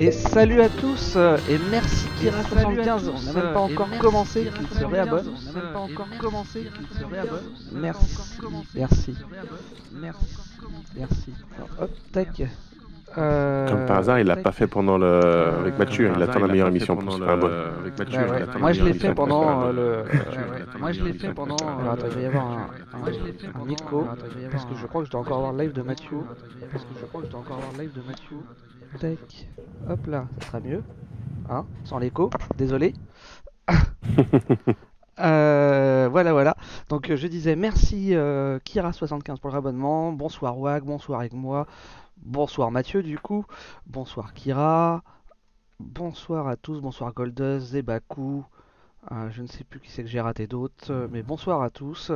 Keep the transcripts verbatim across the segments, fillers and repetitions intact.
Et salut à tous euh, et merci Kira soixante-quinze, on n'a même pas encore commencé qu'il se réabonne. On n'a même pas encore commencé qu'il se réabonne. Merci, merci, merci, merci. Alors, hop, tac. Euh... Comme par hasard, il l'a pas fait pendant le euh... avec Mathieu, il attend la meilleure émission pour se faire abonner. Avec Mathieu, bah ouais. Moi je l'ai fait pendant euh, le. Moi je l'ai fait pendant. Alors attends, il va y avoir un, un, un écho parce que je crois que je dois encore avoir le live de Mathieu. Parce que je crois que je dois encore avoir le live de Mathieu. Tac. Hop là, ça sera mieux. Hein, sans l'écho, désolé. euh, voilà, voilà. Donc je disais merci euh, Kira soixante-quinze pour le rabonnement. Bonsoir Wag, bonsoir avec moi. Bonsoir Mathieu du coup. Bonsoir Kira. Bonsoir à tous, bonsoir Goldus, Zebaku. Euh, je ne sais plus qui c'est que j'ai raté d'autres, mais bonsoir à tous.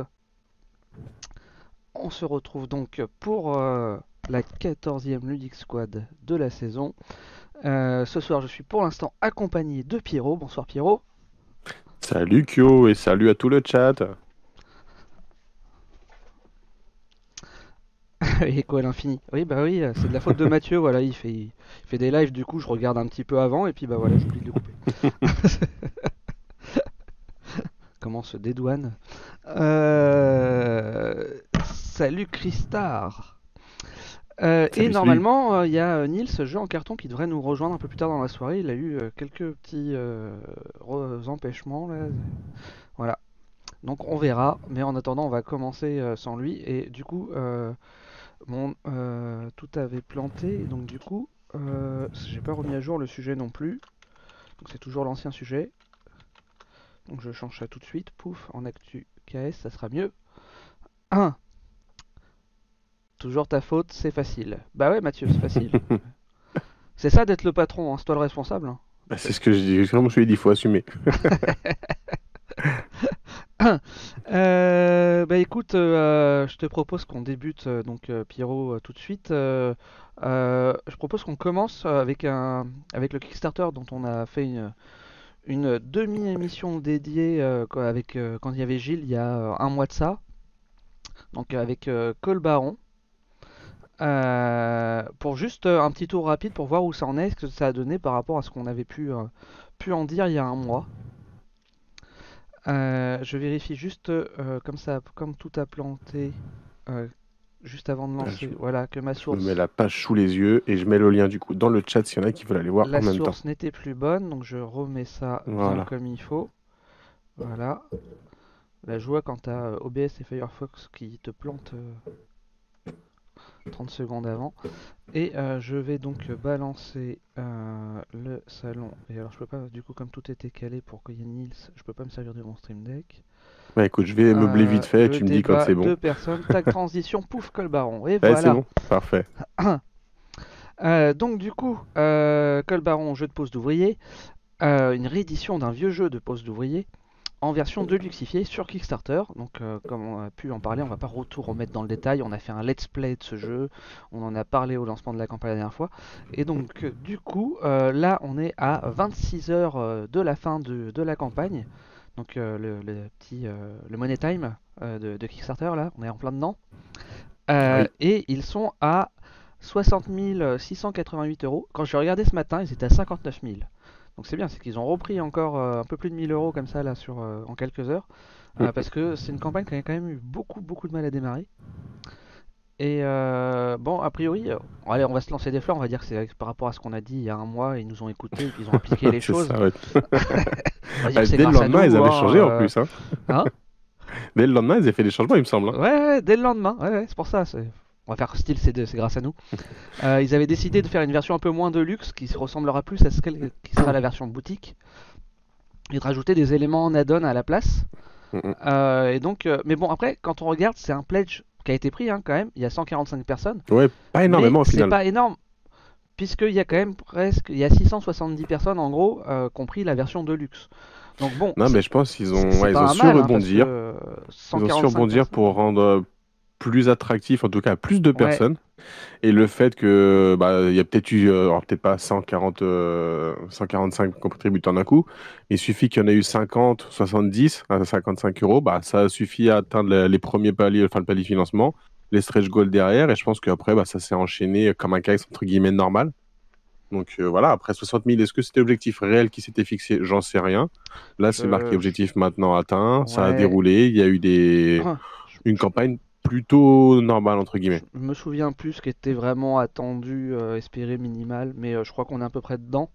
On se retrouve donc pour euh, la quatorzième Ludic Squad de la saison. Euh, ce soir, je suis pour l'instant accompagné de Pierrot. Bonsoir Pierrot. Salut Kyo et salut à tout le chat. Écho à l'infini. Oui, bah oui, c'est de la faute de Mathieu. Voilà, il fait, il fait des lives. Du coup, je regarde un petit peu avant et puis bah voilà, j'oublie de le couper. Comment se dédouane. Euh... Salut Christar. Euh, et normalement, il euh, y a euh, Nils, jeu en carton, qui devrait nous rejoindre un peu plus tard dans la soirée. Il a eu euh, quelques petits euh, empêchements. Là. Voilà. Donc on verra. Mais en attendant, on va commencer euh, sans lui. Et du coup, euh, mon, euh, tout avait planté. Donc du coup, euh, j'ai pas remis à jour le sujet non plus. Donc c'est toujours l'ancien sujet. Donc je change ça tout de suite. Pouf, en actu K S, ça sera mieux. un. Toujours ta faute, c'est facile. Bah ouais Mathieu, c'est facile. C'est ça d'être le patron, hein. C'est toi le responsable. Hein. Bah, c'est ce que je dis, comme je l'ai dit, il faut assumer. euh, bah écoute, euh, je te propose qu'on débute, euh, donc euh, Pierrot, euh, tout de suite. Euh, euh, je propose qu'on commence avec, un, avec le Kickstarter dont on a fait une, une demi-émission dédiée euh, avec, euh, quand il y avait Gilles, il y a euh, un mois de ça. Donc avec euh, Cole Baron. Euh, pour juste euh, un petit tour rapide pour voir où ça en est, ce que ça a donné par rapport à ce qu'on avait pu, euh, pu en dire il y a un mois. Euh, je vérifie juste euh, comme ça, comme tout a planté euh, juste avant de lancer. Je, voilà que ma source. Je mets la page sous les yeux et je mets le lien du coup dans le chat s'il y en a qui veulent aller voir en même temps. La source n'était plus bonne, donc je remets ça voilà. Bien comme il faut. Voilà. La joie quand tu as O B S et Firefox qui te plantent. Euh... trente secondes avant. Et euh, je vais donc balancer euh, le salon. Et alors je peux pas, du coup comme tout était calé pour qu'il y ait Nils, je peux pas me servir de mon stream deck. Bah écoute, je vais meubler vite fait et tu me dis quand c'est bon. Deux personnes, tag transition, pouf, Cole Baron. Et ouais, voilà. C'est bon, parfait. euh, donc du coup, euh, Cole Baron, jeu de pose d'ouvrier. Euh, une réédition d'un vieux jeu de pose d'ouvrier. En version deluxifiée sur Kickstarter. Donc euh, comme on a pu en parler, on va pas tout remettre dans le détail. On a fait un let's play de ce jeu. On en a parlé au lancement de la campagne la dernière fois. Et donc euh, du coup, euh, là on est à vingt-six heures euh, de la fin de, de la campagne. Donc euh, le, le petit euh, le money time euh, de, de Kickstarter, là, on est en plein dedans. Euh, oui. Et ils sont à soixante mille six cent quatre-vingt-huit euros. Quand je regardais ce matin, ils étaient à cinquante-neuf mille. Donc c'est bien, c'est qu'ils ont repris encore euh, un peu plus de mille euros comme ça là sur, euh, en quelques heures. Euh, parce que c'est une campagne qui a quand même eu beaucoup beaucoup de mal à démarrer. Et euh, bon, a priori, euh, allez, on va se lancer des fleurs, on va dire que c'est par rapport à ce qu'on a dit il y a un mois, ils nous ont écoutés et puis ils ont appliqué les choses. Ça, ouais. ah, dès le lendemain, nous, ils avaient hein, changé en plus. Hein. Hein dès le lendemain, ils avaient fait des changements, il me semble. Hein. Ouais, ouais, dès le lendemain, ouais, ouais, c'est pour ça. C'est... On va faire style, c'est, de, c'est grâce à nous. Euh, ils avaient décidé de faire une version un peu moins de luxe qui ressemblera plus à ce qui sera la version boutique et de rajouter des éléments en add-on à la place. Mm-hmm. Euh, et donc, euh, mais bon, après, quand on regarde, c'est un pledge qui a été pris hein, quand même. Il y a cent quarante-cinq personnes. Ouais, pas énormément mais au final. C'est pas énorme, puisqu'il y a quand même presque, il y a six cent soixante-dix personnes en gros, euh, compris la version de luxe. Donc bon. Non, mais je pense qu'ils ont, ouais, ils ont su rebondir. Hein, euh, ils ont su rebondir pour rendre plus attractif, en tout cas à plus de personnes. Ouais. Et le fait que bah il y a peut-être eu, euh, alors peut-être pas cent quarante, euh, cent quarante-cinq contributeurs d'un coup, mais il suffit qu'il y en ait eu cinquante, soixante-dix à cinquante-cinq euros, bah ça suffit à atteindre les, les premiers paliers, enfin le palier financement, les stretch goals derrière, et je pense qu'après bah ça s'est enchaîné comme un case entre guillemets normal. Donc euh, voilà, après soixante mille, est-ce que c'était l'objectif réel qui s'était fixé? J'en sais rien. Là, c'est Je- marqué objectif maintenant atteint, ça a Ouais. déroulé, il y a eu des... Ah, une je, campagne plutôt normale, entre je- guillemets. je me souviens plus ce qui était vraiment attendu, euh, espéré minimal, mais euh, je crois qu'on est à peu près dedans.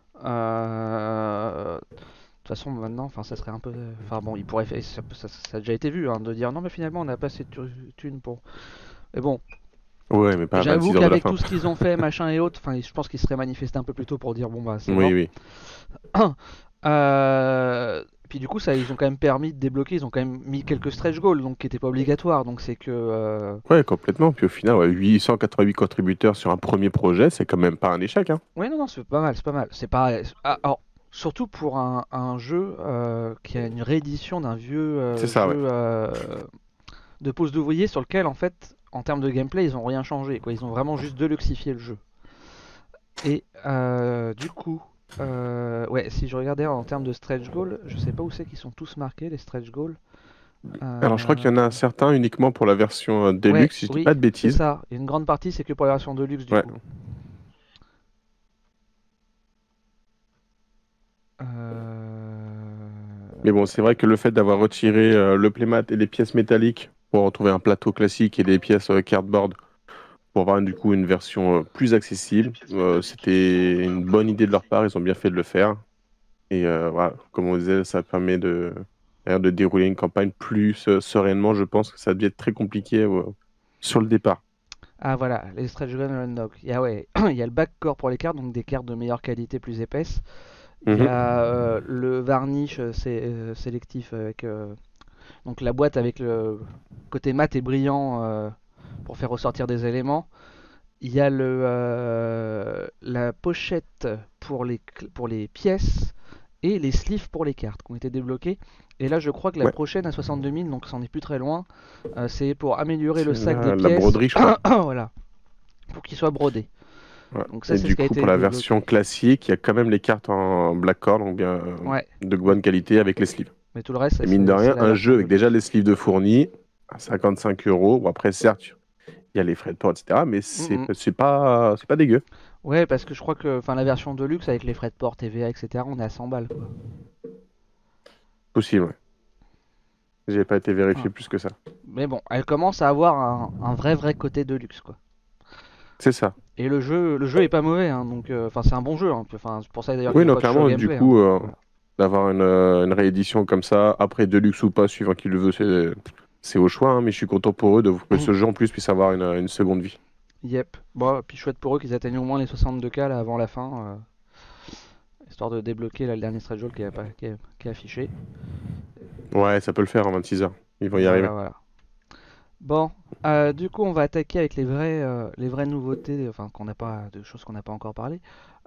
Euh, De toute façon, maintenant, enfin, ça serait un peu. Enfin bon, il pourrait faire. Ça, ça- ça a déjà été vu, hein, de dire non, mais finalement, on n'a pas assez de thu- thunes pour. Mais bon, Ouais, mais pas à j'avoue vingt-six heures de la qu'avec fin. tout ce qu'ils ont fait, machin et autres, enfin, je pense qu'ils seraient manifestés un peu plus tôt pour dire bon bah c'est Oui, mort. oui. Euh, Puis du coup, ça, ils ont quand même permis de débloquer. Ils ont quand même mis quelques stretch goals, donc qui n'étaient pas obligatoires. Donc c'est que. euh, Ouais, complètement. Puis au final, ouais, huit cent quatre-vingt-huit contributeurs sur un premier projet, c'est quand même pas un échec, hein. Oui, non, non, c'est pas mal, c'est pas mal. C'est pas. Ah, alors, surtout pour un, un jeu euh, qui a une réédition d'un vieux C'est euh, ça, ouais. jeu euh, de pose d'ouvrier sur lequel, en fait, en termes de gameplay, ils ont rien changé, quoi. Ils ont vraiment juste deluxifié le jeu. Et euh, du coup, euh, ouais, si je regardais en termes de stretch goal, je sais pas où c'est qu'ils sont tous marqués, les stretch goals. Alors, je crois qu'il y en a Euh, un certain uniquement pour la version euh, Ouais, Deluxe, si je dis oui, pas de c'est bêtises. ça. Et une grande partie, c'est que pour la version de luxe, du Ouais. coup. Euh... Mais bon, c'est vrai que le fait d'avoir retiré euh, le playmat et les pièces métalliques pour retrouver un plateau classique et des pièces euh, cardboard pour avoir du coup une version euh, plus accessible, euh, c'était une bonne idée de leur part, ils ont bien fait de le faire. Et euh, voilà, comme on disait, ça permet de, de dérouler une campagne plus euh, sereinement. Je pense que ça devait être très compliqué euh, sur le départ. Ah voilà, les stretch gun unlock. Il y a, ouais, il y a le backcore pour les cartes, donc des cartes de meilleure qualité, plus épaisses. Il y Mhm. a euh, le varnish euh, sé- euh, sélectif avec euh, donc la boîte avec le côté mat et brillant euh, pour faire ressortir des éléments. Il y a le, euh, la pochette pour les, cl- pour les pièces et les sleeves pour les cartes qui ont été débloqués. Et là, je crois que la Ouais, prochaine à soixante-deux mille, donc ça en est plus très loin, euh, c'est pour améliorer le c'est sac des la, la pièces. broderie, je crois. Voilà, pour qu'il soit brodé. Ouais. Donc ça, Et c'est ce du qui a coup, pour été la version débloqué. classique, il y a quand même les cartes en black core, donc bien euh, Ouais, de mais, bonne qualité avec les sleeves. mais tout le reste, Et c'est- mine de c'est c'est rien, la un version jeu de avec déjà luxe. les sleeves de fournis à cinquante-cinq euros. Bon, après, certes, il y a les frais de port, et cetera. Mais Mm, c'est mm. c'est pas, c'est pas dégueu. Ouais, parce que je crois que enfin, la version de luxe avec les frais de port, T V A, et cetera, on est à cent balles, quoi. Possible, ouais. J'ai pas été Ah. vérifié plus que ça. Mais bon, elle commence à avoir un, un vrai vrai côté de luxe, quoi. C'est ça. Et le jeu, le jeu est pas mauvais, hein, donc euh, enfin c'est un bon jeu. Hein, enfin c'est pour ça d'ailleurs Oui, qu'ils ont non, pas touché au clairement, du gameplay. Hein. coup, euh, Voilà. d'avoir une, euh, une réédition comme ça, après Deluxe ou pas, suivant qui le veut, c'est c'est au choix, hein, mais je suis content pour eux de que ce jeu en plus puisse avoir une, une seconde vie. Yep. Bon, puis chouette pour eux qu'ils atteignent au moins les soixante-deux K là avant la fin, euh, histoire de débloquer là, le dernier stretch goal qui est, pas- qui est- qui est affiché. Ouais, ça peut le faire en vingt-six heures. Ils vont y Voilà, arriver. voilà. Bon, euh, du coup on va attaquer avec les vraies, euh, les vraies nouveautés, enfin qu'on n'a pas, de choses qu'on n'a pas encore parlé.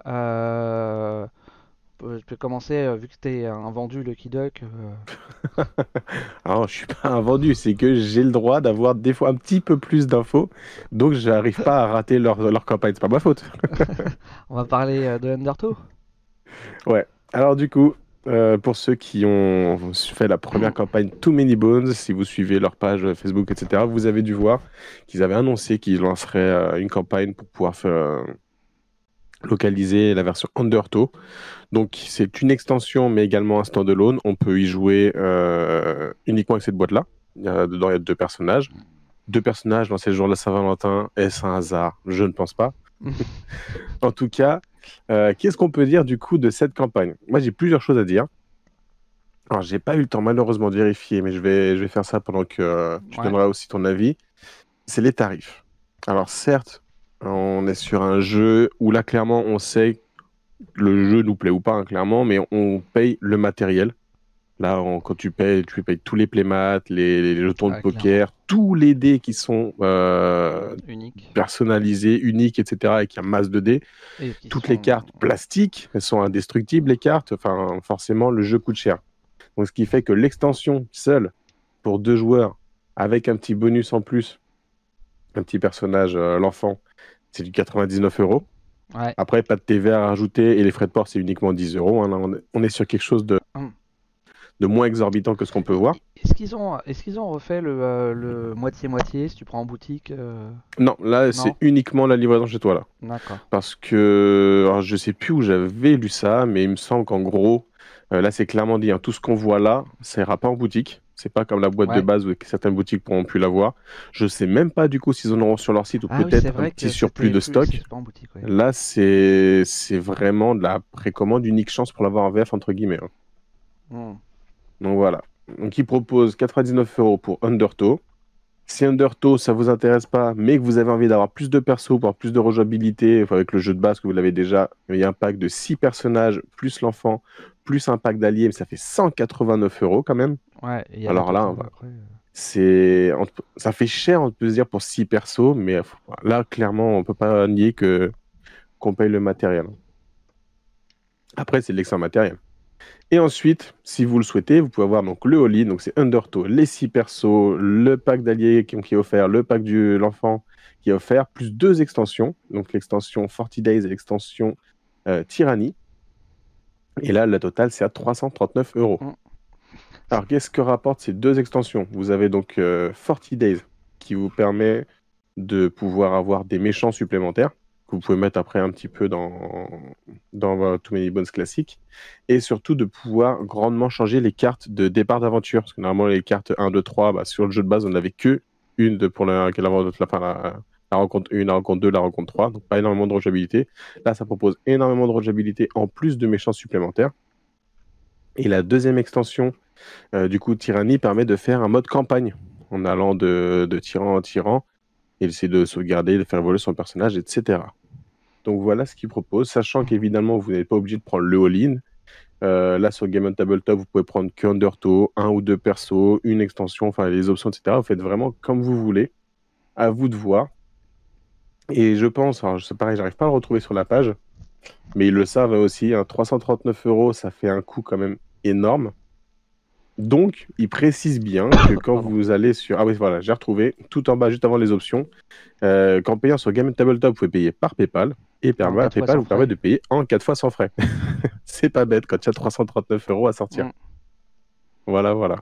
Euh, je peux commencer euh, vu que t'es un vendu Lucky Duck. euh, Alors, je suis pas un vendu, c'est que j'ai le droit d'avoir des fois un petit peu plus d'infos, donc j'arrive pas à rater leur, leur campagne. C'est pas ma faute. On va parler euh, de Undertow. Ouais. Alors du coup, euh, pour ceux qui ont fait la première campagne Too Many Bones, si vous suivez leur page Facebook, et cetera, vous avez dû voir qu'ils avaient annoncé qu'ils lanceraient euh, une campagne pour pouvoir faire, euh, localiser la version Undertow. Donc c'est une extension, mais également un standalone. On peut y jouer euh, uniquement avec cette boîte-là. Il y a, dedans, il y a deux personnages. Deux personnages dans ces jours de la Saint-Valentin. Est-ce un hasard? Je ne pense pas. En tout cas, euh, qu'est-ce qu'on peut dire du coup de cette campagne? Moi, j'ai plusieurs choses à dire. Alors, j'ai pas eu le temps malheureusement de vérifier, mais je vais, je vais faire ça pendant que euh, tu Ouais. donneras aussi ton avis. C'est les tarifs. Alors, certes, on est sur un jeu où là, clairement, on sait que le jeu nous plaît ou pas, hein, clairement, mais on paye le matériel. Là, on- quand tu payes, tu payes tous les playmats, les, les jetons de Ah, clairement. poker, tous les dés qui sont euh, Unique. personnalisés, uniques, et cetera, avec un masse de dés. Et qui Toutes sont... les cartes plastiques, elles sont indestructibles, les cartes. Enfin, forcément, le jeu coûte cher. Donc, ce qui fait que l'extension seule, pour deux joueurs, avec un petit bonus en plus, un petit personnage, euh, l'enfant, c'est du quatre-vingt-dix-neuf euros. Ouais. Après, pas de T V A à rajouter et les frais de port, c'est uniquement dix euros. Hein. Là, on est- on est sur quelque chose de, Hum. de moins exorbitant que ce qu'on peut voir. est-ce qu'ils ont, est-ce qu'ils ont refait le euh, le moitié-moitié si tu prends en boutique euh... Non, là, c'est Non? uniquement la livraison chez toi, là. D'accord. Parce que, alors, je sais plus où j'avais lu ça, mais il me semble qu'en gros, euh, là, c'est clairement dit, hein, tout ce qu'on voit là, ça ira pas en boutique. C'est pas comme la boîte de Ouais. base où certaines boutiques pourront plus l'avoir. Je sais même pas du coup s'ils en auront sur leur site ou Ah oui, c'est peut-être un vrai petit que surplus c'était de plus, stock. c'est pas en boutique, ouais. Là, c'est c'est vraiment de la précommande, unique chance pour l'avoir en V F, entre guillemets, hein. Hmm. Donc voilà. Donc ils proposent quatre-vingt-dix-neuf euros pour Undertow. Si Undertow, ça vous intéresse pas, mais que vous avez envie d'avoir plus de persos, pour avoir plus de rejouabilité, enfin, avec le jeu de base que vous l'avez déjà, il y a un pack de six personnages, plus l'enfant, plus un pack d'alliés, mais ça fait cent quatre-vingt-neuf euros quand même. Ouais, il y a la Alors là, totale on va- après. euh. c'est, on peut- ça fait cher, on peut se dire, pour six persos, mais euh, là, clairement, on peut pas nier que qu'on paye le matériel. Après, c'est de l'extra matériel. Et ensuite, si vous le souhaitez, vous pouvez avoir donc le all-in, donc c'est Undertow, les six persos, le pack d'alliés qui, qui est offert, le pack de l'enfant qui est offert, plus deux extensions, donc l'extension forty Days et l'extension euh, Tyranny. Et là, la totale, c'est à trois cent trente-neuf euros. Hmm. Alors, qu'est-ce que rapportent ces deux extensions? Vous avez donc euh, forty Days qui vous permet de pouvoir avoir des méchants supplémentaires que vous pouvez mettre après un petit peu dans, dans euh, Too Many Bones classique, et surtout de pouvoir grandement changer les cartes de départ d'aventure, parce que normalement les cartes un, deux, trois, bah, sur le jeu de base on n'avait que une de, pour la, la, la, la, la rencontre un, la rencontre deux, la rencontre trois, donc pas énormément de rejouabilité. Là ça propose énormément de rejouabilité en plus de méchants supplémentaires. Et la deuxième extension, euh, du coup Tyranny, permet de faire un mode campagne, en allant de, de tyran en tyran, et essayer de sauvegarder, de faire évoluer son personnage, et cetera. Donc voilà ce qu'il propose, sachant qu'évidemment, vous n'êtes pas obligé de prendre le all-in. Euh, là, sur Game on Tabletop, vous pouvez prendre que Undertow, un ou deux persos, une extension, enfin les options, et cetera. Vous faites vraiment comme vous voulez. À vous de voir. Et je pense, alors c'est pareil, j'arrive pas à le retrouver sur la page, mais ils le savent aussi, hein, trois cent trente-neuf euros, ça fait un coût quand même énorme. Donc, ils précisent bien que quand Pardon. vous allez sur... Ah oui, voilà, j'ai retrouvé, tout en bas, juste avant les options. Euh, qu'en payant sur Game on Tabletop, vous pouvez payer par PayPal. Et En permet, quatre fois PayPal sans vous permet frais. de payer en quatre fois sans frais. C'est pas bête quand il y a trois cent trente-neuf euros à sortir. Hmm. Voilà, voilà.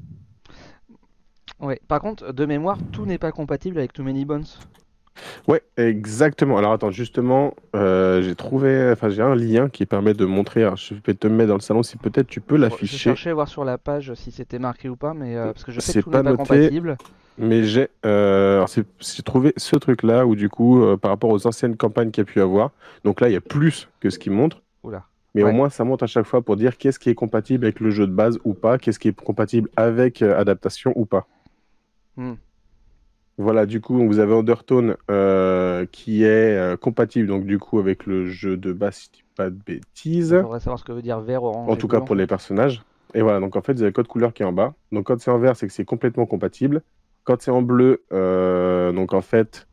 Ouais. Par contre, de mémoire, tout n'est pas compatible avec Too Many Bones. Ouais, exactement. Alors attends, justement, euh, j'ai trouvé, enfin j'ai un lien qui permet de montrer. Alors, je vais te mettre dans le salon si peut-être tu peux Je, je l'afficher. cherchais à voir sur la page si c'était marqué ou pas, mais euh, parce que je sais que C'est tout n'est pas pas noté, compatible. mais j'ai euh, alors, c'est- j'ai trouvé ce truc-là où du coup, euh, par rapport aux anciennes campagnes qu'il y a pu avoir, donc là il y a plus que ce qui montre. Oula. Mais au Ouais. moins, ça monte à chaque fois pour dire qu'est-ce qui est compatible avec le jeu de base ou pas, qu'est-ce qui est compatible avec euh, adaptation ou pas. Hmm. Voilà, du coup, vous avez Undertone euh, qui est euh, compatible donc du coup avec le jeu de base, si je dis pas de bêtises. Il faudrait savoir ce que veut dire vert, orange En et tout bleu cas en pour les fait. personnages. Et voilà, donc en fait, vous avez le code couleur qui est en bas. Donc quand c'est en vert, c'est que c'est complètement compatible. Quand c'est en bleu, euh, donc en fait,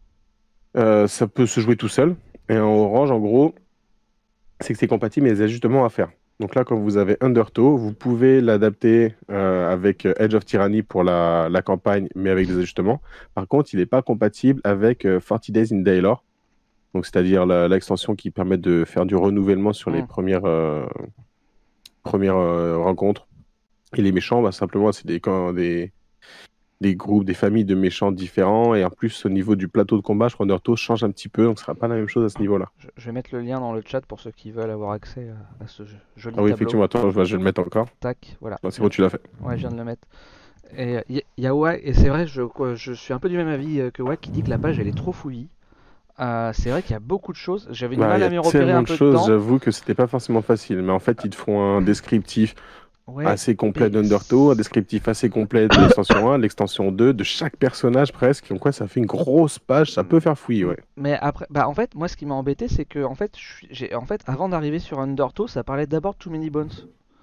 euh, ça peut se jouer tout seul. Et en orange, en gros, c'est que c'est compatible, mais il y a des ajustements à faire. Donc là, quand vous avez Undertow, vous pouvez l'adapter euh, avec euh, Edge of Tyranny pour la, la campagne, mais avec des ajustements. Par contre, il n'est pas compatible avec euh, forty Days in Daylor, donc c'est-à-dire la- l'extension qui permet de faire du renouvellement sur les Hmm. premières, euh, premières euh, rencontres. Et les méchants, bah, simplement, c'est des, quand- des, des groupes, des familles de méchants différents. Et en plus, au niveau du plateau de combat, je crois que Undertow change un petit peu, donc ce sera pas la même chose à ce niveau-là. Je, je vais mettre le lien dans le chat pour ceux qui veulent avoir accès à, à ce jeu- joli Ah oui, tableau. effectivement, attends, je vais, je vais le mettre encore. Tac, voilà. Ah, Je c'est viens bon, de- tu l'as fait. Ouais, je viens de le mettre. Et il y, y a Wack, et c'est vrai, je, quoi, je suis un peu du même avis euh, que Wack qui dit que la page elle est trop fouillie. Euh, c'est vrai qu'il y a beaucoup de choses. J'avais du Bah, il mal y à a m'y repérer tellement un de peu de choses, temps. j'avoue que c'était pas forcément facile. Mais en fait, ils te font un descriptif Ouais, assez complet mais d'Undertow, un descriptif assez complet de l'extension un, de l'extension deux, de chaque personnage presque. Donc, quoi, ça fait une grosse page, ça peut faire fouiller, ouais. mais après, bah en fait, moi ce qui m'a embêté, c'est que en fait, je suis- j'ai, en fait, avant d'arriver sur Undertow, ça parlait d'abord de Too Many Bones.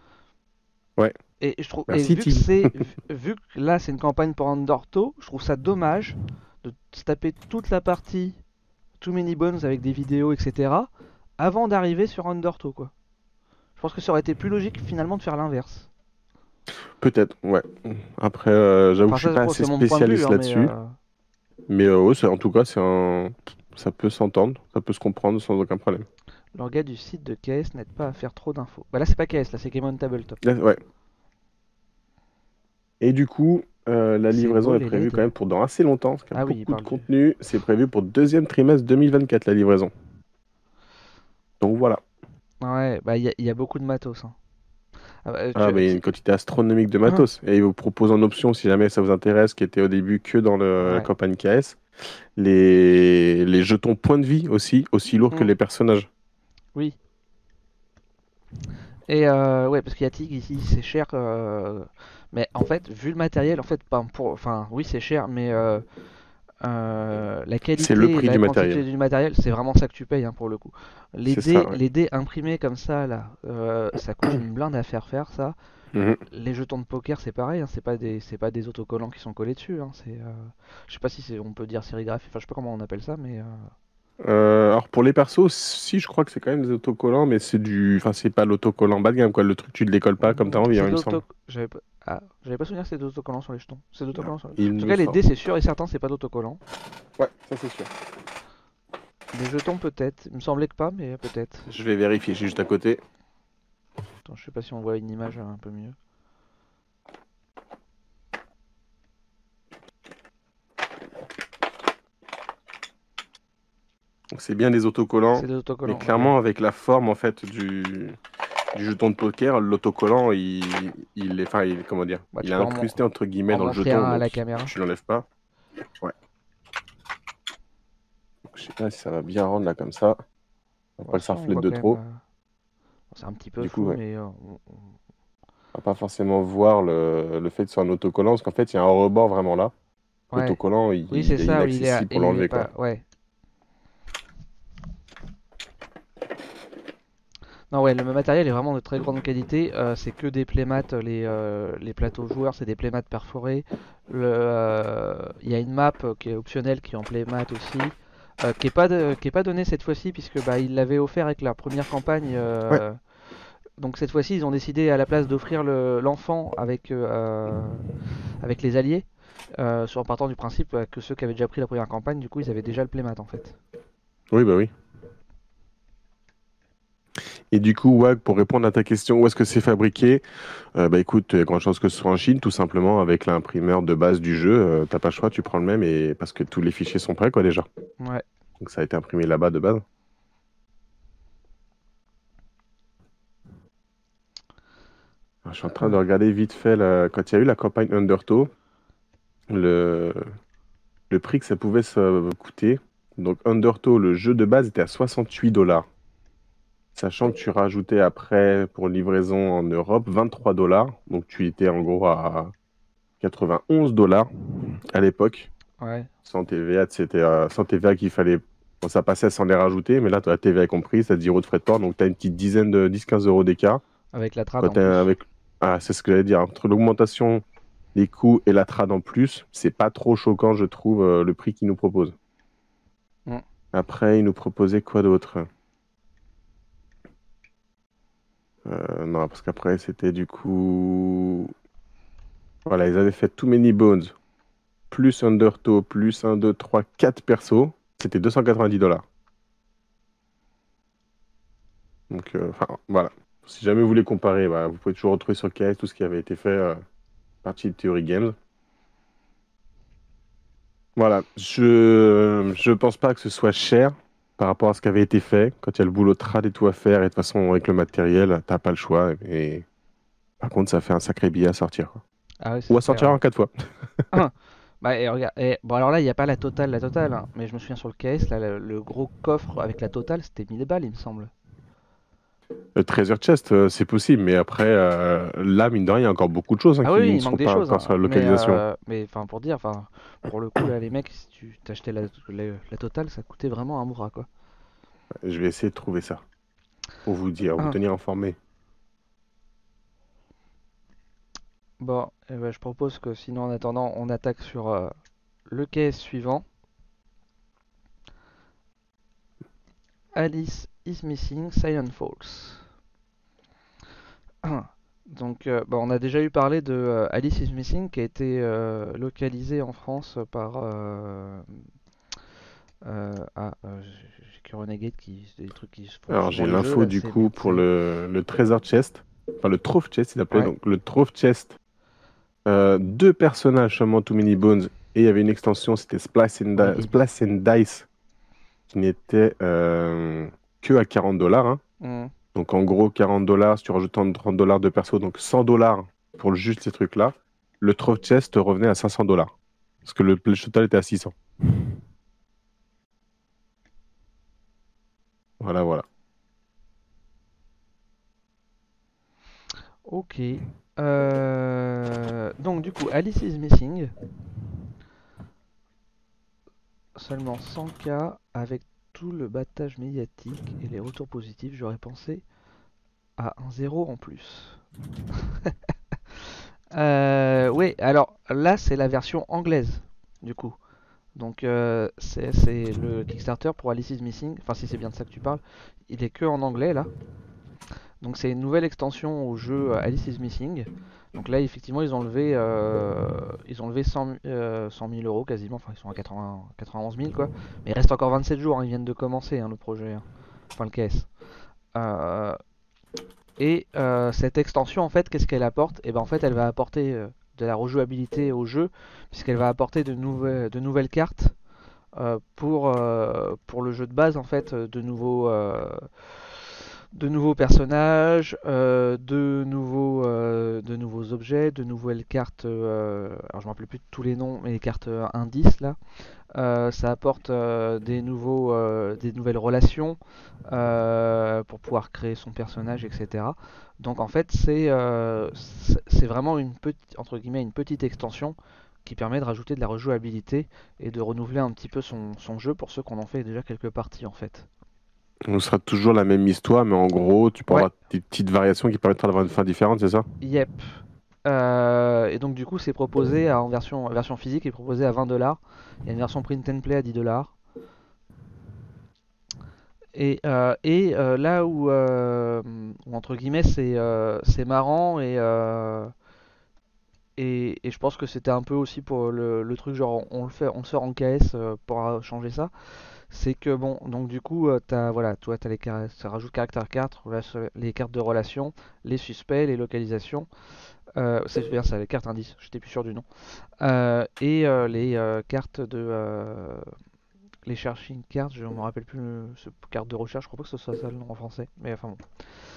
Ouais, Et je trouve, et merci vu que Tim. c'est, vu, vu que là c'est une campagne pour Undertow, je trouve ça dommage de se taper toute la partie Too Many Bones avec des vidéos, et cetera, avant d'arriver sur Undertow, quoi. Je pense que ça aurait été plus logique finalement de faire l'inverse. Peut-être, ouais. Après, euh, j'avoue Enfin, que je suis ça, pas bon, assez c'est mon point de vue, spécialiste hein, mais là-dessus. euh, Mais euh, ouais, c'est- en tout cas, c'est un... ça peut s'entendre, ça peut se comprendre sans aucun problème. l'orga du site de K S n'aide pas à faire trop d'infos. Bah là, c'est pas K S, là, c'est Game on Tabletop. Là, ouais. Et du coup, euh, la livraison beau, est prévue quand même pour dans assez longtemps, parce qu'il y a ah, oui, beaucoup de contenu. Du... C'est prévu pour deuxième trimestre deux mille vingt-quatre, la livraison. Donc voilà. Ouais, bah il y, y, a beaucoup de matos. Hein. Ah, bah, ah, bah, il y a une quantité astronomique de matos. Ah. Et ils vous proposent en option, si jamais ça vous intéresse, qui était au début que dans le, ouais. la campagne K S, les, les jetons points de vie aussi, aussi lourds mmh. que les personnages. Oui. Et euh, ouais, parce qu'il y a Tig ici, c'est cher. Euh... Mais en fait, vu le matériel, en fait, pas pour... enfin, oui, c'est cher, mais euh, euh, la qualité le prix et la du quantité matériel. du matériel, c'est vraiment ça que tu payes hein, pour le coup. Les dés, ça, ouais. les dés imprimés comme ça, là, euh, ça coûte une blinde à faire faire ça. Mmh. Les jetons de poker, c'est pareil, hein, c'est pas des, c'est pas des autocollants qui sont collés dessus. Hein, c'est, euh... je sais pas si on peut dire sérigraphie, enfin, je sais pas comment on appelle ça, mais. Euh... Euh, alors pour les persos, si je crois que c'est quand même des autocollants, mais c'est du, enfin c'est pas l'autocollant bas de gamme quoi. Le truc tu ne décolles pas comme t'as envie, hein, il me semble. J'avais pas... Ah, j'avais pas souvenir que c'était d'autocollants sur les jetons. C'est d'autocollants sur les... En tout cas, les dés c'est sûr et certain, c'est pas d'autocollants. Ouais, ça c'est sûr. Les jetons peut-être. Il me semblait que pas, mais peut-être. Je vais vérifier, je suis juste à côté. Attends, je sais pas si on voit une image un peu mieux. C'est bien des autocollants, des autocollants, mais clairement okay. avec la forme en fait du, du jeton de poker, l'autocollant il, il est, enfin il, comment dire, bah, il est incrusté entre guillemets dans le jeton, à donc la caméra. tu l'enlèves pas. Ouais. Donc, je sais pas si ça va bien rendre là comme ça. On va pas ça reflète de trop. Même, euh... C'est un petit peu du flou, coup, ouais. mais euh, on... on va pas forcément voir le, le fait de sur un autocollant, parce qu'en fait il y a un rebord vraiment là. Ouais. L'autocollant il, oui, il, il ça, est inaccessible il pour l'enlever quoi. Pas... Ouais. Non ouais, le matériel est vraiment de très grande qualité. Euh, c'est que des playmats, les, euh, les plateaux joueurs, c'est des playmats perforés. Il euh, y a une map qui est optionnelle, qui est en playmat aussi, euh, qui est pas de, qui est pas donnée cette fois-ci puisque bah ils l'avaient offert avec leur première campagne. Euh, ouais. Donc cette fois-ci, ils ont décidé à la place d'offrir l'enfant le, avec euh, avec les alliés, euh, en partant du principe que ceux qui avaient déjà pris la première campagne, du coup, ils avaient déjà le playmat en fait. Oui bah oui. Et du coup, Wag, pour répondre à ta question, où est-ce que c'est fabriqué euh, Bah écoute, il y a grande chance que ce soit en Chine, tout simplement, avec l'imprimeur de base du jeu. Euh, T'as pas le choix, tu prends le même, et parce que tous les fichiers sont prêts, quoi, déjà. Ouais. Donc ça a été imprimé là-bas de base. Alors, je suis en train de regarder vite fait, là, quand il y a eu la campagne Undertow, le, le prix que ça pouvait se coûter. Donc Undertow, le jeu de base, était à soixante-huit dollars. Sachant que tu rajoutais après, pour livraison en Europe, vingt-trois dollars. Donc tu étais en gros à quatre-vingt-onze dollars à l'époque. Ouais. Sans T V A, c'était euh, sans T V A qu'il fallait. Bon, ça passait sans les rajouter, mais là, tu as la T V A compris, ça dix euros de frais de port. Donc tu as une petite dizaine de dix à quinze euros d'écart. Avec la trad en plus. Avec... Ah, c'est ce que j'allais dire. Entre l'augmentation des coûts et la trad en plus, c'est pas trop choquant, je trouve, euh, le prix qu'ils nous proposent. Mm. Après, ils nous proposaient quoi d'autre ? Euh, non, parce qu'après, c'était du coup... Voilà, ils avaient fait Too Many Bones, plus Undertow, plus un, deux, trois, quatre persos. C'était deux cent quatre-vingt-dix dollars. Donc, enfin, euh, voilà. Si jamais vous voulez comparer, bah, vous pouvez toujours retrouver sur K S tout ce qui avait été fait euh, par Cheat Theory Games. Voilà, je je pense pas que ce soit cher par rapport à ce qui avait été fait. Quand il y a le boulot de trad et tout à faire, et de toute façon, avec le matériel, t'as pas le choix. Et par contre, ça fait un sacré billet à sortir. Quoi. Ah ouais, ou à sortir en quatre fois. ah, bah, et regarde, et, bon, alors là, il n'y a pas la totale, la totale, hein, mais je me souviens sur le K S, là, le, le gros coffre avec la totale, c'était mille balles, il me semble. Le Treasure Chest, euh, c'est possible, mais après, euh, là, mine de rien, il y a encore beaucoup de choses hein, ah qui oui, ne il sont manque des pas choses, encore hein, sur la localisation. Mais enfin, euh, pour dire, enfin, pour le coup, là, les mecs, si tu t'achetais la, la, la totale, ça coûtait vraiment un bras, quoi. Je vais essayer de trouver ça pour vous dire, ah. vous tenir informé. Bon, eh ben, je propose que sinon, en attendant, on attaque sur euh, le K S suivant. Alice is Missing Silent Falls. Donc, euh, bah, on a déjà eu parlé de euh, Alice is Missing qui a été euh, localisé en France par. Euh, euh, ah, euh, j'ai que Renegade qui. Des trucs qui se font. Alors, j'ai l'info du coup pour le, le Treasure Chest. Enfin, le Trophy Chest, il s'appelait. Ouais. Donc, le Trophy Chest euh, deux personnages seulement, Too Many Bones, et il y avait une extension, c'était Splice and, Oui. Di- Splice and Dice, qui n'était euh, que à quarante dollars. Hein. Mm. Donc en gros, quarante dollars, si tu rajoutes trente dollars de perso, donc cent dollars pour juste ces trucs-là, le Trophy Chest revenait à cinq cents dollars. Parce que le pledge total était à six cents. Voilà, voilà. Ok. Euh, Donc du coup, Alice is Missing, seulement cent K avec tout le battage médiatique et les retours positifs, j'aurais pensé à un zéro en plus. Euh, oui, alors là c'est la version anglaise du coup. Donc euh, c'est c'est le Kickstarter pour Alice is Missing, enfin si c'est bien de ça que tu parles, il est que en anglais là. Donc c'est une nouvelle extension au jeu euh, Alice is Missing. Donc là effectivement ils ont levé, euh, ils ont levé cent, euh, cent mille euros quasiment, enfin ils sont à quatre-vingts, quatre-vingt-onze mille quoi. Mais il reste encore vingt-sept jours, hein, ils viennent de commencer hein, le projet, hein. Enfin le K S. Euh, et euh, cette extension en fait qu'est-ce qu'elle apporte? Et ben en fait elle va apporter euh, de la rejouabilité au jeu, puisqu'elle va apporter de, nouvelles, de nouvelles cartes euh, pour, euh, pour le jeu de base en fait, de nouveaux, euh, de nouveaux personnages, euh, de, nouveaux, euh, de nouveaux objets, de nouvelles cartes, euh, alors je me rappelle plus de tous les noms, mais les cartes euh, indices là. Euh, ça apporte euh, des, nouveaux, euh, des nouvelles relations euh, pour pouvoir créer son personnage, et cetera. Donc en fait c'est euh, c'est vraiment une petite, entre guillemets, une petite extension qui permet de rajouter de la rejouabilité et de renouveler un petit peu son, son jeu pour ceux qui en ont fait déjà quelques parties en fait. Ce sera toujours la même histoire, mais en gros, tu peux Ouais, avoir des petites variations qui permettraient d'avoir une fin différente, c'est ça? yep. Euh, et donc du coup c'est proposé à- en version, version physique est proposé à vingt dollars. Il y a une version print and play à dix dollars. Et, euh, et euh, là où, euh, où, entre guillemets c'est euh, c'est marrant et, euh, et, et je pense que c'était un peu aussi pour le, le truc genre on le fait, on le sort en K S euh, pour euh, changer ça. C'est que bon, donc du coup, euh, t'as, voilà, toi, t'as les car- ça rajoute caractère quatre, là, sur les cartes de relation, les suspects, les localisations, euh, c'est bien ça, les cartes indices, j'étais plus sûr du nom, Euh, et euh, les euh, cartes de, euh, les searching cards, je me rappelle plus le, ce carte de recherche, je crois pas que ce soit ça le nom en français, mais enfin bon.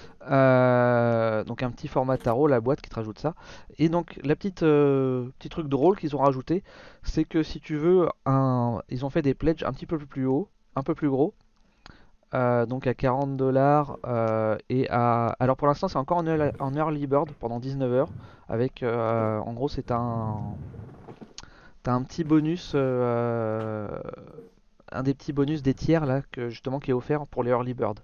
Euh, donc un petit format tarot, la boîte qui te rajoute ça. Et donc la petite euh, petit truc drôle qu'ils ont rajouté, c'est que si tu veux un, ils ont fait des pledges un petit peu plus haut, un peu plus gros, euh, donc à quarante dollars euh, et à, alors pour l'instant c'est encore en early, en early bird pendant dix-neuf heures avec, euh, en gros c'est un, t'as un petit bonus, euh, un des petits bonus des tiers là que justement qui est offert pour les early bird.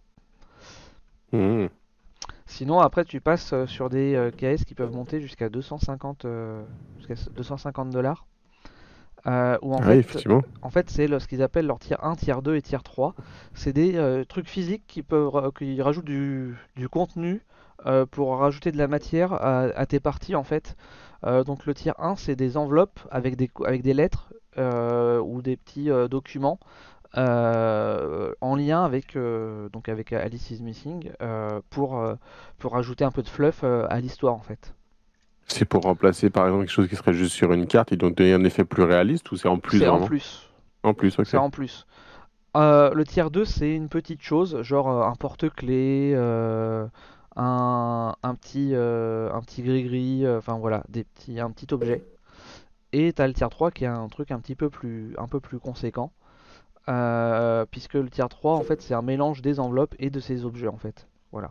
Mhm. Sinon, après, tu passes euh, sur des euh, K S qui peuvent monter jusqu'à deux cent cinquante, euh, jusqu'à deux cent cinquante dollars. Euh, où en Ah oui, fait, effectivement. en fait c'est le- ce qu'ils appellent leur tier un, tier deux et tier trois. C'est des euh, trucs physiques qui peuvent, ra- qui rajoutent du, du contenu euh, pour rajouter de la matière à, à tes parties en fait. Euh, donc le tier un, c'est des enveloppes avec des, co- avec des lettres euh, ou des petits euh, documents euh, en lien avec, euh, donc avec Alice is Missing euh, pour, euh, pour ajouter un peu de fluff euh, à l'histoire en fait. C'est pour remplacer par exemple quelque chose qui serait juste sur une carte et donc donner un effet plus réaliste ou c'est en plus C'est en vraiment? plus. En plus, C'est ok. en plus. Euh, le tiers deux, c'est une petite chose, genre euh, un porte-clés, euh, un, un petit, euh, un petit gris-gris, euh, enfin voilà, des petits, un petit objet. Et t'as le tiers trois qui est un truc un petit peu plus, un peu plus conséquent, euh, puisque le tiers trois, en fait, c'est un mélange des enveloppes et de ces objets, en fait. Voilà.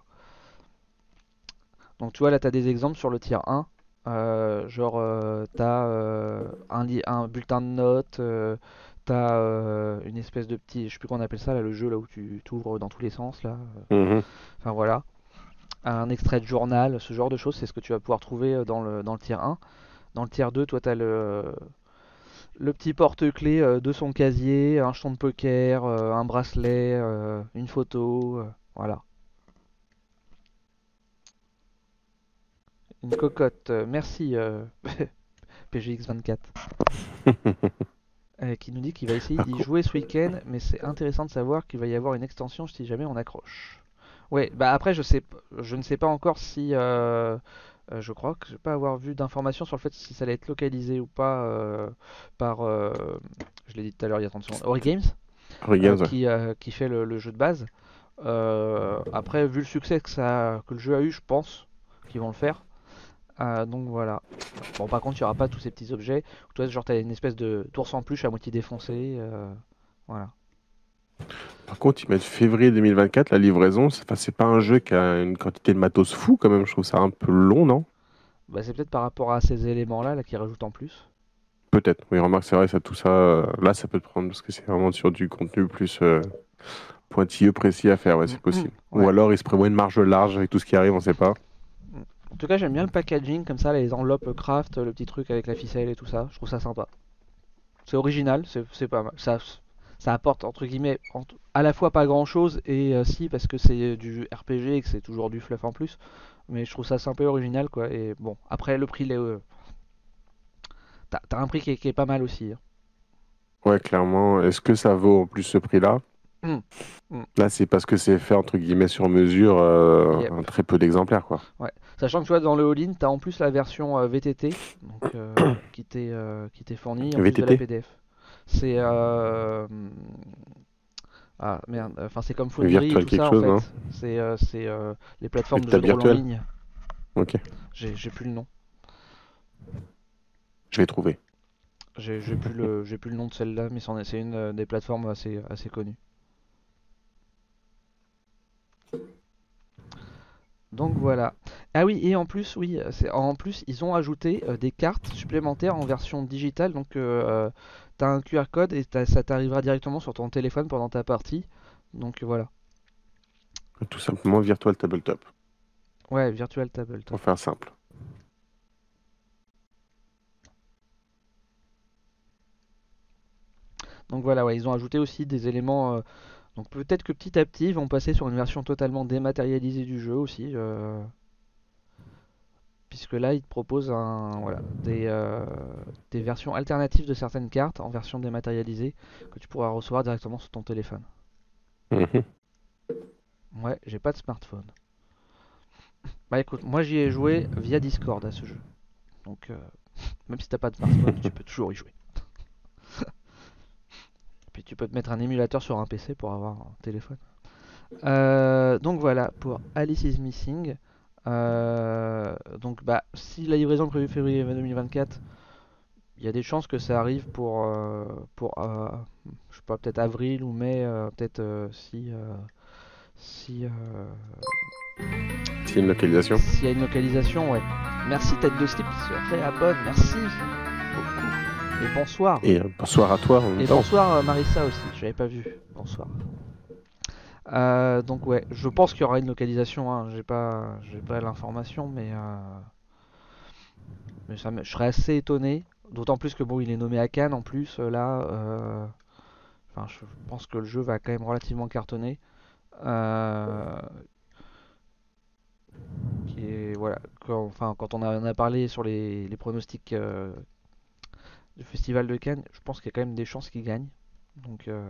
Donc tu vois, là, t'as des exemples sur le tiers un. Euh, genre, euh, t'as euh, un, li- un bulletin de notes, euh, t'as euh, une espèce de petit, je sais plus comment on appelle ça, là, le jeu là où tu t'ouvres dans tous les sens, là. Mhm. Enfin voilà, un extrait de journal, ce genre de choses, c'est ce que tu vas pouvoir trouver euh, dans le, dans le tiers un. Dans le tiers deux, toi, tu as le, le petit porte-clés euh, de son casier, un jeton de poker, euh, un bracelet, euh, une photo, euh, voilà. Une cocotte. Euh, merci euh, P G X vingt-quatre. Euh, qui nous dit qu'il va essayer Ah, d'y cool. jouer ce week-end, mais c'est intéressant de savoir qu'il va y avoir une extension si jamais on accroche. Ouais, bah après je sais, p- je ne sais pas encore si euh, Euh, je crois que je ne vais pas avoir vu d'informations sur le fait si ça allait être localisé ou pas euh, par, euh, je l'ai dit tout à l'heure il y a trente secondes, Ori Games, euh, Regames, ouais. qui, euh, qui fait le, le jeu de base. Euh, après, vu le succès que, ça, que le jeu a eu, je pense qu'ils vont le faire. Euh, donc voilà. Bon, par contre, il n'y aura pas tous ces petits objets. Toi, genre, t'as une espèce de d'ours en peluche à moitié défoncé. euh, voilà. Par contre, ils mettent février deux mille vingt-quatre, la livraison. C'est enfin, c'est pas un jeu qui a une quantité de matos fou quand même. Je trouve ça un peu long, non? Bah, c'est peut-être par rapport à ces éléments-là là, qui rajoutent en plus. Peut-être. Oui, remarque, c'est vrai, ça, tout ça, euh, là, ça peut te prendre parce que c'est vraiment sur du contenu plus euh, pointilleux, précis à faire. Ouais, c'est possible. Ou Ouais. alors, il se prévoit une marge large avec tout ce qui arrive, on sait pas. En tout cas, j'aime bien le packaging comme ça, les enveloppes craft, le petit truc avec la ficelle et tout ça. Je trouve ça sympa. C'est original, c'est c'est pas mal. Ça, ça apporte entre guillemets en- à la fois pas grand chose et euh, si parce que c'est du R P G et que c'est toujours du fluff en plus. Mais je trouve ça sympa et original quoi. Et bon, après le prix, les, euh, t'as t'as un prix qui est, qui est pas mal aussi, hein. Ouais, clairement. Est-ce que ça vaut en plus ce prix-là? Mm. Mm. Là, c'est parce que c'est fait entre guillemets sur mesure, euh, Yep. un très peu d'exemplaires, quoi. Ouais. Sachant que tu vois dans le all-in, t'as en plus la version euh, V T T donc, euh, qui t'est euh, qui t'est fournie en plus de la V T T? P D F. C'est euh, ah merde, enfin c'est comme Foundry et Virtual tout quelque ça en chose, non? fait. C'est euh, c'est euh, les plateformes Une de jeux table de rôle en virtuelle? ligne. Ok, J'ai j'ai plus le nom. je vais trouver. J'ai j'ai plus le j'ai plus le nom de celle-là, mais c'en est- c'est une euh, des plateformes assez assez connues. Donc voilà. Ah oui, et en plus, oui, c'est en plus ils ont ajouté euh, des cartes supplémentaires en version digitale. Donc euh, t'as un Q R code et t'as- ça t'arrivera directement sur ton téléphone pendant ta partie. Donc voilà. Tout simplement Virtual Tabletop, Ouais, Virtual Tabletop. pour faire simple. Donc voilà, ouais, ils ont ajouté aussi des éléments. euh, Donc peut-être que petit à petit ils vont passer sur une version totalement dématérialisée du jeu aussi. euh, Puisque là, ils te proposent un, voilà, des, euh, des versions alternatives de certaines cartes en version dématérialisée que tu pourras recevoir directement sur ton téléphone. Mhm. Ouais, j'ai pas de smartphone. Bah écoute, moi j'y ai joué via Discord à ce jeu. Donc euh, même si t'as pas de smartphone, tu peux toujours y jouer. Puis tu peux te mettre un émulateur sur un P C pour avoir un téléphone. Euh, donc voilà pour Alice is Missing. Euh, donc bah si la livraison est prévue février deux mille vingt-quatre, il y a des chances que ça arrive pour, euh, pour euh, je sais pas, peut-être avril ou mai, euh, peut-être euh, si, euh, si, euh, C'est une localisation. s'il y a une localisation, ouais. Merci Tête de Slip qui se réabonne, merci beaucoup. Et bonsoir. Et euh, bonsoir à toi en même Et temps. bonsoir euh, Marissa aussi, je l'avais pas vu. Bonsoir. Euh, donc ouais, je pense qu'il y aura une localisation, hein. J'ai pas, j'ai pas l'information, mais, euh, mais ça me- je serais assez étonné. D'autant plus que bon, il est nommé à Cannes en plus, euh, là. euh, Enfin, je pense que le jeu va quand même relativement cartonner. Euh, qui est, voilà, quand, enfin, quand on a, on a parlé sur les, les pronostics euh, du Festival de Cannes, je pense qu'il y a quand même des chances qu'il gagne. Donc, euh,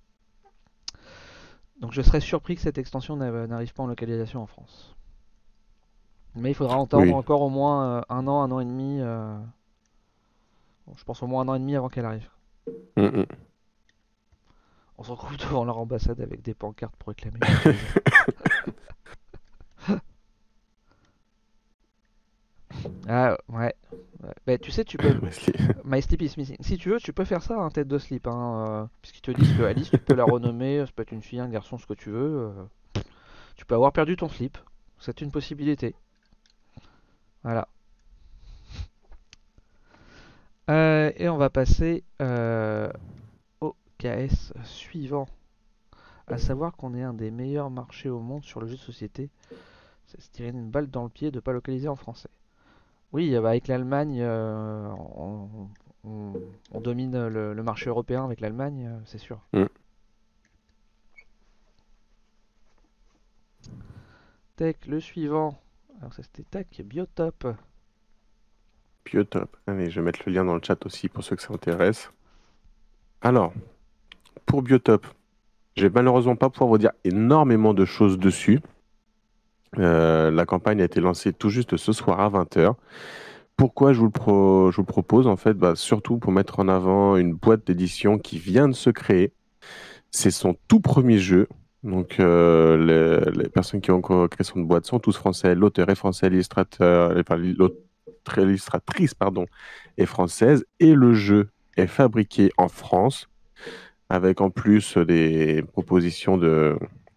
donc je serais surpris que cette extension n'arrive pas en localisation en France. Mais il faudra entendre Oui. encore au moins euh, un an, un an et demi. euh, bon, je pense au moins un an et demi avant qu'elle arrive. Mhm. On se retrouve devant leur ambassade avec des pancartes pour réclamer une localisation. Ah ouais. Ouais. Bah, tu sais, tu peux. Wesley. My Sleep is Missing. Si tu veux, tu peux faire ça, hein, tête de slip. Hein, euh, puisqu'ils te disent que Alice, tu peux la renommer. Ça peut être une fille, un garçon, ce que tu veux. euh, tu peux avoir perdu ton slip. C'est une possibilité. Voilà. Euh, et on va passer euh, au K S suivant. À savoir qu'on est un des meilleurs marchés au monde sur le jeu de société. C'est se tirer une balle dans le pied de ne pas localiser en français. Oui, euh, bah, avec l'Allemagne, euh, on, on- on domine le, le marché européen avec l'Allemagne, euh, c'est sûr. Mhm. Tech, le suivant. Alors ça c'était Tac, Biotop. Biotop. Allez, je vais mettre le lien dans le chat aussi pour ceux que ça intéresse. Alors, pour Biotop, je vais malheureusement pas pouvoir vous dire énormément de choses dessus. Euh, la campagne a été lancée tout juste ce soir à vingt heures. Pourquoi je vous le, pro- je vous le propose? En fait, bah, surtout pour mettre en avant une boîte d'édition qui vient de se créer. C'est son tout premier jeu. Donc, euh, les, les personnes qui ont co- créé son boîte sont tous français. L'auteur est français, l'illustrateur, enfin, l'autre- l'illustratrice, pardon, est française. Et le jeu est fabriqué en France, avec en plus des propositions de,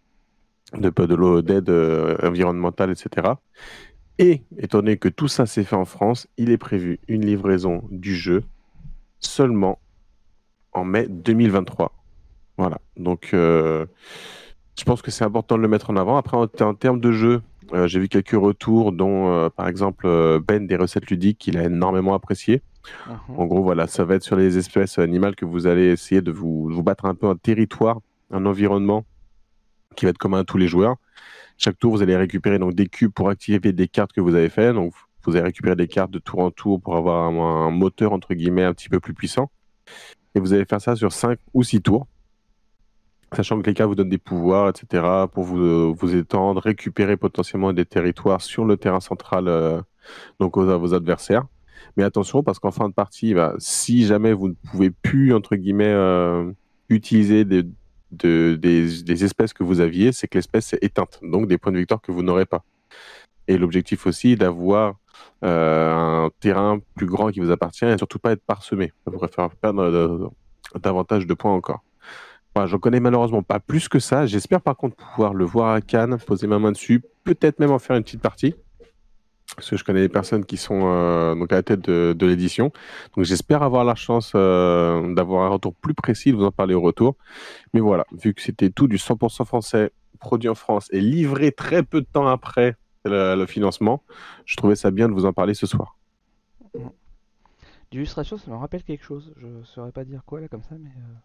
de, de l'eau- d'aide euh, environnementale, et cetera. Et étant donné que tout ça s'est fait en France, il est prévu une livraison du jeu seulement en mai deux mille vingt-trois. Voilà. Donc, euh, je pense que c'est important de le mettre en avant. Après, en, en termes de jeu, euh, j'ai vu quelques retours, dont euh, par exemple euh, Ben des recettes ludiques, qu'il a énormément apprécié. Mhm. En gros, voilà, ça va être sur les espèces animales que vous allez essayer de vous, de vous battre un peu un territoire, un environnement qui va être commun à tous les joueurs. Chaque tour, vous allez récupérer donc des cubes pour activer des cartes que vous avez faites. Donc, vous allez récupérer des cartes de tour en tour pour avoir un, un moteur, entre guillemets, un petit peu plus puissant. Et vous allez faire ça sur cinq ou six tours, sachant que les cartes vous donnent des pouvoirs, et cetera, pour vous, euh, vous étendre, récupérer potentiellement des territoires sur le terrain central, euh, donc aux, à vos adversaires. Mais attention, parce qu'en fin de partie, bah, si jamais vous ne pouvez plus, entre guillemets, euh, utiliser des, de- des, des espèces que vous aviez, c'est que l'espèce est éteinte, donc des points de victoire que vous n'aurez pas. Et l'objectif aussi, d'avoir euh, un terrain plus grand qui vous appartient et surtout pas être parsemé. Ça pourrait faire perdre euh, davantage de points encore. Voilà, j'en connais malheureusement pas plus que ça. J'espère par contre pouvoir le voir à Cannes, poser ma main dessus, peut-être même en faire une petite partie. Parce que je connais des personnes qui sont euh, donc à la tête de, de l'édition. Donc j'espère avoir la chance euh, d'avoir un retour plus précis, de vous en parler au retour. Mais voilà, vu que c'était tout du cent pour cent français, produit en France et livré très peu de temps après le, le financement, je trouvais ça bien de vous en parler ce soir. Mhm. L'illustration, ça me rappelle quelque chose. Je saurais pas dire quoi là comme ça, mais euh,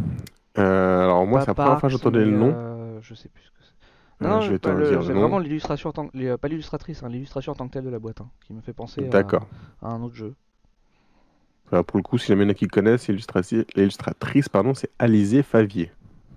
Euh, alors moi, pas c'est la première fois que Parks, j'entendais le mais nom. euh, je sais plus ce que c'est. Euh, Non, je non, vais pas te le- dire le c'est nom. vraiment l'illustration en tant que, les- pas l'illustratrice, hein, l'illustration en tant que telle de la boîte, hein, qui me fait penser à, D'accord. à un autre jeu. Alors, pour le coup, si jamais il y en a qui connaissent, l'illustratrice, l'illustratrice, pardon, c'est Alizé Favier.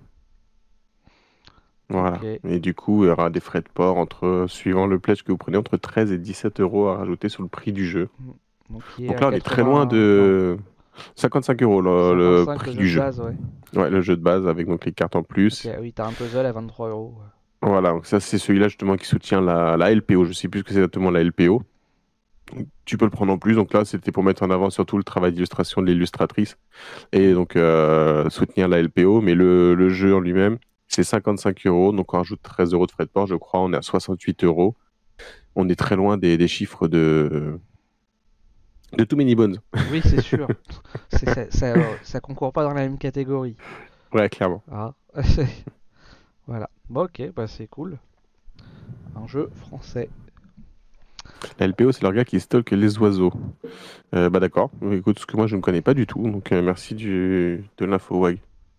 Ok. Voilà. Et du coup, il y aura des frais de port entre, suivant le pledge que vous prenez, entre treize et dix-sept euros à rajouter sur le prix du jeu. Mm. Donc qui est Donc à là, on est très loin quatre-vingts... Non, de cinquante-cinq euros le, le cinquante-cinq le prix jeu du de jeu. base, ouais. Ouais, le jeu de base avec donc les cartes en Ok, plus. oui, t'as un puzzle à vingt-trois euros. Ouais. Voilà, donc ça c'est celui-là justement qui soutient la, la L P O. Je sais plus ce que c'est exactement la L P O. Tu peux le prendre en plus. Donc là, c'était pour mettre en avant surtout le travail d'illustration de l'illustratrice et Mm. donc euh, soutenir la L P O. Mais le, le jeu en lui-même, c'est cinquante-cinq euros. Donc on rajoute treize euros de frais de port, je crois. On est à soixante-huit euros. On est très loin des, des chiffres de, de Too Many Bones. Oui, c'est sûr. C'est, ça, ça, ça concourt pas dans la même catégorie. Ouais, clairement. Ah. Voilà. Bon, ok, bah c'est cool. Un jeu français. La L P O, c'est l'organe qui stocke les oiseaux. Euh, bah d'accord. Écoute, ce que moi je ne connais pas du tout. Donc euh, merci du, de l'info, Wag.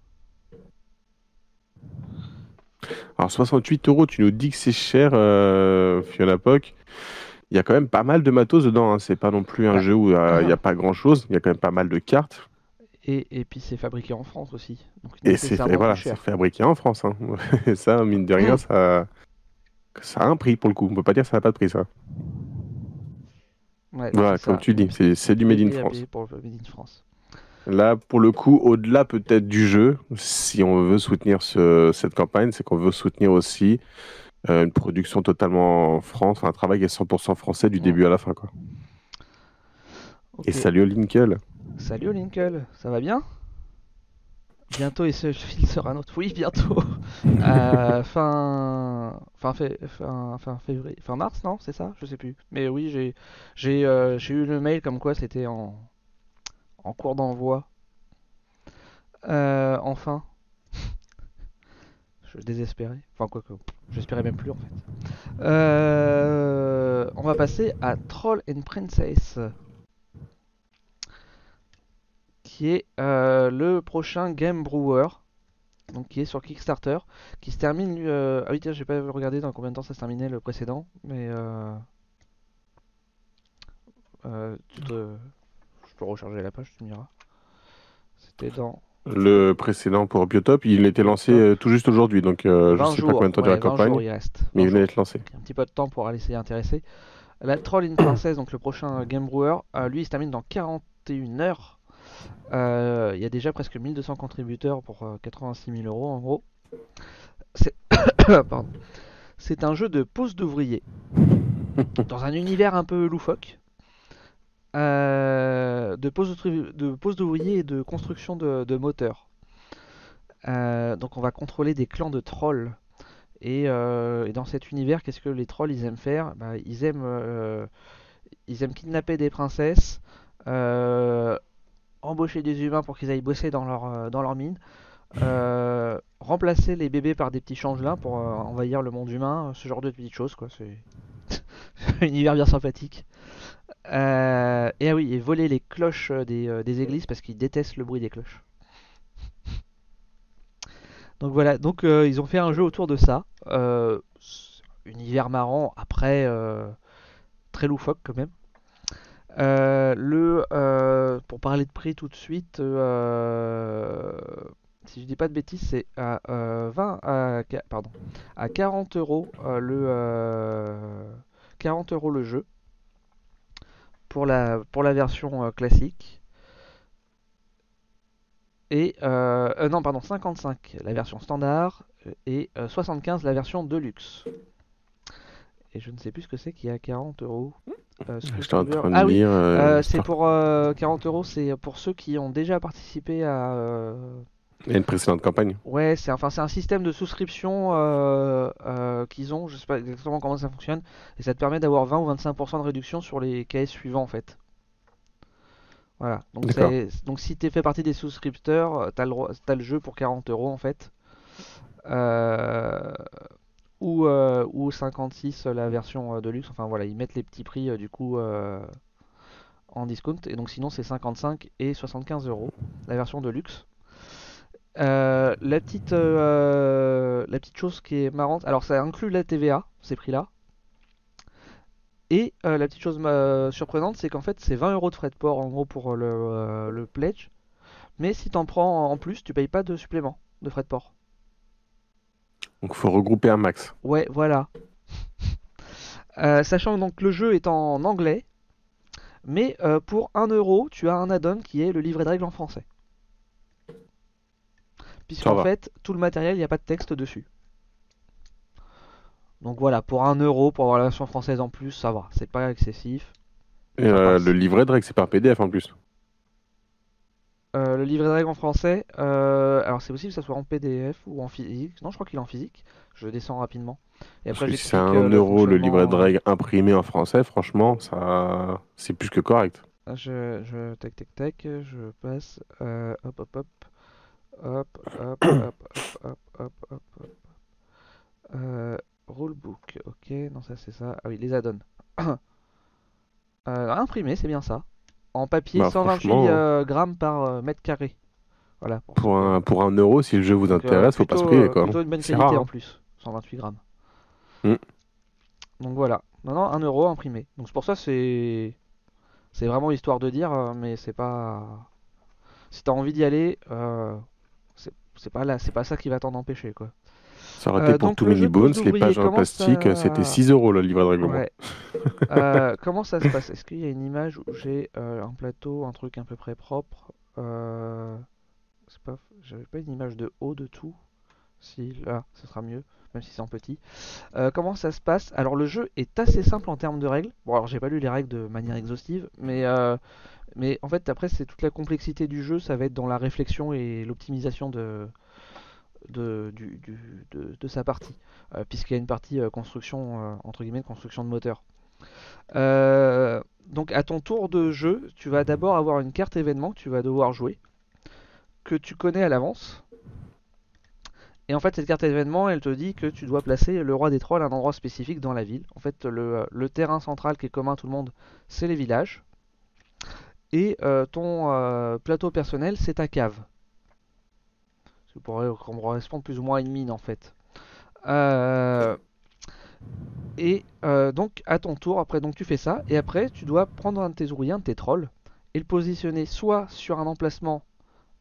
Alors soixante-huit euros, tu nous dis que c'est cher, euh, Fiona Poc. Il y a quand même pas mal de matos dedans, hein. C'est pas non plus un Bah, jeu où euh, il n'y a pas grand-chose. Il y a quand même pas mal de cartes. et, et puis c'est fabriqué en France aussi. Donc Et c'est fait, nécessairement plus voilà, c'est cher. fabriqué en France, hein. Et ça, mine de rien, ça, ça a un prix pour le coup. On peut pas dire que ça n'a pas de prix, ça. Ouais, c'est Voilà, comme ça. tu dis, c'est Il y a c'est du tous les Made in prix à payer France. pour le Made in France. Là, pour le coup, au-delà peut-être du jeu, si on veut soutenir ce- cette campagne, c'est qu'on veut soutenir aussi euh, une production totalement en France, enfin, un travail qui est cent pour cent français du Mm. début à la fin, quoi. Et Ok. salut au Linkel. Salut Lincoln, ça va bien? Bientôt il se file sera un autre. Oui, bientôt. Euh, fin... Fin, fé- fin... fin février. Fin mars, non? C'est ça? Je sais plus. Mais oui, j'ai j'ai euh, j'ai eu le mail comme quoi c'était en... en cours d'envoi. Euh, enfin. Je désespérais. Enfin, quoi que. J'espérais même plus en fait. Euh, On va passer à Troll and Princess, qui est euh, le prochain Game Brewer, donc qui est sur Kickstarter, qui se termine. lui, euh, Ah oui, tiens, j'ai pas regardé dans combien de temps ça se terminait le précédent, mais euh, euh, tu te- je peux recharger la page, tu me diras. C'était dans Le précédent pour Biotop, il était lancé euh, tout juste aujourd'hui, donc euh, je sais pas jours, combien de temps dure ouais, la vingt jours campagne, il reste. mais il vingt venait jours. d'être lancé. Donc, il y a un petit peu de temps pour aller s'y intéresser. La Troll in Princess, donc le prochain Game Brewer, euh, lui il se termine dans quarante et une heures. Euh, Il y a déjà presque mille deux cents contributeurs pour euh, quatre-vingt-six mille euros en gros. C'est Pardon. C'est un jeu de pose d'ouvrier dans un univers un peu loufoque. Euh, de pose de pose d'ouvrier et de construction de, de moteurs. Euh, donc on va contrôler des clans de trolls. Et, euh, et dans cet univers, qu'est-ce que les trolls ils aiment faire? Bah, ils aiment euh, ils aiment kidnapper des princesses, euh, embaucher des humains pour qu'ils aillent bosser dans leur, euh, dans leur mine, euh, remplacer les bébés par des petits changelins pour euh, envahir le monde humain, ce genre de petites choses quoi. C'est un univers bien sympathique. Euh, et ah oui, et voler les cloches des, euh, des églises parce qu'ils détestent le bruit des cloches. Donc voilà, donc euh, ils ont fait un jeu autour de ça. Euh, univers marrant, après euh, très loufoque quand même. Euh, le, euh, pour parler de prix tout de suite, euh, si je dis pas de bêtises, c'est à euh, vingt, à, pardon, à quarante euros euh, le euh, quarante euros le jeu pour la pour la version euh, classique et euh, euh, non pardon cinquante-cinq la version standard et euh, soixante-quinze la version deluxe. Et je ne sais plus ce que c'est qui est à quarante euros. Euh, J'étais en Screwdriver. train de Ah oui, lire. euh, euh, c'est Star- pour euh, quarante euros, c'est pour ceux qui ont déjà participé à. euh, Il y a une précédente campagne. Ouais, c'est enfin c'est un système de souscription euh, euh, qu'ils ont. Je sais pas exactement comment ça fonctionne, et ça te permet d'avoir vingt ou vingt-cinq pour cent de réduction sur les K S suivants en fait. Voilà. Donc D'accord. c'est donc si t'es fait partie des souscripteurs, euh, t'as le droit- t'as le jeu pour quarante euros en fait. Euh, ou, euh, ou cinquante-six la version euh, de luxe. Enfin voilà, ils mettent les petits prix euh, du coup euh, en discount. Et donc sinon c'est cinquante-cinq et soixante-quinze euros la version de luxe. Euh, la petite euh, la petite chose qui est marrante, alors ça inclut la T V A, ces prix-là. Et euh, la petite chose euh, surprenante, c'est qu'en fait c'est vingt euros de frais de port en gros pour le, euh, le pledge. Mais si t'en prends en plus, tu payes pas de supplément de frais de port. Donc il faut regrouper un max. Ouais, voilà. Euh, sachant donc que le jeu est en anglais, mais euh, pour un euro, tu as un add-on qui est le livret de règles en français. Ça Puisqu'en va. fait, tout le matériel, il n'y a pas de texte dessus. Donc voilà, pour un euro, pour avoir la version française en plus, ça va, c'est pas excessif, Et ça euh, le passe. livret de règles, c'est par P D F en plus. Euh, le livret de règles en français, euh, alors c'est possible que ça soit en P D F ou en physique. Non, je crois qu'il est en physique. Je descends rapidement. Et Parce après, que si c'est j'explique un euh, le euro le livret de fonctionnement. règles imprimé en français, franchement, ça, c'est plus que correct. euh, je, je, tac, tac, tac, je passe. euh, hop, hop, hop, hop, hop, hop, hop, hop, hop, hop, hop. Euh, Rulebook, ok, non, ça c'est ça. Ah oui, les add-ons. Euh, imprimé, c'est bien ça. En papier, Bah cent vingt-huit franchement, euh, grammes par euh, mètre carré. Voilà, pour ceux pour que. un, pour un euro, si le jeu vous Donc euh, intéresse, faut pas se plutôt, priver, euh, quoi. plutôt une bonne C'est rare, qualité en hein. plus. cent vingt-huit grammes. Mm. Donc voilà. Non, non, un euro imprimé. Donc c'est pour ça, c'est. C'est vraiment histoire de dire, euh, mais c'est pas. Si t'as envie d'y aller, euh, c'est c'est pas là, c'est pas ça qui va t'en empêcher, quoi. Ça aurait été Euh, pour donc Too le Many jeu de pose Bones, les d'ouvrier pages en commence plastique, c'était à. six euros le livret de règlement. Ouais. Euh, comment ça se passe? Est-ce qu'il y a une image où j'ai euh, un plateau, un truc à peu près propre? Euh, c'est pas, j'avais pas une image de haut de tout. Si là, ce sera mieux, même si c'est en petit. Euh, comment ça se passe? Alors le jeu est assez simple en termes de règles. Bon, alors j'ai pas lu les règles de manière exhaustive, mais euh, mais en fait après c'est toute la complexité du jeu, ça va être dans la réflexion et l'optimisation de de, du, du- de, de sa partie, Euh, puisqu'il y a une partie euh, construction euh, entre guillemets de construction de moteur. Euh, donc à ton tour de jeu, tu vas d'abord avoir une carte événement que tu vas devoir jouer, que tu connais à l'avance. Et en fait, cette carte événement, elle te dit que tu dois placer le roi des trolls à un endroit spécifique dans la ville. En fait, le, le terrain central qui est commun à tout le monde, c'est les villages. Et euh, ton euh, plateau personnel, c'est ta cave. Ça pourrait correspondre plus ou moins à une mine en fait. Euh, et euh, donc à ton tour, après donc tu fais ça, et après tu dois prendre un de tes ouvriers, un de tes trolls, et le positionner soit sur un emplacement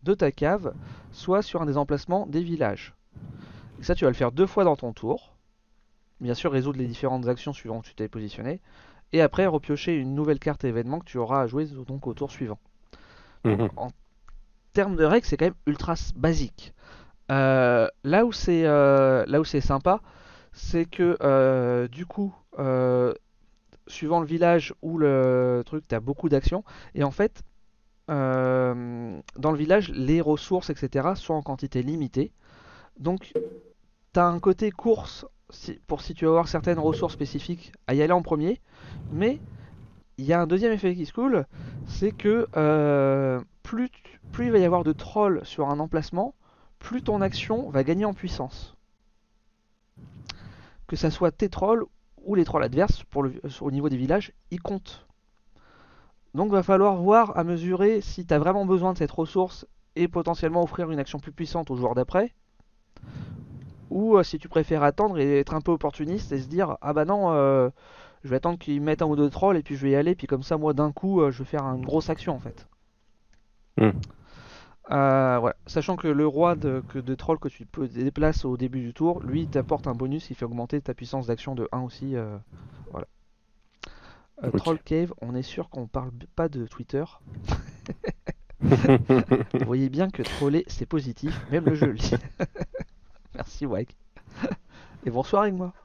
de ta cave, soit sur un des emplacements des villages. Et ça, tu vas le faire deux fois dans ton tour. Bien sûr, résoudre les différentes actions suivant que tu t'es positionné. Et après, repiocher une nouvelle carte événement que tu auras à jouer donc, au tour suivant. Donc, Mhm. en termes de règles, c'est quand même ultra basique. Euh, là où c'est euh, là où c'est sympa, c'est que euh, du coup, euh, suivant le village ou le truc, tu as beaucoup d'actions. Et en fait, euh, dans le village, les ressources, et cetera, sont en quantité limitée. Donc, tu as un côté course si- pour si tu veux avoir certaines ressources spécifiques à y aller en premier. Mais il y a un deuxième effet qui se coule, c'est que euh, plus, tu- plus il va y avoir de trolls sur un emplacement, plus ton action va gagner en puissance. Que ça soit tes trolls ou les trolls adverses pour le, au niveau des villages, ils comptent. Donc va falloir voir à mesurer si tu as vraiment besoin de cette ressource et potentiellement offrir une action plus puissante au joueur d'après, ou euh, si tu préfères attendre et être un peu opportuniste et se dire ah bah non, euh, je vais attendre qu'ils mettent un ou deux trolls et puis je vais y aller, puis comme ça moi d'un coup euh, je vais faire une grosse action en fait. Mhm. Euh, voilà. Sachant que le roi de, que de troll que tu peux déplacer au début du tour, lui il t'apporte un bonus qui fait augmenter ta puissance d'action de un aussi. euh, voilà. Euh, Troll Ok. Cave, on est sûr qu'on parle pas de Twitter. Vous voyez bien que troller c'est positif, même le jeu le dit. Merci Wake. Et bonsoir avec moi.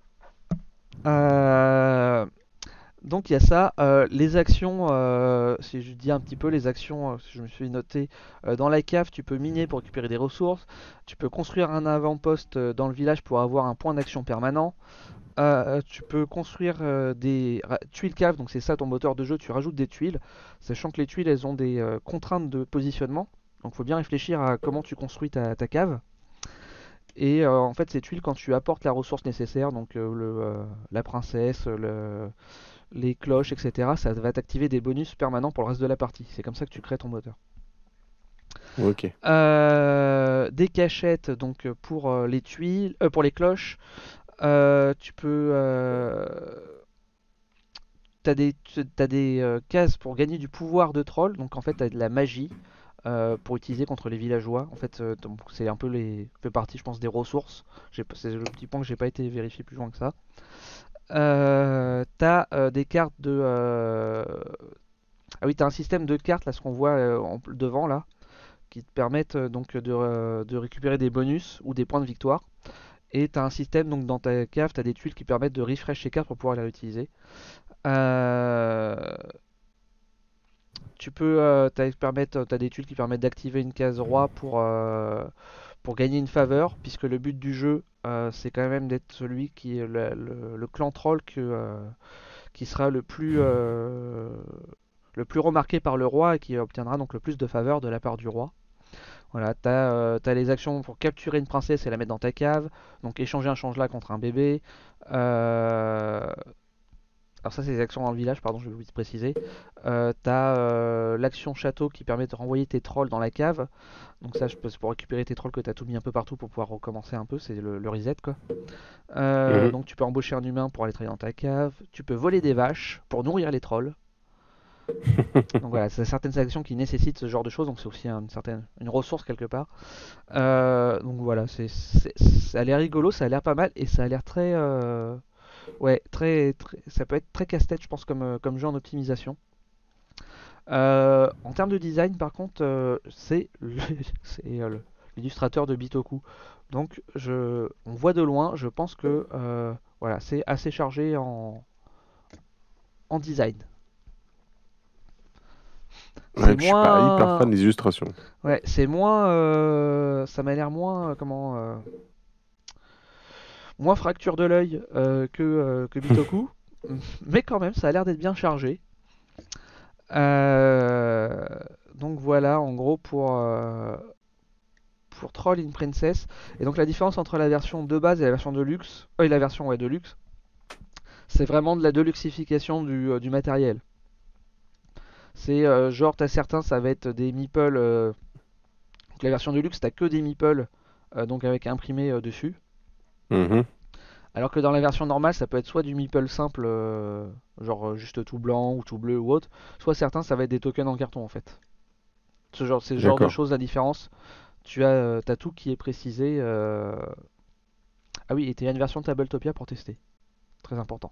Euh, donc il y a ça. Euh, les actions, euh, si je dis un petit peu les actions, euh, je me suis noté euh, dans la cave, tu peux miner pour récupérer des ressources. Tu peux construire un avant-poste euh, dans le village pour avoir un point d'action permanent. Euh, tu peux construire euh, des ra- tuiles cave, donc c'est ça ton moteur de jeu. Tu rajoutes des tuiles, sachant que les tuiles elles ont des euh, contraintes de positionnement. Donc il faut bien réfléchir à comment tu construis ta, ta cave. Et euh, en fait, ces tuiles, quand tu apportes la ressource nécessaire, donc euh, le, euh, la princesse, le, les cloches, et cetera, ça va t'activer des bonus permanents pour le reste de la partie. C'est comme ça que tu crées ton moteur. Ok. Euh, des cachettes donc pour euh, les tuiles, euh, pour les cloches. Euh, tu peux, euh, t'as des, t'as des euh, cases pour gagner du pouvoir de troll. Donc en fait, t'as de la magie euh, pour utiliser contre les villageois. En fait, euh, donc, c'est un peu les, fait partie, je pense, des ressources. C'est le petit point que j'ai pas été vérifié plus loin que ça. Euh, t'as euh, des cartes de. euh, Ah oui, t'as un système de cartes là, ce qu'on voit euh, en- devant là, qui te permettent euh, donc de, euh, de récupérer des bonus ou des points de victoire. Et t'as un système donc dans ta cave, t'as des tuiles qui permettent de refresh ces cartes pour pouvoir les réutiliser. Euh, Tu peux, euh, t'as, permettre, t'as des tuiles qui permettent d'activer une case roi pour, euh, pour gagner une faveur, puisque le but du jeu, euh, c'est quand même d'être celui qui est le, le- le clan troll que, euh, qui sera le plus, euh, le plus remarqué par le roi et qui obtiendra donc le plus de faveurs de la part du roi. Voilà, t'as euh, t'as les actions pour capturer une princesse et la mettre dans ta cave, donc échanger un change-là contre un bébé. Euh, alors ça c'est les actions dans le village, pardon, je vais vous préciser. Euh, t'as euh, l'action château qui permet de renvoyer tes trolls dans la cave. Donc ça, c'est pour récupérer tes trolls que t'as tout mis un peu partout pour pouvoir recommencer un peu, c'est le, le reset quoi. Euh, Mhm. donc tu peux embaucher un humain pour aller travailler dans ta cave. Tu peux voler des vaches pour nourrir les trolls. Donc voilà, c'est certaines actions qui nécessitent ce genre de choses, donc c'est aussi une certaine une ressource quelque part. Euh, donc voilà, c'est, c'est- ça a l'air rigolo, ça a l'air pas mal et ça a l'air très, euh, ouais, très, très- ça peut être très casse-tête, je pense, comme, euh, comme jeu en optimisation. Euh, en termes de design, par contre, euh, c'est le- c'est, euh, le- l'illustrateur de Bitoku. Donc je, on voit de loin, je pense que euh, voilà, c'est assez chargé en, en design. Ouais, C'est je suis pas hyper fan moins, des illustrations. ouais, c'est moins, euh, ça m'a l'air moins, euh, comment, euh, moins fracture de l'œil euh, que, euh, que Bitoku, mais quand même, ça a l'air d'être bien chargé. Euh, donc voilà, en gros pour euh, pour Troll in Princess. Et donc la différence entre la version de base et la version de luxe, euh, et la version ouais, de luxe, c'est vraiment de la deluxification du, euh, du matériel. C'est euh, genre t'as certains, ça va être des meeples. Euh, donc la version de luxe, t'as que des meeples, euh, donc avec imprimé euh, dessus. Mhm. Alors que dans la version normale, ça peut être soit du meeple simple, euh, genre euh, juste tout blanc ou tout bleu ou autre, soit certains, ça va être des tokens en carton en fait. Ce genre, c'est ce genre de choses, la différence. Tu as, euh, t'as tout qui est précisé. euh, Ah oui, et tu as une version Tabletopia pour tester. Très important.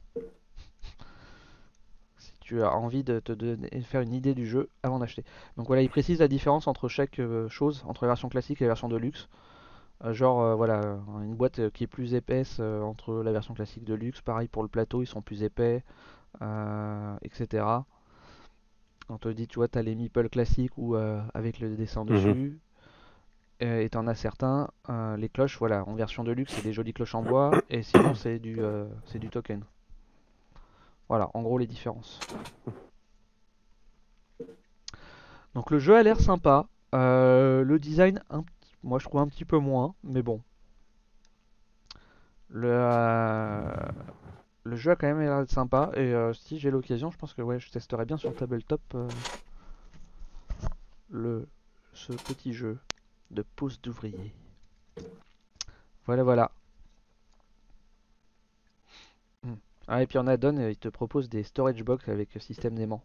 Si tu as envie de te donner- faire une idée du jeu avant d'acheter. Donc voilà, il précise la différence entre chaque euh, chose, entre la version classique et la version Deluxe. Euh, genre, euh, voilà, euh, une boîte euh, qui est plus épaisse euh, entre la version classique de luxe. Pareil pour le plateau, ils sont plus épais, euh, et cetera. On te dit, tu vois, tu as les meeples classiques ou euh, avec le dessin Mhm. dessus. Euh, et t'en as certains, euh, les cloches, voilà, en version de luxe, c'est des jolies cloches en bois. Et sinon, c'est du, euh, c'est du token. Voilà, en gros, les différences. Donc le jeu a l'air sympa. Euh, le design, un petit- moi je trouve un petit peu moins, mais bon. Le, euh, le jeu a quand même l'air d'être sympa. Et euh, si j'ai l'occasion, je pense que ouais, je testerai bien sur tabletop euh, le, ce petit jeu de pose d'ouvrier. Voilà, voilà. Hmm. Ah, et puis en add-on, euh, il te propose des storage box avec système d'aimant.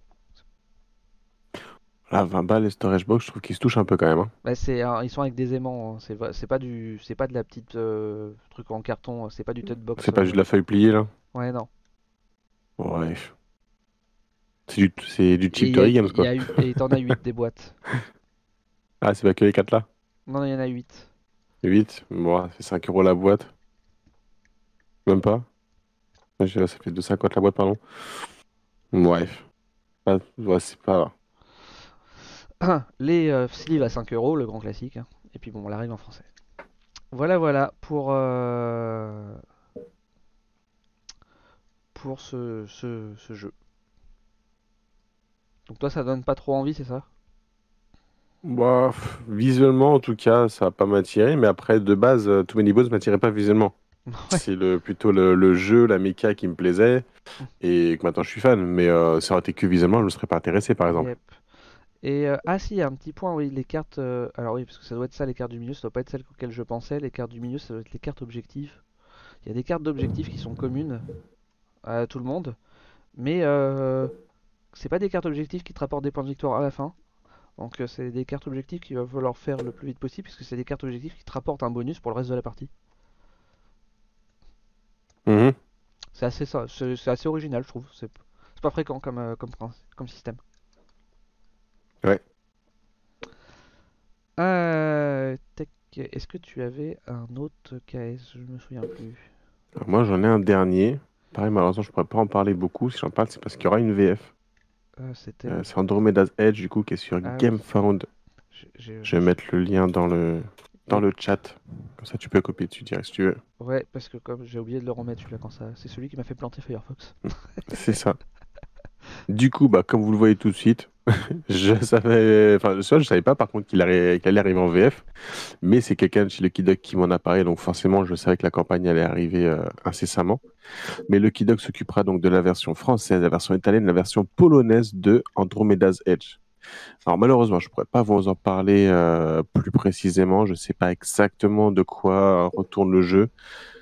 Là, vingt balles les storage box, je trouve qu'ils se touchent un peu quand même. Hein. Bah, c'est, un- ils sont avec des aimants, hein. C'est, va- c'est pas du, c'est pas de la petite euh, truc en carton. C'est pas du ted box. C'est pas juste euh. de la feuille pliée là. Ouais, non. Ouais. C'est du, c'est du Et cheap il y a, Toy Games il y quoi. a eu- et t'en as huit des boîtes. Ah, c'est pas que les quatre là? Non, il y en a huit. huit. Bon, c'est cinq euros la boîte. Même pas. Ouais, je- Ça fait deux cinquante la boîte, pardon. Bref. Pas- ouais, c'est pas. Les euh, sleeves à cinq euros, le grand classique, hein. Et puis bon, la règle en français. Voilà, voilà pour, euh, pour ce, ce, ce jeu. Donc toi, ça donne pas trop envie, c'est ça? Bah, pff, visuellement, en tout cas, ça va pas m'attirer. Mais après, de base, euh, Too Many Bones m'attirait pas visuellement. Ouais. C'est le, plutôt le, le jeu, la méca qui me plaisait. Et que maintenant je suis fan. Mais euh, ça aurait été que visuellement, je ne serais pas intéressé, par exemple. Yep. Et euh, ah si, il y a un petit point, oui, les cartes. euh, alors oui, parce que ça doit être ça, les cartes du milieu, ça doit pas être celles auxquelles je pensais. Les cartes du milieu, ça doit être les cartes objectifs. Il y a des cartes d'objectifs qui sont communes à tout le monde, mais euh, c'est pas des cartes objectifs qui te rapportent des points de victoire à la fin. Donc euh, c'est des cartes objectifs qu'il va falloir faire le plus vite possible, puisque c'est des cartes objectifs qui te rapportent un bonus pour le reste de la partie. Mhm. C'est assez ça, c'est c'est assez original, je trouve. C'est c'est pas fréquent comme euh, comme prin- comme système. Ouais. Euh, tac, est-ce que tu avais un autre K S? Je me souviens plus. Alors, moi, j'en ai un dernier. Pareil, malheureusement, je pourrais pas en parler beaucoup. Si j'en parle, c'est parce qu'il y aura une V F. Euh, C'était Euh, le. c'est Andromeda's Edge, du coup, qui est sur Ah oui. GameFound. J'ai- j'ai- je Je me vais suis- mettre le lien dans le, dans Yep. le chat. Comme ça, tu peux copier dessus direct si tu veux. Ouais, parce que comme j'ai oublié de le remettre celui-là quand ça. C'est celui qui m'a fait planter Firefox. C'est ça. Du coup, bah, comme vous le voyez tout de suite, je savais, enfin, soit je savais pas par contre qu'il allait, qu'il allait arriver en V F, mais c'est quelqu'un de chez Lucky Duck qui m'en a parlé, donc forcément je savais que la campagne allait arriver euh, incessamment. Mais Lucky Duck s'occupera donc de la version française, la version italienne, la version polonaise de Andromeda's Edge. Alors malheureusement, je pourrais pas vous en parler euh, plus précisément, je sais pas exactement de quoi retourne le jeu,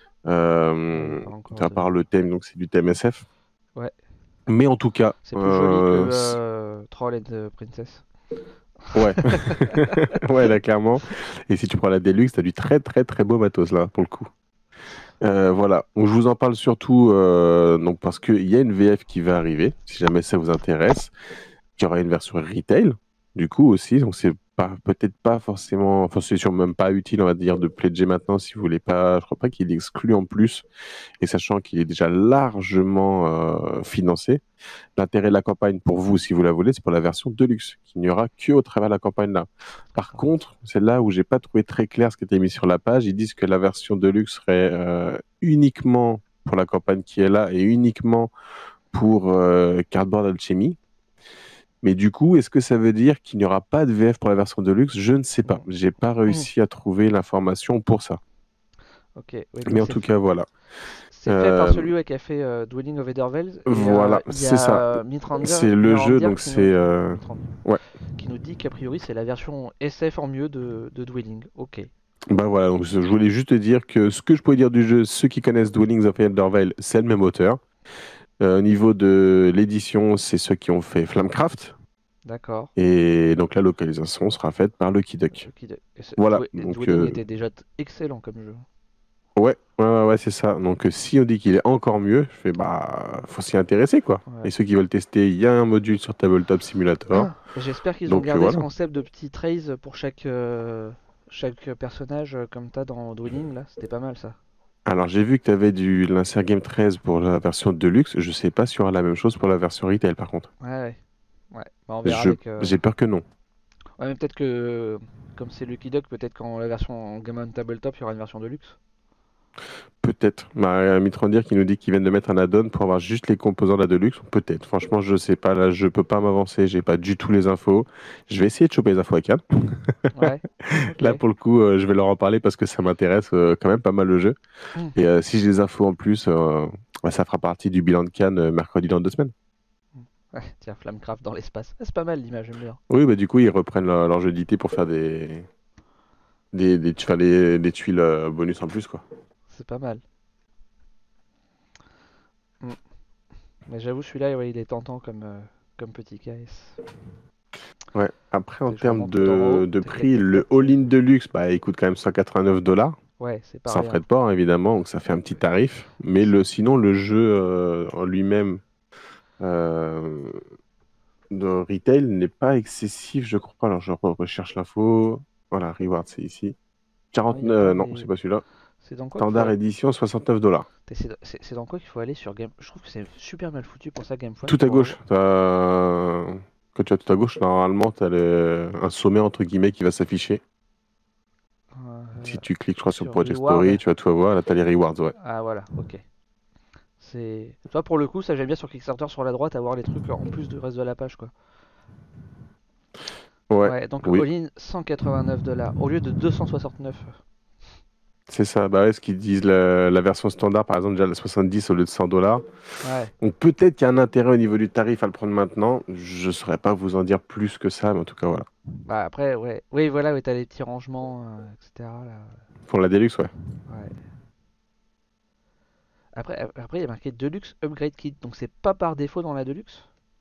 Ouais, il y a euh, pas encore à de. part le thème, donc c'est du thème S F. Ouais, Mais en tout cas, c'est plus joli que euh, euh, Troll and the Princess. ouais, ouais, là, clairement. Et si tu prends la Deluxe, t'as du très, très, très beau matos, là, pour le coup. Euh, voilà. Donc, je vous en parle surtout euh, donc, parce qu'il y a une V F qui va arriver, si jamais ça vous intéresse. Il y aura une version retail, du coup, aussi. Donc, c'est pas, peut-être pas forcément, enfin, c'est sûrement même pas utile, on va dire, de pledger maintenant si vous voulez pas. Je crois pas qu'il est exclu en plus. Et sachant qu'il est déjà largement euh, financé. L'intérêt de la campagne pour vous, si vous la voulez, c'est pour la version Deluxe, qu'il n'y aura que au travers de la campagne là. Par Ah. contre, c'est là où j'ai pas trouvé très clair ce qui était mis sur la page. Ils disent que la version Deluxe serait euh, uniquement pour la campagne qui est là et uniquement pour euh, Cardboard Alchemy. Mais du coup, est-ce que ça veut dire qu'il n'y aura pas de V F pour la version Deluxe? Je ne sais pas. J'ai pas réussi à trouver l'information pour ça. Ok, ouais, Mais donc en c'est tout f- cas, voilà. c'est fait par Euh, celui ouais, qui a fait euh, Dwelling of Etherveil. Et euh, voilà, il y c'est ça. a Mitrandir, C'est le jeu, donc qui c'est... nous, euh, Mitrandir, Ouais. qui nous dit qu'a priori c'est la version S F en mieux de, de Dwelling. Ok. Bah voilà, donc je voulais juste te dire que ce que je pourrais dire du jeu, ceux qui connaissent Dwellings of Eldervale, c'est le même auteur. Euh, au niveau de l'édition, c'est ceux qui ont fait Flamecraft. D'accord. Et donc la localisation sera faite par Lucky Duck. Lucky Duck. Et voilà. Dwe- Donc, Dwelling euh, était déjà excellent comme jeu. Ouais, ouais, ouais, ouais, c'est ça. Donc euh, si on dit qu'il est encore mieux, je fais bah faut s'y intéresser quoi. Ouais. Et ceux qui veulent tester, il y a un module sur Tabletop Simulator. J'espère qu'ils ont Donc euh, gardé ce voilà. concept de petits trays pour chaque, euh, chaque personnage euh, comme t'as dans Dwelling là. C'était pas mal ça. Alors j'ai vu que tu avais du l'insert Game treize pour la version Deluxe. Je sais pas s'il y aura la même chose pour la version Retail par contre. Ouais, ouais. Ouais. Bah, on verra Je avec. euh, j'ai peur que non. Ouais, mais peut-être que comme c'est Lucky Duck, peut-être qu'en la version en Game on Tabletop, il y aura une version de luxe. Peut-être. Bah, Mitrandir qui nous dit qu'ils viennent de mettre un add-on pour avoir juste les composants de la Deluxe. Peut-être. Franchement, je sais pas. Là, je peux pas m'avancer. J'ai pas du tout les infos. Je vais essayer de choper les infos à Cannes. Ouais. Ok. Là, pour le coup, euh, je vais leur en parler parce que ça m'intéresse euh, quand même pas mal le jeu. Hmm. Et euh, si j'ai des infos en plus, euh, bah, ça fera partie du bilan de Cannes euh, mercredi dans deux semaines. Ouais, tiens, Flamecraft dans l'espace. Ah, c'est pas mal l'image, j'aime bien. Oui, bah du coup, ils reprennent leur, leur jeu d'I T pour faire des, des, des, tu fais des, des tuiles euh, bonus en plus, quoi. C'est pas mal. Hmm. Mais j'avoue, celui-là, ouais, il est tentant comme, euh, comme petit K S. Ouais. Après, en Je termes remonte tout en de, haut. de Tac, tac, prix, tac, le tac. All-in Deluxe, bah, il coûte quand même cent quatre-vingt-neuf dollars. Ouais, c'est pas Sans frais rien. de port, évidemment, donc ça fait un petit tarif. Mais le, sinon, le jeu euh, en lui-même euh, de retail n'est pas excessif, je crois. Alors, je re- recherche l'info. Voilà, Reward, c'est ici. Non, il n'y a quarante-neuf, pas euh, non, c'est les. pas celui-là. C'est dans quoi qu'il faut Standard aller. édition, soixante-neuf dollars. C'est c'est- c'est dans quoi qu'il faut aller sur Game. Je trouve que c'est super mal foutu pour ça, Gamefone. Tout à Pour... gauche. t'as- Quand tu as tout à gauche, normalement, tu as un sommet, entre guillemets, qui va s'afficher. euh, Si tu cliques, je crois, sur sur Project Story, Reward. tu vas tout avoir. Là, tu as les rewards, ouais. Ah voilà, ok. C'est. Toi, pour le coup, ça j'aime bien sur Kickstarter sur la droite avoir les trucs en plus du reste de la page quoi. Ouais, Ouais, donc oui. all-in cent quatre-vingt-neuf dollars au lieu de deux cent soixante-neuf. C'est ça, bah ouais, ce qu'ils disent, la, la version standard, par exemple, déjà la soixante-dix au lieu de cent dollars. Ouais. Donc peut-être qu'il y a un intérêt au niveau du tarif à le prendre maintenant. Je ne saurais pas vous en dire plus que ça, mais en tout cas, voilà. Bah après, ouais. Oui, voilà, ouais, t'as les petits rangements, euh, et cetera. Là. Pour la Deluxe, ouais. Ouais. Après, ap- après, il y a marqué Deluxe Upgrade Kit, donc c'est pas par défaut dans la Deluxe?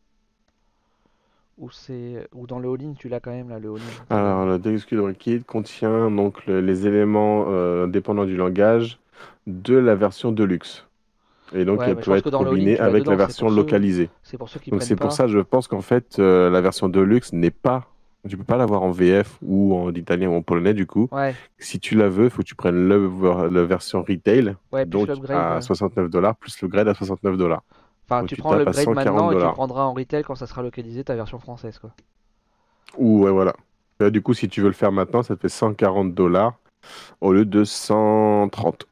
Ou c'est. Ou dans le all-in, tu l'as quand même là, le all-in. Alors, Le- la Deluxe Cube Kit contient donc le- les éléments euh, dépendants du langage de la version Deluxe. Et donc, Ouais, elle mais je peut pense que être dans le all-in, combinée tu l'as avec la dedans, c'est version pour ceux. localisée. C'est pour ceux qui Donc, prennent c'est pour pas. ça, je pense qu'en fait, euh, la version Deluxe n'est pas. Tu peux pas l'avoir en V F ou en italien ou en polonais, du coup. Ouais, Si tu la veux, il faut que tu prennes le, la version retail, ouais, plus donc l'upgrade. à euh. soixante-neuf dollars, plus le grade à soixante-neuf dollars. Enfin, Donc tu tu prends tapes à l'upgrade cent quarante maintenant et tu dollars. prendras en retail quand ça sera localisé ta version française, quoi. Ou ouais, voilà. Là, du coup, si tu veux le faire maintenant, ça te fait cent quarante dollars au lieu de cent trente.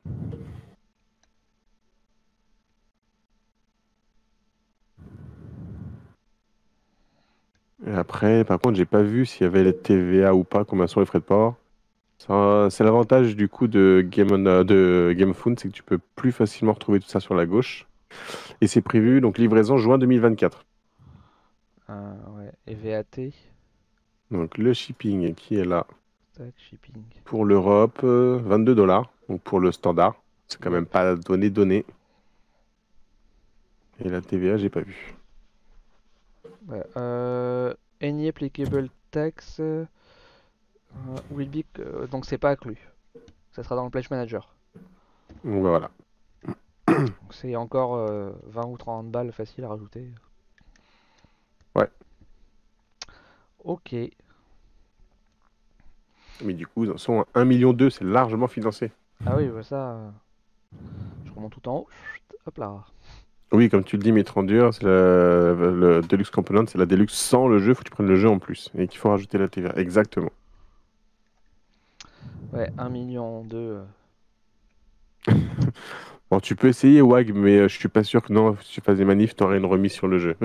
Et après, par contre, j'ai pas vu s'il y avait les T V A ou pas, combien sont les frais de port. Ça, c'est l'avantage du coup de Game, on- euh, de GameFound, c'est que tu peux plus facilement retrouver tout ça sur la gauche. Et c'est prévu, donc livraison juin deux mille vingt-quatre. Euh, ouais, et V A T, Donc le shipping qui est là tac, shipping. pour l'Europe, euh, vingt-deux dollars. Donc pour le standard, c'est quand même Yep. pas donné donné. Et la T V A, j'ai pas vu. Ouais, euh, any applicable tax euh, will be. euh, donc c'est pas inclus. Ça sera dans le Pledge Manager. Donc voilà. Donc c'est encore euh, vingt ou trente balles facile à rajouter. Ouais. Ok. Mais du coup, ils en sont à un million deux, c'est largement financé. Ah oui, bah ça. euh, Je remonte tout en haut. Chut, hop là. Oui, comme tu le dis, Mitrandur, c'est la- le Deluxe Component, c'est la Deluxe sans le jeu, faut que tu prennes le jeu en plus. Et qu'il faut rajouter la T V A. Exactement. Ouais, un million deux. Bon, tu peux essayer, Wag, mais euh, je suis pas sûr que non, si tu fasses des manifs, t'aurais une remise sur le jeu.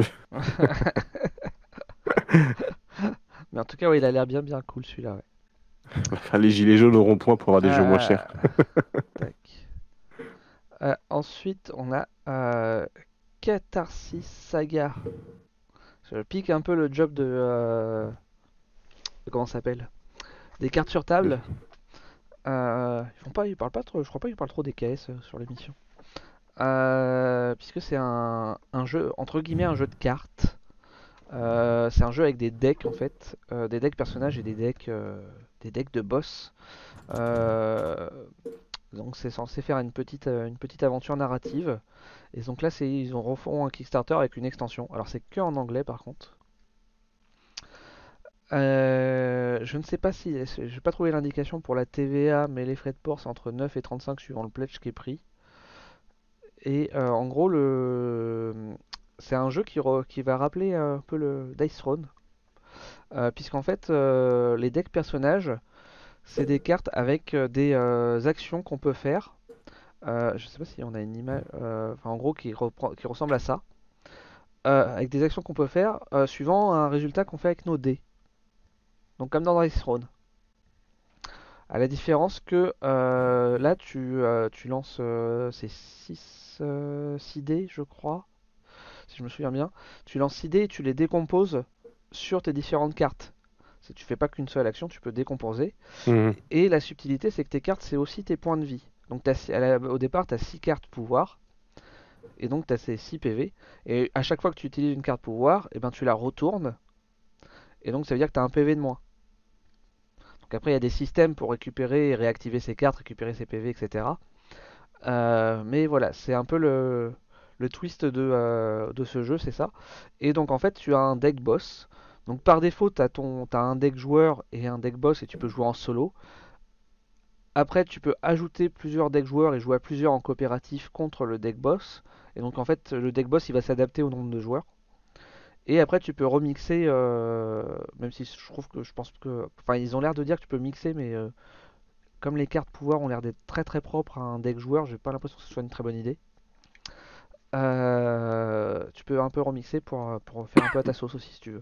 Mais en tout cas, ouais, il a l'air bien bien cool celui-là. Ouais. Enfin, les gilets jaunes au rond-point pour avoir des jeux moins chers. Ah, tac. Euh, ensuite, on a euh, Catharsis Saga. Je pique un peu le job de. euh, de comment ça s'appelle? Des cartes sur table. Euh, ils font pas, ils parlent pas trop. Je crois pas qu'ils parlent trop des K S euh, sur l'émission. Euh, puisque c'est un, un jeu entre guillemets un jeu de cartes Euh, c'est un jeu avec des decks en fait, euh, des decks personnages et des decks, euh, des decks de boss. Euh, donc c'est censé faire une petite, euh, une petite aventure narrative. Et donc là, c'est, ils ont refont un Kickstarter avec une extension. Alors c'est que en anglais par contre. Euh, je ne sais pas si, je n'ai pas trouvé l'indication pour la T V A, mais les frais de port c'est entre neuf et trente-cinq suivant le pledge qui est pris. Et euh, en gros, le... c'est un jeu qui, re- qui va rappeler un peu le Dice Throne. Euh, puisqu'en fait, euh, les decks personnages, c'est des cartes avec euh, des euh, actions qu'on peut faire. Euh, je sais pas si on a une image, euh, enfin en gros qui, reprend- qui ressemble à ça. Euh, avec des actions qu'on peut faire euh, suivant un résultat qu'on fait avec nos dés. Donc comme dans Dice Throne. À la différence que euh, là tu, euh, tu lances euh, ces six dés je crois, si je me souviens bien. Tu lances six dés et tu les décomposes sur tes différentes cartes. Si tu fais pas qu'une seule action, tu peux décomposer. Mhm. Et la subtilité, c'est que tes cartes, c'est aussi tes points de vie. Donc t'as- à la- au départ, tu as six cartes pouvoir, et donc tu as ces six P V. Et à chaque fois que tu utilises une carte pouvoir, et ben, tu la retournes, et donc ça veut dire que tu as un P V de moins. Donc après, il y a des systèmes pour récupérer et réactiver ces cartes, récupérer ces P V, et cetera. Euh, mais voilà, c'est un peu le, le twist de, euh, de ce jeu, c'est ça. Et donc en fait, tu as un deck boss. Donc par défaut, tu as, ton, t'as un deck joueur et un deck boss, et tu peux jouer en solo. Après, tu peux ajouter plusieurs decks joueurs et jouer à plusieurs en coopératif contre le deck boss. Et donc en fait, le deck boss, il va s'adapter au nombre de joueurs. Et après, tu peux remixer, euh, même si je trouve que je pense que... Enfin, ils ont l'air de dire que tu peux mixer, mais euh, comme les cartes pouvoir ont l'air d'être très très propres à un deck joueur, j'ai pas l'impression que ce soit une très bonne idée. Euh, tu peux un peu remixer pour, pour faire un peu à ta sauce aussi si tu veux.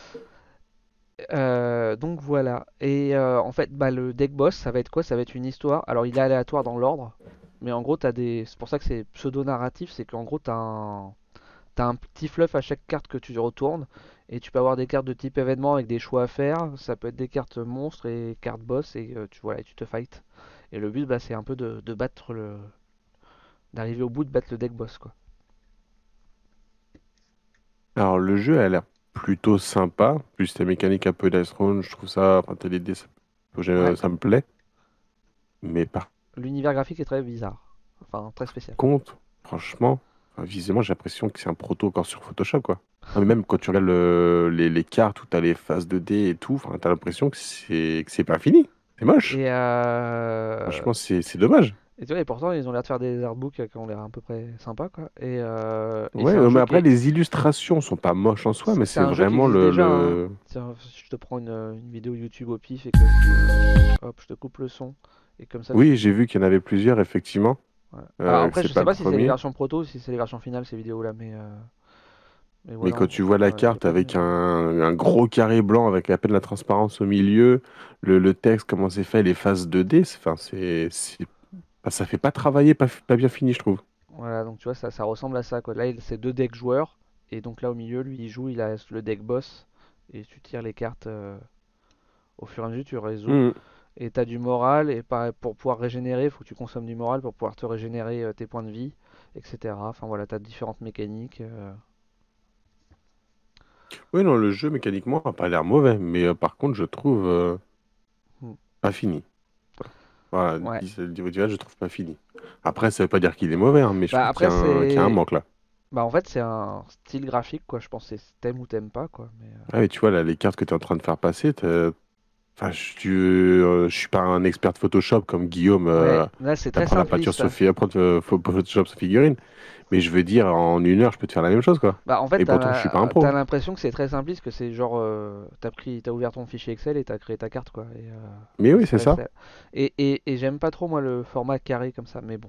Euh, donc voilà. Et euh, en fait, bah, le deck boss, ça va être quoi? Ça va être une histoire. Alors, il est aléatoire dans l'ordre, mais en gros, t'as des. C'est pour ça que c'est pseudo-narratif, c'est qu'en gros, t'as un... t'as un petit fluff à chaque carte que tu retournes, et tu peux avoir des cartes de type événement avec des choix à faire. Ça peut être des cartes monstres et cartes boss, et euh, tu voilà, et tu te fight. Et le but, bah, c'est un peu de, de battre le, d'arriver au bout de battre le deck boss, quoi. Alors, le jeu a l'air plutôt sympa. Plus ta mécanique un peu Dice Throne, je trouve ça. Enfin, t'as l'idée, ça, Ouais. je- ça me plaît. Mais par L'univers graphique est très bizarre, enfin très spécial. contre, franchement, enfin, visiblement, j'ai l'impression que c'est un proto encore sur Photoshop, quoi. Non, mais même quand tu regardes le- les, les cartes où t'as les phases de dés et tout, enfin, t'as l'impression que c'est que c'est pas fini. C'est moche. Et, euh, Franchement, c'est c'est dommage. et tu vois, et pourtant ils ont l'air de faire des artbooks qui ont l'air à peu près sympas quoi. Et, euh, et Ouais, c'est un non, mais jeu qui après, est, les illustrations sont pas moches en soi, c'est mais c'est c'est un jeu qui vraiment existe le, déjà, hein. le... Tiens, si je te prends une, une vidéo YouTube au pif et que je, hop, je te coupe le son et comme ça Oui, tu, j'ai vu qu'il y en avait plusieurs, effectivement. ouais. Alors Euh, après c'est je pas sais le pas si c'est les premier. versions proto ou si c'est les versions finales ces vidéos là, mais euh, mais Mais voilà quand en tu gros. vois la Ouais, il y a carte pas de, avec un, un gros carré blanc avec à peine la transparence au milieu, le, le texte, comment c'est fait, les phases deux D, c'est, enfin, c'est, c'est- enfin, ça fait pas travailler, pas, pas bien fini, je trouve. voilà donc tu vois ça, ça ressemble à ça quoi. Là il- c'est deux decks joueurs et donc là au milieu lui il joue, il a le deck boss et tu tires les cartes euh, au fur et à mesure tu résous. Hmm. Et t'as du moral, et pareil, pour pouvoir régénérer, il faut que tu consommes du moral pour pouvoir te régénérer euh, tes points de vie, et cetera. Enfin voilà, t'as différentes mécaniques. euh. Oui, non, le jeu mécaniquement a pas l'air mauvais, mais euh, par contre, je trouve euh, Hmm. pas fini. Voilà, Ouais. dis- dis- dis- je trouve pas fini. Après, ça veut pas dire qu'il est mauvais, hein, mais je Bah trouve qu'il y après a un, qu'il y a un c'est, manque là. bah en fait c'est un style graphique quoi. Je pense que c'est t'aimes ou t'aimes pas quoi. Mais euh, Ah, mais tu vois, là, les cartes que tu es en train de faire passer, t'as- enfin, je, tu- euh, je suis pas un expert de Photoshop comme Guillaume, ouais, euh, là c'est très t'apprends la peinture simpliste, hein. Sophie, apprendre euh, Pho- Photoshop sur figurine. Mais je veux dire, en une heure, je peux te faire la même chose, quoi. Bah en fait Et t'as pourtant, je suis pas un la- pro. t'as l'impression que c'est très simpliste, que c'est genre euh, t'as pris, t'as ouvert ton fichier Excel et t'as créé ta carte quoi. Et, euh, Mais et oui, c'est c'est ça. resté. Et, et, et j'aime pas trop moi le format carré comme ça, mais bon.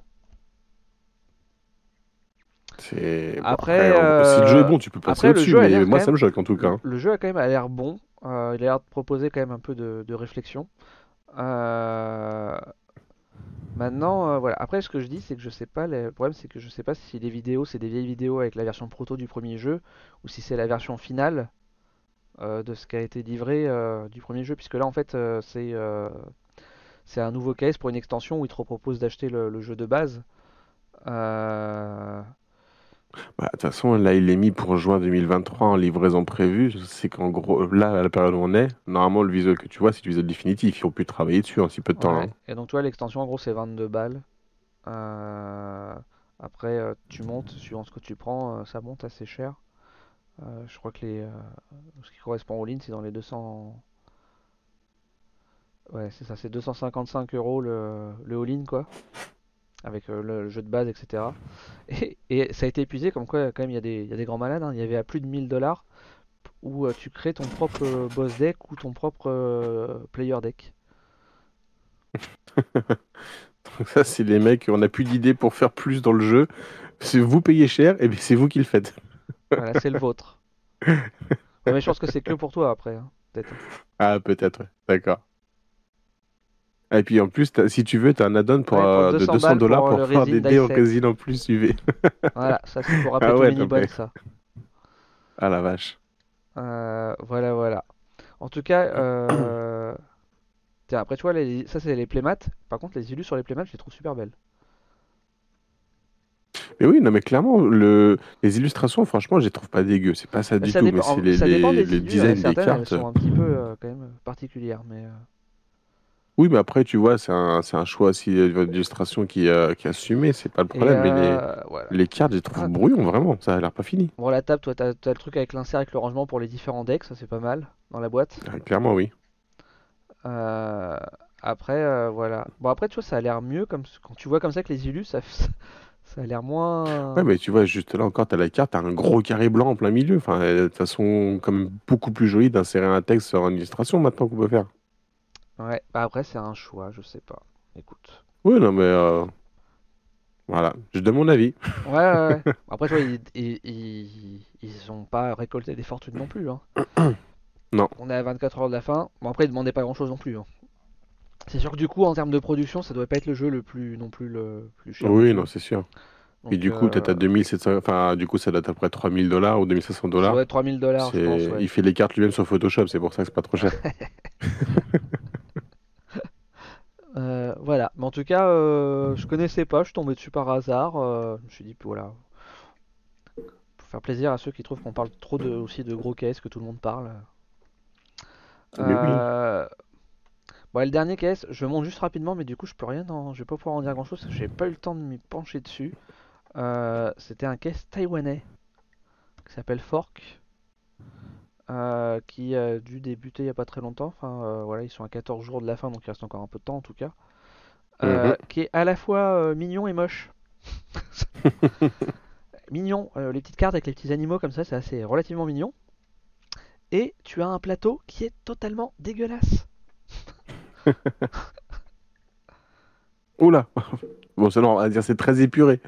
C'est bon, après, Après, en- si le jeu est euh, bon, tu peux passer après le au-dessus, jeu a mais l'air quand moi, ça même, me choque en tout cas, le, hein. le jeu a quand même a l'air bon. Euh, il a l'air de proposer quand même un peu de, de réflexion. Euh, Maintenant, euh, voilà. Après, ce que je dis, c'est que je sais pas. Le problème, c'est que je sais pas si les vidéos, c'est des vieilles vidéos avec la version proto du premier jeu, ou si c'est la version finale euh, de ce qui a été livré euh, du premier jeu, puisque là, en fait, euh, c'est euh, c'est un nouveau case pour une extension où il te propose d'acheter le, le jeu de base. Euh, Bah, de toute façon, là, il est mis pour juin deux mille vingt-trois en livraison prévue. C'est qu'en gros, là, à la période où on est, normalement, le visuel que tu vois, c'est du visuel définitif. Ils ont pu travailler dessus en si peu de temps, Ouais, hein. et donc toi l'extension en gros c'est vingt-deux balles. Euh, Après euh, tu montes, suivant ce que tu prends, euh, ça monte assez cher. Euh, je crois que les, euh, ce qui correspond au lean c'est dans les deux cents. Ouais, c'est ça, c'est deux cent cinquante-cinq euros le, le all-in quoi, avec euh, le jeu de base, et cetera. Et, et ça a été épuisé, comme quoi quand même il y a des, il y a des grands malades, hein. Il y avait à plus de mille dollars où euh, tu crées ton propre euh, boss deck ou ton propre euh, player deck. Donc ça, c'est les mecs, on n'a plus d'idées pour faire plus dans le jeu. Si vous payez cher, et bien c'est vous qui le faites. Voilà, c'est le vôtre. Ouais, mais je pense que c'est que pour toi après, hein, peut-être, hein. Ah, peut-être, ouais. D'accord. Et puis en plus, t'as- si tu veux, tu as un add-on pour, Ouais, pour euh, de deux cents deux cents balles dollars pour euh, pour le faire des Resin dés Dice en Set. résine en plus U V. Voilà, ça c'est pour rappeler Ah ton ouais, non mini-bon, mais... ça. Ah la vache. Euh, voilà, voilà. En tout cas, euh... tiens, après tu vois, les... ça c'est les playmats. Par contre, les illus sur les playmats, je les trouve super belles. Mais oui, non mais clairement, le... les illustrations, franchement, je les trouve pas dégueu. C'est pas ça Mais du ça tout, mais dépend, c'est en- les, ça dépend les, des les illus. Il y en a designs des certaines, elles cartes. sont un petit peu euh, quand même particulières. Mais euh, Oui, mais après, tu vois, c'est un, c'est un choix aussi euh, d'illustration qui, euh, qui est assumé, c'est pas le et problème. Mais les, euh, voilà. les cartes, je les trouve Ah, brouillons, vraiment. Ça a l'air pas fini. bon, la table, toi, t'as, t'as le truc avec l'insert avec le rangement pour les différents decks, ça c'est pas mal dans la boîte. Ah, clairement, oui. Euh, Après, euh, voilà. Bon, après, tu vois, ça a l'air mieux comme quand tu vois comme ça que les illus, ça, ça a l'air Ouais, moins. mais tu vois, juste là encore, t'as la carte, t'as un gros carré blanc en plein milieu. Enfin, euh, de toute façon, quand même beaucoup plus joli d'insérer un texte sur une illustration maintenant qu'on peut faire. Ouais, bah après, c'est un choix, je sais pas. Écoute. Oui, non, mais euh, voilà, je donne mon avis. Ouais, ouais, ouais. Après, tu vois, ils, ils, ils, ils ont pas récolté des fortunes non plus, hein. Non. On est à vingt-quatre heures de la fin. Bon, après, ils demandaient pas grand chose non plus, hein. C'est sûr que du coup, en termes de production, ça doit pas être le jeu le plus non plus le plus cher du Oui, non, jeu. c'est sûr. Puis Donc, du coup, euh, t'as deux mille sept cents, enfin, du coup, ça date à peu près trois mille dollars ou deux mille cinq cents ça dollars. doit être trois mille dollars, je pense, C'est, ouais. il fait les cartes lui-même sur Photoshop, c'est pour ça que c'est pas trop cher. Euh, voilà. Mais en tout cas, euh, je connaissais pas, je suis tombé dessus par hasard. Euh, je me suis dit, voilà, pour faire plaisir à ceux qui trouvent qu'on parle trop de, aussi de gros caisses, que tout le monde parle. Mais oui. Euh, Bon, et le dernier case, je monte juste rapidement, mais du coup, je peux rien en... je vais pas pouvoir en dire grand chose parce que j'ai pas eu le temps de m'y pencher dessus. Euh, C'était un case taïwanais qui s'appelle Fork, euh, qui a dû débuter il y a pas très longtemps. Enfin, euh, voilà, ils sont à quatorze jours de la fin, donc il reste encore un peu de temps en tout cas. Euh, Mhm. qui est à la fois euh, mignon et moche. Mignon, euh, les petites cartes avec les petits animaux comme ça, c'est assez relativement mignon. Et tu as un plateau qui est totalement dégueulasse. Oula. Bon, sinon, on va dire c'est très épuré.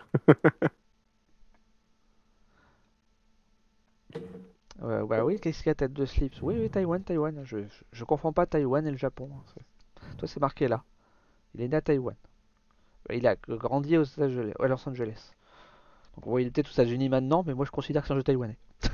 Euh, bah oui, qu'est-ce qu'il y a tête de slips? Oui, oui, Taïwan, Taïwan. Je, je, je confonds pas Taïwan et le Japon, hein. C'est- Toi, c'est marqué là. Il est né à Taïwan. Euh, Il a grandi aux Angeles- à Los Angeles. Donc, bon, il est peut-être aux États-Unis maintenant, mais moi, je considère que c'est un jeu taïwanais.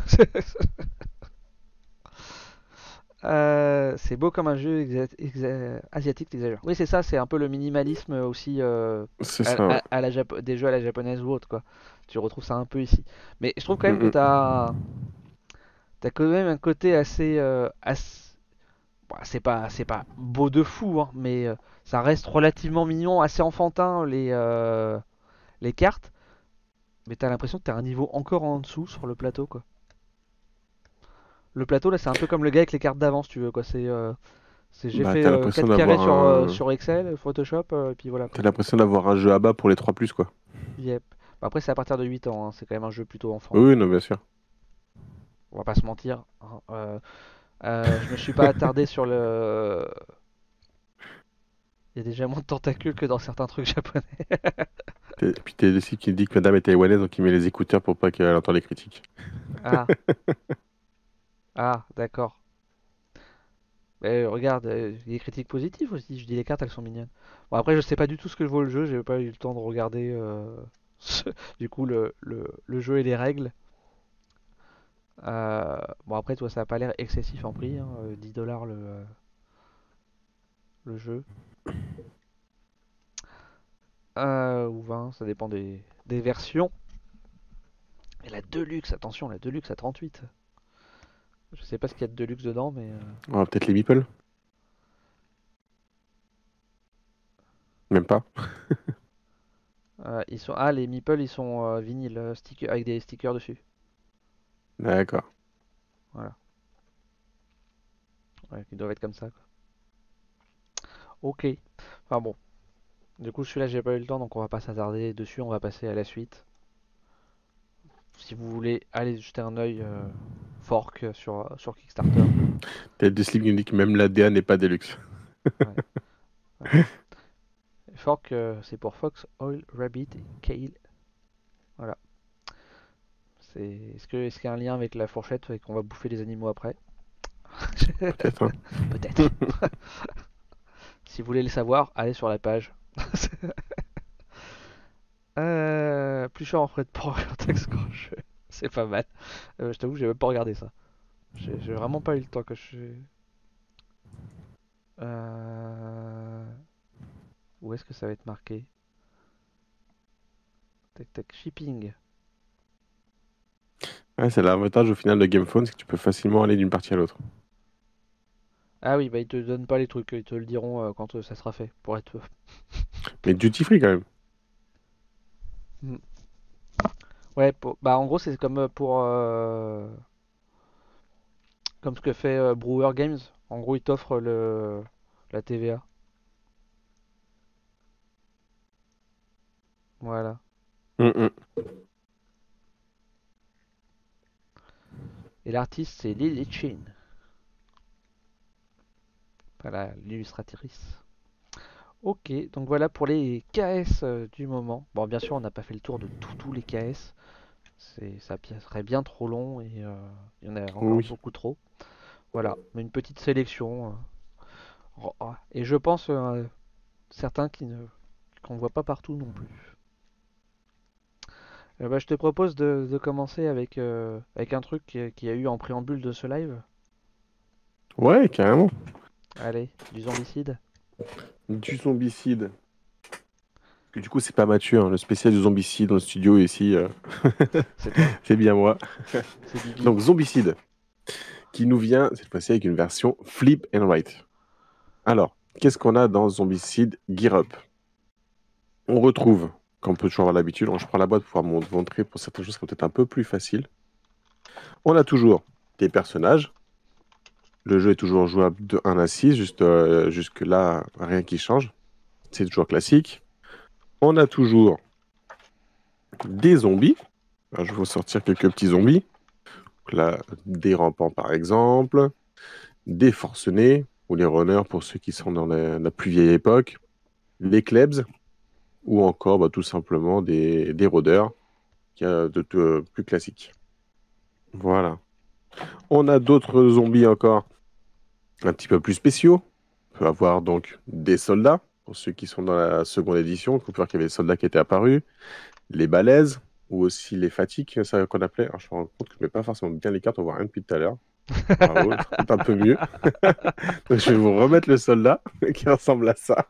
Euh, c'est beau comme un jeu exa- exa- asiatique, t'exagères. Oui, c'est ça, c'est un peu le minimalisme aussi euh, C'est à, ça, ouais. à- à la Japo- des jeux à la japonaise ou autre, quoi. Tu retrouves ça un peu ici. Mais je trouve quand même que Mhm. t'as as quand même un côté assez, euh, assez- bon, c'est pas c'est pas beau de fou, hein, mais euh, ça reste relativement mignon, assez enfantin les euh, les cartes. Mais t'as l'impression que t'as un niveau encore en dessous sur le plateau, quoi. Le plateau là, c'est un peu comme le gars avec les cartes d'avance, tu veux, quoi. C'est euh, c'est j'ai Bah, fait t'as euh, l'impression quatre carrés d'avoir sur euh, un... sur Excel, Photoshop, euh, et puis voilà, T'as quoi. l'impression d'avoir un jeu à bas pour les trois plus, quoi. Yep. Bah, après, c'est à partir de huit ans, hein. C'est quand même un jeu plutôt enfant, Oui, hein. oui, non, bien sûr. On va pas se mentir, hein. Euh, euh, je me suis pas attardé sur le. Il y a déjà moins de tentacules que dans certains trucs japonais. Et puis t'es aussi qui dit que madame est taïwanaise, donc il met les écouteurs pour pas qu'elle entende les critiques. Ah, ah, d'accord. Mais regarde, euh, il y a des critiques positives aussi. Je dis les cartes, elles sont mignonnes. Bon, après, je sais pas du tout ce que vaut le jeu. J'ai pas eu le temps de regarder euh, ce- du coup le, le, le jeu et les règles. Euh, bon, après, toi, ça a pas l'air excessif en prix, hein, euh, dix dollars le, euh, le jeu. Euh, ou vingt, ça dépend des, des versions. Et la Deluxe, attention, la Deluxe à trente-huit. Je sais pas ce qu'il y a de Deluxe dedans, mais. Euh... Oh, peut-être les meeples. Même pas. euh, ils sont... Ah, les meeples, ils sont euh, vinyles, euh, sticker... avec des stickers dessus. D'accord. Voilà. Ouais, ils doivent être comme ça, quoi. Ok. Enfin bon. Du coup, celui-là, j'ai pas eu le temps, donc on va pas s'attarder dessus, on va passer à la suite. Si vous voulez aller jeter un œil euh, fork sur, sur Kickstarter. Peut-être des slips nous dit que même l'A D A n'est pas Deluxe. Ouais. Ouais. Fork, euh, c'est pour Fox, Oil, Rabbit et Kale. Voilà. Est-ce que, est-ce qu'il y a un lien avec la fourchette et qu'on va bouffer les animaux après? Peut-être, hein. Peut-être. Si vous voulez le savoir, allez sur la page. euh, plus cher en frais de port qu'un taxe quand je... C'est pas mal. Euh, je t'avoue, j'ai même pas regardé ça. J'ai j'ai vraiment pas eu le temps que je... Euh... Où est-ce que ça va être marqué? Tac tac, shipping. Ouais, c'est l'avantage au final de GamePhone, c'est que tu peux facilement aller d'une partie à l'autre. Ah oui, bah ils te donnent pas les trucs, ils te le diront euh, quand euh, ça sera fait, pour être... Mais duty free quand même. Mm. Ouais, pour... bah en gros c'est comme euh, pour... euh, comme ce que fait euh, Brewer Games. En gros, ils t'offrent le... la T V A. Voilà. Mm, mm. Et l'artiste c'est Lily Chin. Voilà, l'illustratrice. Ok, donc voilà pour les K S euh, du moment. Bon, bien sûr, on n'a pas fait le tour de tous tous les K S. C'est, ça serait bien trop long et euh, il y en a encore Oui. beaucoup trop. Voilà, mais une petite sélection. euh, oh, oh. Et je pense euh, certains qui ne qu'on voit pas partout non plus. Euh, bah, je te propose de, de commencer avec, euh, avec un truc qui, qui a eu en préambule de ce live. Ouais, carrément. Allez, du zombicide. Du zombicide. Que du coup, c'est pas Mathieu, hein, le spécial du zombicide dans le studio ici. euh, C'est toi, C'est bien moi. c'est Bibi. Donc, zombicide, qui nous vient cette fois-ci avec une version flip and write. Alors, qu'est-ce qu'on a dans Zombicide Gear Up? On retrouve, comme on peut toujours avoir l'habitude, je prends la boîte pour pouvoir vous montrer pour certaines choses qui sont peut-être un peu plus faciles. On a toujours des personnages. Le jeu est toujours jouable de un à six, juste, euh, jusque-là, rien qui change. C'est toujours classique. On a toujours des zombies. Alors, je vais vous sortir quelques petits zombies. Donc là, des rampants par exemple, des forcenés, ou les runners pour ceux qui sont dans la, la plus vieille époque, les klebs, ou encore bah, tout simplement des, des rôdeurs, qui a de, de plus classiques. Voilà. On a d'autres zombies encore un petit peu plus spéciaux. On peut avoir donc des soldats, pour ceux qui sont dans la seconde édition. On peut voir qu'il y avait des soldats qui étaient apparus, les balaises, ou aussi les fatigues, ça qu'on appelait. Alors, je me rends compte que je ne mets pas forcément bien les cartes, on voit rien depuis tout à l'heure. Bravo, c'est un peu mieux. Donc, je vais vous remettre le soldat qui ressemble à ça.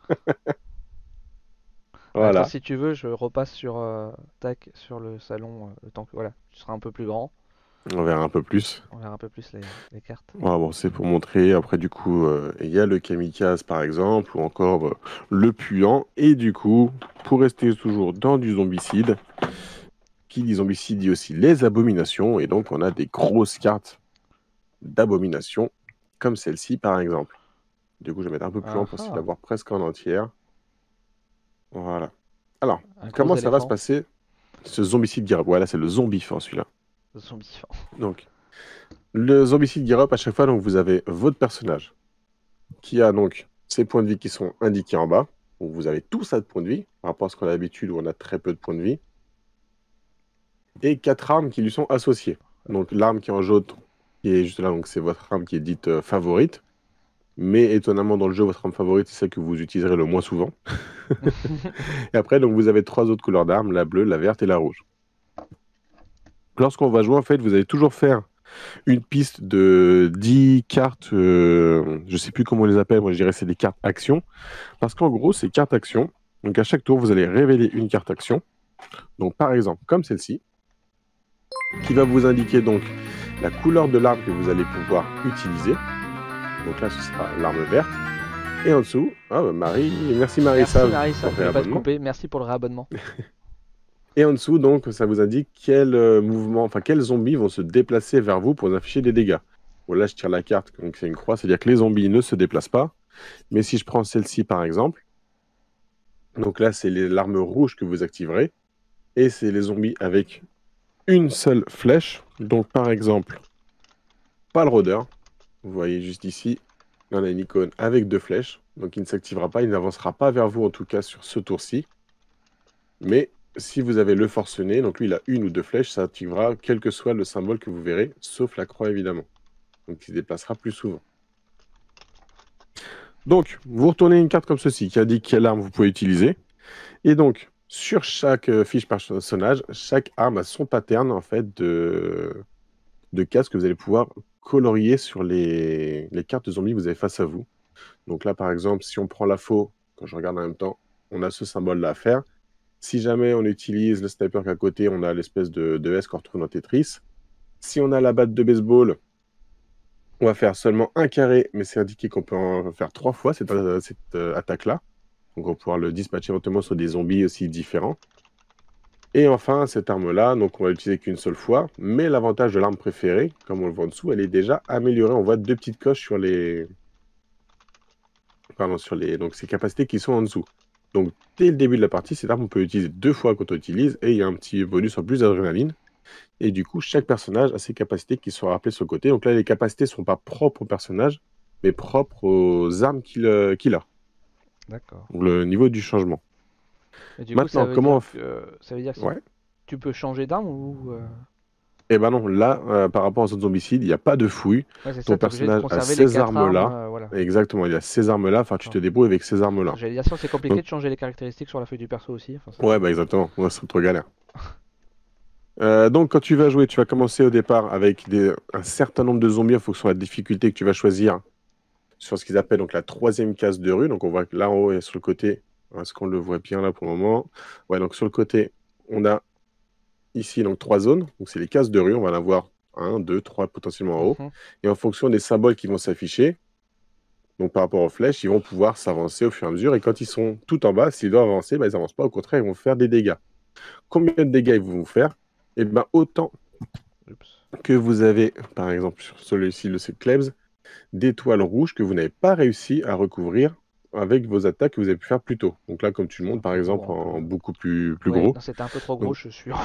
Voilà. Attends, si tu veux, je repasse sur, euh, tac, sur le salon, euh, le temps que voilà, tu seras un peu plus grand. On verra un peu plus. On verra un peu plus les, les cartes. Voilà, bon, c'est pour montrer. Après, du coup, euh, il y a le kamikaze, par exemple, ou encore euh, le puant. Et du coup, pour rester toujours dans du zombicide, qui dit zombicide dit aussi les abominations. Et donc, on a des grosses cartes d'abominations, comme celle-ci, par exemple. Du coup, je vais mettre un peu plus Ah loin pour essayer de ah, la voir presque en entière. Voilà. Alors, un gros comment ça va se éléphant. passer, ce zombicide Gear Up? Voilà, c'est le zombie fin, celui-là. Zombie. Donc, le zombicide Gear Up, à chaque fois, donc, vous avez votre personnage qui a donc ses points de vie qui sont indiqués en bas. Donc, vous avez tout ça de points de vie, par rapport à ce qu'on a l'habitude où on a très peu de points de vie. Et quatre armes qui lui sont associées. Donc, l'arme qui est en jaune, qui est juste là, donc c'est votre arme qui est dite euh, favorite. Mais étonnamment, dans le jeu, votre arme favorite, c'est celle que vous utiliserez le moins souvent. Et après, donc, vous avez trois autres couleurs d'armes, la bleue, la verte et la rouge. Lorsqu'on va jouer, en fait, vous allez toujours faire une piste de dix cartes, euh, je ne sais plus comment on les appelle, moi je dirais c'est des cartes action. Parce qu'en gros, ces cartes action, donc à chaque tour, vous allez révéler une carte action. Donc par exemple, comme celle-ci. qui va vous indiquer donc la couleur de l'arme que vous allez pouvoir utiliser. Donc là, ce sera l'arme verte. Et en dessous, ah bah Marie, merci Marissa. Merci Marissa, je vais pas te couper, merci pour le réabonnement. Et en dessous, donc, ça vous indique quels euh, mouvements, enfin quels zombies vont se déplacer vers vous pour vous afficher des dégâts. Bon, là, je tire la carte, donc c'est une croix, c'est-à-dire que les zombies ne se déplacent pas. Mais si je prends celle-ci, par exemple, donc là, c'est l'arme rouge que vous activerez. Et c'est les zombies avec une seule flèche. Donc, par exemple, pas le rôdeur. Vous voyez juste ici, on a une icône avec deux flèches. Donc, il ne s'activera pas, il n'avancera pas vers vous, en tout cas, sur ce tour-ci. Mais si vous avez le forcené, donc lui, il a une ou deux flèches, ça activera quel que soit le symbole que vous verrez, sauf la croix, évidemment. Donc, il se déplacera plus souvent. Donc, vous retournez une carte comme ceci, qui indique quelle arme vous pouvez utiliser. Et donc, sur chaque euh, fiche personnage, chaque arme a son pattern, en fait, de, de cases que vous allez pouvoir colorier sur les, les cartes de zombies que vous avez face à vous. Donc là, par exemple, si on prend la faux, quand je regarde en même temps, on a ce symbole-là à faire. Si jamais on utilise le sniper qu'à côté, on a l'espèce de, de S qu'on retrouve dans Tetris. Si on a la batte de baseball, on va faire seulement un carré, mais c'est indiqué qu'on peut en faire trois fois cette, cette euh, attaque-là. Donc on va pouvoir le dispatcher éventuellement sur des zombies aussi différents. Et enfin, cette arme-là, donc on va l'utiliser qu'une seule fois, mais l'avantage de l'arme préférée, comme on le voit en dessous, elle est déjà améliorée. On voit deux petites coches sur les... Pardon, sur les... Donc ces capacités qui sont en dessous. Donc dès le début de la partie, cette arme, on peut l'utiliser deux fois quand on l'utilise, et il y a un petit bonus en plus d'adrénaline. Et du coup, chaque personnage a ses capacités qui sont rappelées sur le côté. Donc là, les capacités ne sont pas propres au personnage, mais propres aux armes qu'il euh, qu'il a. D'accord. Donc le niveau du changement. Et du Maintenant, coup, ça comment... Que, euh, ça veut dire que ouais. tu peux changer d'arme ou... Euh... Eh ben non, là, euh, par rapport aux autres zombicides, il n'y a pas de fouille. Ouais, Ton ça, personnage a ces armes-là. Euh, voilà. Exactement, il a ces armes-là. Enfin, tu te débrouilles avec ces armes-là. J'allais dire, c'est compliqué Donc... de changer les caractéristiques sur la feuille du perso aussi. Enfin, ouais, bah exactement. Moi, c'est trop galère. euh, donc, quand tu vas jouer, tu vas commencer au départ avec des... un certain nombre de zombies en fonction de la difficulté que tu vas choisir sur ce qu'ils appellent donc la troisième case de rue. Donc, on voit que là en haut et sur le côté, est-ce qu'on le voit bien là pour le moment? Ouais, donc sur le côté, on a ici donc trois zones. Donc, c'est les cases de rue. On va en avoir un, deux, trois potentiellement en haut. Mm-hmm. Et en fonction des symboles qui vont s'afficher, donc par rapport aux flèches, ils vont pouvoir s'avancer au fur et à mesure. Et quand ils sont tout en bas, s'ils doivent avancer, bah, ils n'avancent pas. Au contraire, ils vont faire des dégâts. Combien de dégâts ils vont vous faire? Eh bien, autant Oups. que vous avez, par exemple, sur celui-ci, le Klebs, d'étoiles rouges que vous n'avez pas réussi à recouvrir avec vos attaques que vous avez pu faire plus tôt. Donc là, comme tu le montres, par exemple, bon, en beaucoup plus, plus ouais, gros. C'était un peu trop gros, Donc... je suis sûr.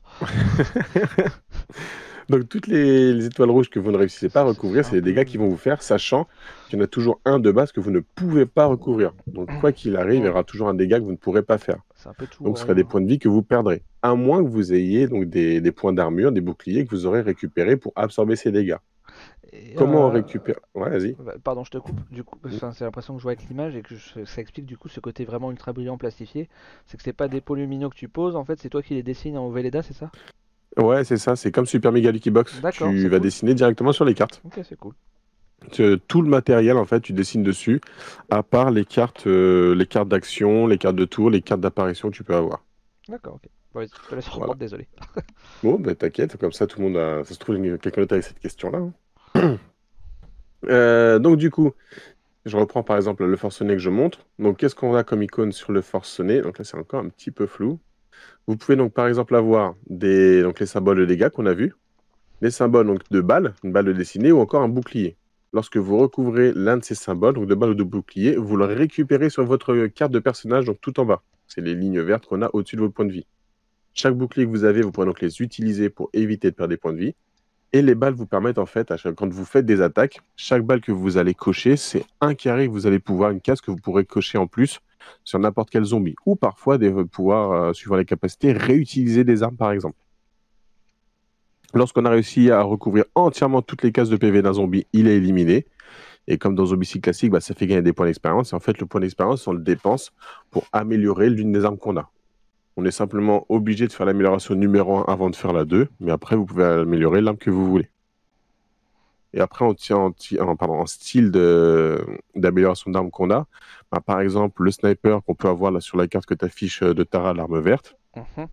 Donc toutes les, les étoiles rouges que vous ne réussissez pas à recouvrir, c'est les dégâts qu'ils vont vous faire, sachant qu'il y en a toujours un de base que vous ne pouvez pas recouvrir. Donc quoi qu'il arrive, il y aura toujours un dégât que vous ne pourrez pas faire. Un peu tout donc ce sera des points de vie que vous perdrez. À moins que vous ayez donc des, des points d'armure, des boucliers que vous aurez récupérés pour absorber ces dégâts. Et Comment euh... on récupère Ouais, vas-y. Pardon, je te coupe. Du coup, enfin, c'est l'impression que je vois avec l'image et que je... ça explique du coup ce côté vraiment ultra brillant plastifié. C'est que c'est pas des pots lumineux que tu poses, en fait, c'est toi qui les dessines en Velleda, c'est ça? Ouais, c'est ça. C'est comme Super Mega Lucky Box. Tu vas cool. dessiner directement sur les cartes. Ok, c'est cool. Tu, tout le matériel, en fait, tu dessines dessus, à part les cartes, euh, les cartes d'action, les cartes de tour, les cartes d'apparition que tu peux avoir. D'accord, ok. Bon, je te laisse reprendre, voilà. Désolé. Bon, bah t'inquiète, comme ça, tout le monde a... Ça se trouve, quelqu'un d'autre avec cette question-là. Hein. euh, donc, du coup, je reprends par exemple le forcené que je montre. Donc, qu'est-ce qu'on a comme icône sur le forcené? Donc là, c'est encore un petit peu flou. Vous pouvez donc par exemple avoir des, donc, les symboles de dégâts qu'on a vus, les symboles donc, de balles, une balle de dessinée ou encore un bouclier. Lorsque vous recouvrez l'un de ces symboles, donc de balle ou de bouclier, vous le récupérez sur votre carte de personnage, donc tout en bas. C'est les lignes vertes qu'on a au-dessus de vos points de vie. Chaque bouclier que vous avez, vous pourrez donc les utiliser pour éviter de perdre des points de vie. Et les balles vous permettent en fait, à chaque, quand vous faites des attaques, chaque balle que vous allez cocher, c'est un carré que vous allez pouvoir, une case que vous pourrez cocher en plus sur n'importe quel zombie. Ou parfois, des, pouvoir, euh, suivant les capacités, réutiliser des armes par exemple. Lorsqu'on a réussi à recouvrir entièrement toutes les cases de P V d'un zombie, il est éliminé. Et comme dans Zombicide classique, bah, ça fait gagner des points d'expérience. Et en fait, le point d'expérience, on le dépense pour améliorer l'une des armes qu'on a. On est simplement obligé de faire l'amélioration numéro un avant de faire la deux. Mais après, vous pouvez améliorer l'arme que vous voulez. Et après, on tient en, en, pardon, en style d'amélioration d'armes qu'on a. Bah, par exemple, le sniper qu'on peut avoir là sur la carte que tu affiches de Tara, l'arme verte. Mm-hmm.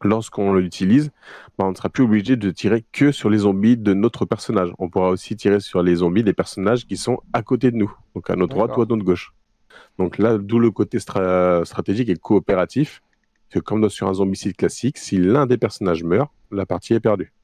lorsqu'on l'utilise, bah, on ne sera plus obligé de tirer que sur les zombies de notre personnage. On pourra aussi tirer sur les zombies des personnages qui sont à côté de nous, donc à notre droite ou à notre gauche. Donc là, d'où le côté stra stratégique et coopératif, que comme sur un zombicide classique, si l'un des personnages meurt, la partie est perdue.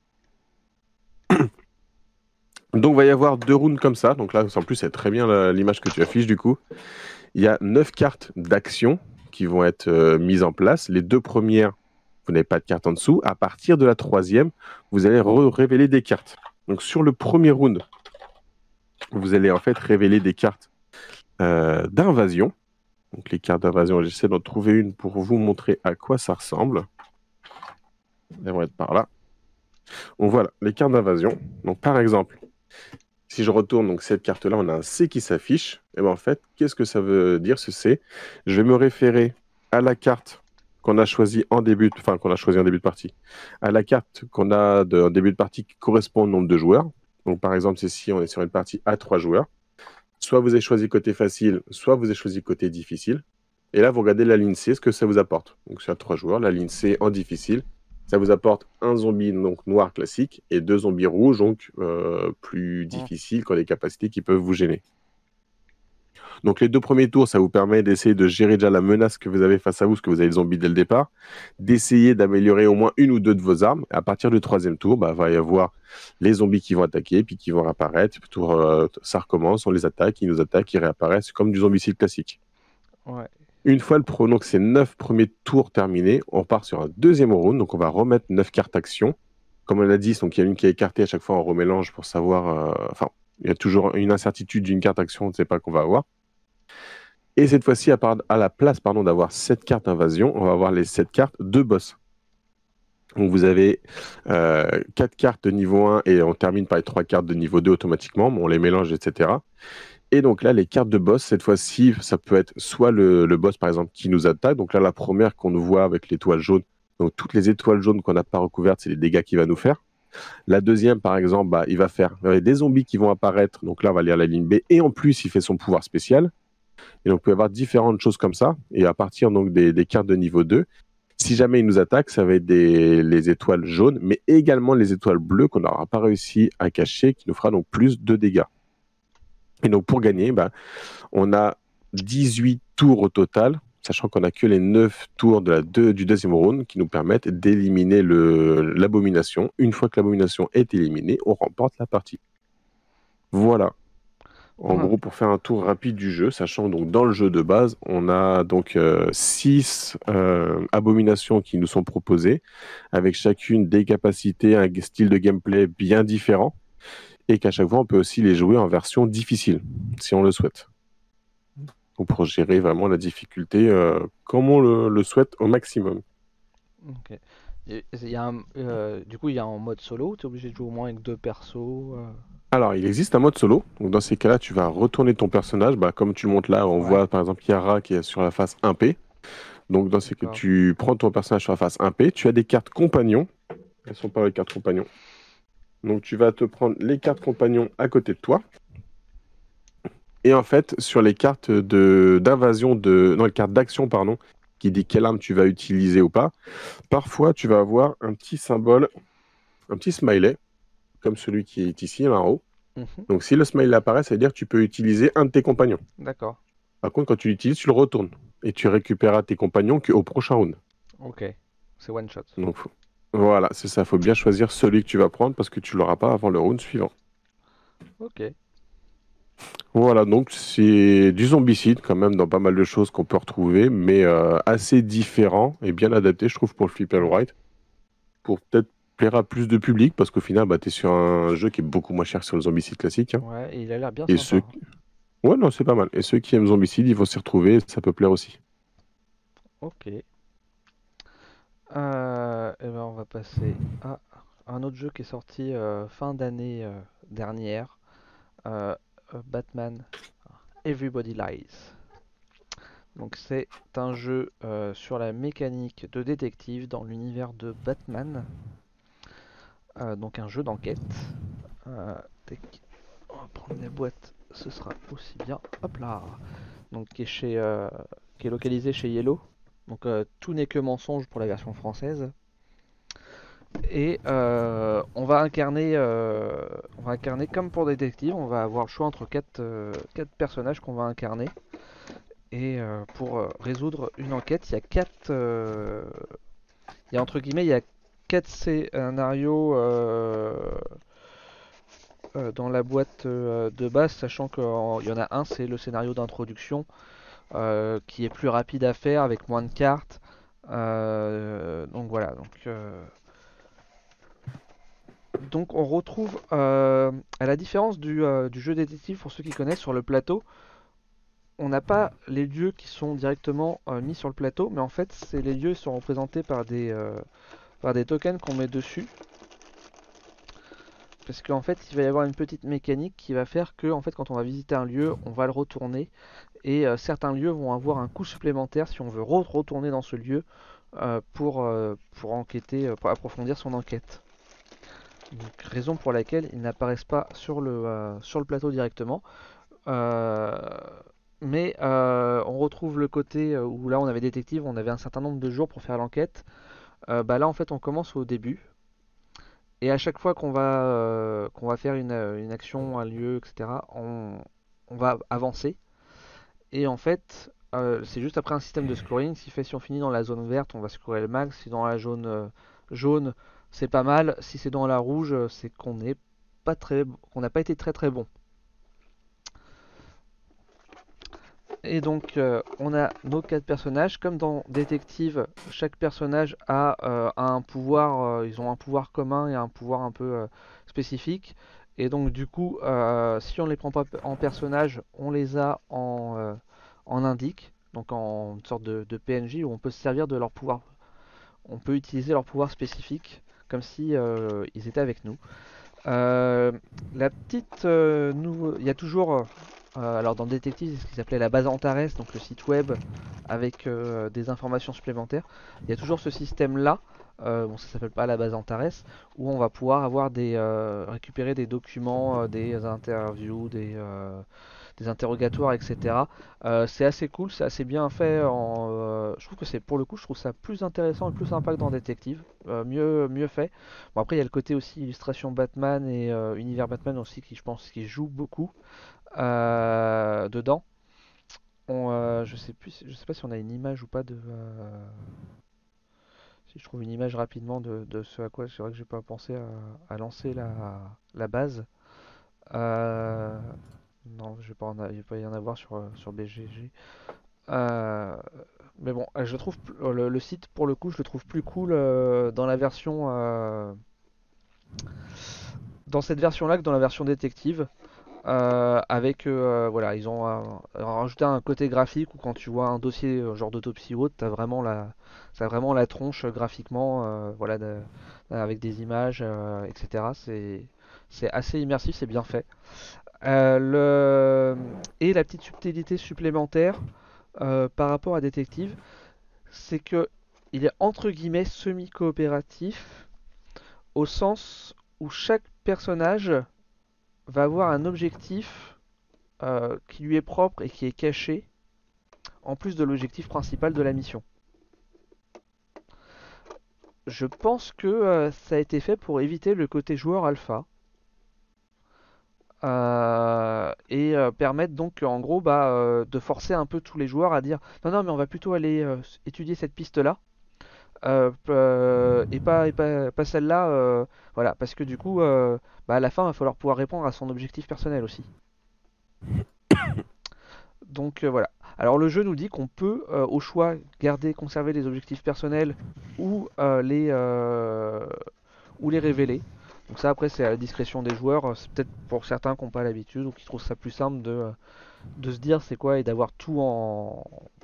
Donc, il va y avoir deux rounds comme ça. Donc là, en plus, c'est très bien l'image que tu affiches du coup. Il y a neuf cartes d'action qui vont être euh, mises en place. Les deux premières, vous n'avez pas de carte en dessous. À partir de la troisième, vous allez révéler des cartes. Donc sur le premier round, vous allez en fait révéler des cartes euh, d'invasion. Donc les cartes d'invasion, j'essaie d'en trouver une pour vous montrer à quoi ça ressemble. Elles vont être par là. Donc voilà, les cartes d'invasion. Donc par exemple, si je retourne donc cette carte-là, on a un C qui s'affiche. Et bien en fait, qu'est-ce que ça veut dire ce C? Je vais me référer à la carte qu'on a choisie en début, enfin qu'on a choisi en début de partie, à la carte qu'on a de, en début de partie qui correspond au nombre de joueurs. Donc par exemple, ici, on est sur une partie à trois joueurs. Soit vous avez choisi côté facile, soit vous avez choisi côté difficile. Et là, vous regardez la ligne C, ce que ça vous apporte. Donc sur trois joueurs, la ligne C en difficile, ça vous apporte un zombie donc noir classique et deux zombies rouges, donc euh, plus difficiles, qui ont des capacités qui peuvent vous gêner. Donc les deux premiers tours, ça vous permet d'essayer de gérer déjà la menace que vous avez face à vous, parce que vous avez le zombie dès le départ, d'essayer d'améliorer au moins une ou deux de vos armes. À partir du troisième tour, bah, va y avoir les zombies qui vont attaquer, puis qui vont réapparaître. Tour, euh, ça recommence, on les attaque, ils nous attaquent, ils réapparaissent, comme du zombicide classique. Ouais. Une fois le pro, donc ces neuf premiers tours terminés, on part sur un deuxième round, donc on va remettre neuf cartes action. Comme on l'a dit, donc il y a une qui est écartée, à chaque fois on remélange pour savoir... Euh, enfin, il y a toujours une incertitude d'une carte action, on ne sait pas qu'on va avoir. Et cette fois-ci, à, à la place d'avoir sept cartes invasion, on va avoir les sept cartes de boss. Donc vous avez euh, quatre cartes de niveau un et on termine par les trois cartes de niveau deux automatiquement, on les mélange, et cetera. Et donc là, les cartes de boss, cette fois-ci, ça peut être soit le, le boss, par exemple, qui nous attaque. Donc là, la première qu'on nous voit avec l'étoile jaune, donc toutes les étoiles jaunes qu'on n'a pas recouvertes, c'est les dégâts qu'il va nous faire. La deuxième, par exemple, bah, il va faire il des zombies qui vont apparaître. Donc là, on va lire la ligne B. Et en plus, il fait son pouvoir spécial. Et donc, vous pouvez avoir différentes choses comme ça. Et à partir donc, des, des cartes de niveau deux, si jamais il nous attaque, ça va être des, les étoiles jaunes, mais également les étoiles bleues qu'on n'aura pas réussi à cacher, qui nous fera donc plus de dégâts. Et donc, pour gagner, bah, on a dix-huit tours au total, sachant qu'on n'a que les neuf tours de la deux, du deuxième round qui nous permettent d'éliminer l'abomination. Une fois que l'abomination est éliminée, on remporte la partie. Voilà. En ah. gros, pour faire un tour rapide du jeu, sachant donc dans le jeu de base, on a donc six euh, euh, abominations qui nous sont proposées, avec chacune des capacités, un style de gameplay bien différent, et qu'à chaque fois, on peut aussi les jouer en version difficile, si on le souhaite. Donc pour gérer vraiment la difficulté euh, comme on le, le souhaite au maximum. Ok. Et, y a un, euh, du coup, il y a un mode solo, tu es obligé de jouer au moins avec deux persos euh... Alors, il existe un mode solo. Donc, dans ces cas-là, tu vas retourner ton personnage. Bah, comme tu le montres là, on ouais. voit par exemple Yara qui est sur la face un P. Donc, dans ces cas, tu prends ton personnage sur la face un P. Tu as des cartes compagnons. Elles sont pas les cartes compagnons. Donc, tu vas te prendre les cartes compagnons à côté de toi. Et en fait, sur les cartes d'invasion, de, de... non, les cartes d'action, pardon, qui dit quelle arme tu vas utiliser ou pas, parfois, tu vas avoir un petit symbole, un petit smiley, comme celui qui est ici, là en haut. Mmh. Donc, si le smiley apparaît, ça veut dire que tu peux utiliser un de tes compagnons. D'accord. Par contre, quand tu l'utilises, tu le retournes. Et tu récupéreras tes compagnons qu'au prochain round. Ok. C'est one shot. Donc, faut... voilà, c'est ça. Il faut bien choisir celui que tu vas prendre parce que tu ne l'auras pas avant le round suivant. Ok. Voilà, donc c'est du zombicide quand même dans pas mal de choses qu'on peut retrouver, mais euh, assez différent et bien adapté, je trouve, pour le flip and write. Pour peut-être plaire à plus de public, parce qu'au final, bah, tu es sur un jeu qui est beaucoup moins cher que sur le zombicide classique. Hein. Ouais, et il a l'air bien et sympa. Ceux... Ouais, non, c'est pas mal. Et ceux qui aiment zombicide, ils vont s'y retrouver, ça peut plaire aussi. Ok. Euh, et ben on va passer à un autre jeu qui est sorti euh, fin d'année euh, dernière. Euh, Batman Everybody Lies. Donc c'est un jeu euh, sur la mécanique de détective dans l'univers de Batman. Euh, donc un jeu d'enquête. Euh, on va prendre les boîtes, ce sera aussi bien. Hop là. Donc qui est chez, euh, qui est localisé chez Yellow. Donc euh, tout n'est que mensonge pour la version française. Et euh, on va incarner, euh, on va incarner comme pour détective, on va avoir le choix entre quatre, euh, quatre personnages qu'on va incarner. Et euh, pour euh, résoudre une enquête, il y a quatre, euh, il y a entre guillemets, il y a quatre scénarios euh, euh, dans la boîte euh, de base, sachant qu'il y en a un, c'est le scénario d'introduction, euh, qui est plus rapide à faire avec moins de cartes. Euh, donc voilà, donc euh, donc on retrouve, euh, à la différence du, euh, du jeu détective, pour ceux qui connaissent, sur le plateau, on n'a pas les lieux qui sont directement euh, mis sur le plateau, mais en fait, c'est les lieux sont représentés par des, euh, par des tokens qu'on met dessus. Parce qu'en fait, il va y avoir une petite mécanique qui va faire que, en fait, quand on va visiter un lieu, on va le retourner. Et euh, certains lieux vont avoir un coût supplémentaire si on veut re retourner dans ce lieu euh, pour, euh, pour enquêter, euh, pour approfondir son enquête. Donc, raison pour laquelle ils n'apparaissent pas sur le, euh, sur le plateau directement. Euh, mais euh, on retrouve le côté euh, où là on avait détective, on avait un certain nombre de jours pour faire l'enquête. Euh, bah là en fait on commence au début. Et à chaque fois qu'on va, euh, qu'on va faire une, euh, une action, un lieu, et cetera, on, on va avancer. Et en fait, euh, c'est juste après un système de scoring, ce qui fait si on finit dans la zone verte, on va scorer le max. Si dans la zone euh, jaune, c'est pas mal. Si c'est dans la rouge, c'est qu'on n'est pas très, qu'on n'a pas été très très bon. Et donc, euh, on a nos quatre personnages. Comme dans Détective, chaque personnage a, euh, un pouvoir, euh, ils ont un pouvoir commun et un pouvoir un peu euh, spécifique. Et donc, du coup, euh, si on ne les prend pas en personnage, on les a en, euh, en indique, donc en une sorte de, de P N J où on peut se servir de leur pouvoir. On peut utiliser leur pouvoir spécifique comme si euh, ils étaient avec nous. Euh, la petite euh, nouveau... Il y a toujours, euh, alors dans le détective, c'est ce qui s'appelait la base Antares, donc le site web avec euh, des informations supplémentaires. Il y a toujours ce système-là, euh, bon ça s'appelle pas la base Antares, où on va pouvoir avoir des euh, récupérer des documents, euh, des interviews, des euh, des interrogatoires, et cetera. Euh, c'est assez cool, c'est assez bien fait. En, euh, je trouve que c'est pour le coup, je trouve ça plus intéressant et plus sympa que dans Détective, euh, mieux, mieux fait. Bon après il y a le côté aussi illustration Batman et euh, univers Batman aussi qui je pense qui joue beaucoup euh, dedans. On, euh, je sais plus, je sais pas si on a une image ou pas de. Euh, si je trouve une image rapidement de, de ce à quoi c'est vrai que j'ai pas pensé à, à lancer la, la base. Euh, non, je vais pas en a- il va pas y en avoir sur, euh, sur B G G. Euh, mais bon, euh, je trouve pl- le, le site pour le coup, je le trouve plus cool euh, dans la version euh, dans cette version-là que dans la version détective. Euh, avec euh, voilà, ils ont euh, rajouté un côté graphique où quand tu vois un dossier euh, genre d'autopsie ou autre, t'as vraiment la, ça a vraiment la tronche euh, graphiquement, euh, voilà, de- avec des images, euh, et cetera. C'est c'est assez immersif, c'est bien fait. Euh, le... Et la petite subtilité supplémentaire euh, par rapport à Détective, c'est que il est entre guillemets semi-coopératif au sens où chaque personnage va avoir un objectif euh, qui lui est propre et qui est caché, en plus de l'objectif principal de la mission. Je pense que euh, ça a été fait pour éviter le côté joueur alpha. Euh, et euh, permettre donc en gros bah, euh, de forcer un peu tous les joueurs à dire non non mais on va plutôt aller euh, étudier cette piste là euh, euh, et pas, et pas, pas celle-là, euh, voilà, parce que du coup, euh, bah, à la fin, il va falloir pouvoir répondre à son objectif personnel aussi. Donc euh, voilà. Alors le jeu nous dit qu'on peut, euh, au choix, garder, conserver les objectifs personnels ou euh, les euh, ou les révéler. Donc ça après c'est à la discrétion des joueurs. C'est peut-être pour certains qui n'ont pas l'habitude ou qui trouvent ça plus simple de, de se dire c'est quoi et d'avoir tout en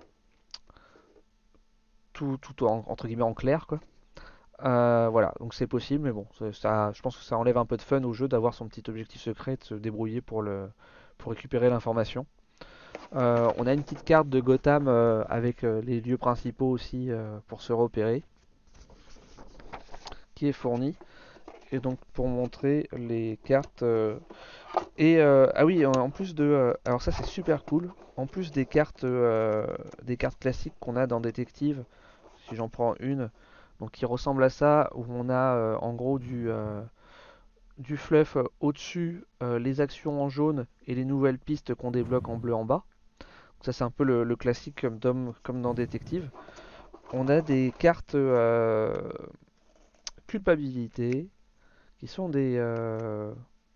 tout, tout en, entre guillemets en clair quoi. Euh, voilà, donc c'est possible, mais bon, ça, ça- je pense que ça enlève un peu de fun au jeu d'avoir son petit objectif secret, de se débrouiller pour le, pour récupérer l'information. Euh, on a une petite carte de Gotham euh, avec euh, les lieux principaux aussi euh, pour se repérer, qui est fournie. et donc pour montrer les cartes. euh, Et euh, ah oui, en en plus de, euh, alors ça c'est super cool. En plus des cartes, euh, des cartes classiques qu'on a dans Détective, si j'en prends une, donc qui ressemble à ça, où on a euh, en gros du euh, du fluff euh, au-dessus, euh, les actions en jaune et les nouvelles pistes qu'on débloque en bleu en bas. Ça c'est un peu le, le classique comme, dans- comme dans Détective. On a des cartes euh, culpabilité qui sont des euh,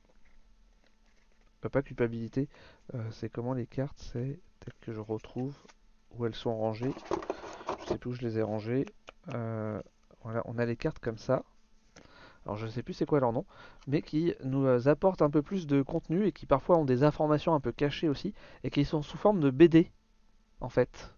euh, pas culpabilité. Euh, c'est comment les cartes? C'est peut-être que je retrouve où elles sont rangées. Je sais plus où je les ai rangées. Euh, voilà, on a les cartes comme ça. Alors je sais plus c'est quoi leur nom, mais qui nous euh, apportent un peu plus de contenu et qui parfois ont des informations un peu cachées aussi et qui sont sous forme de B D en fait.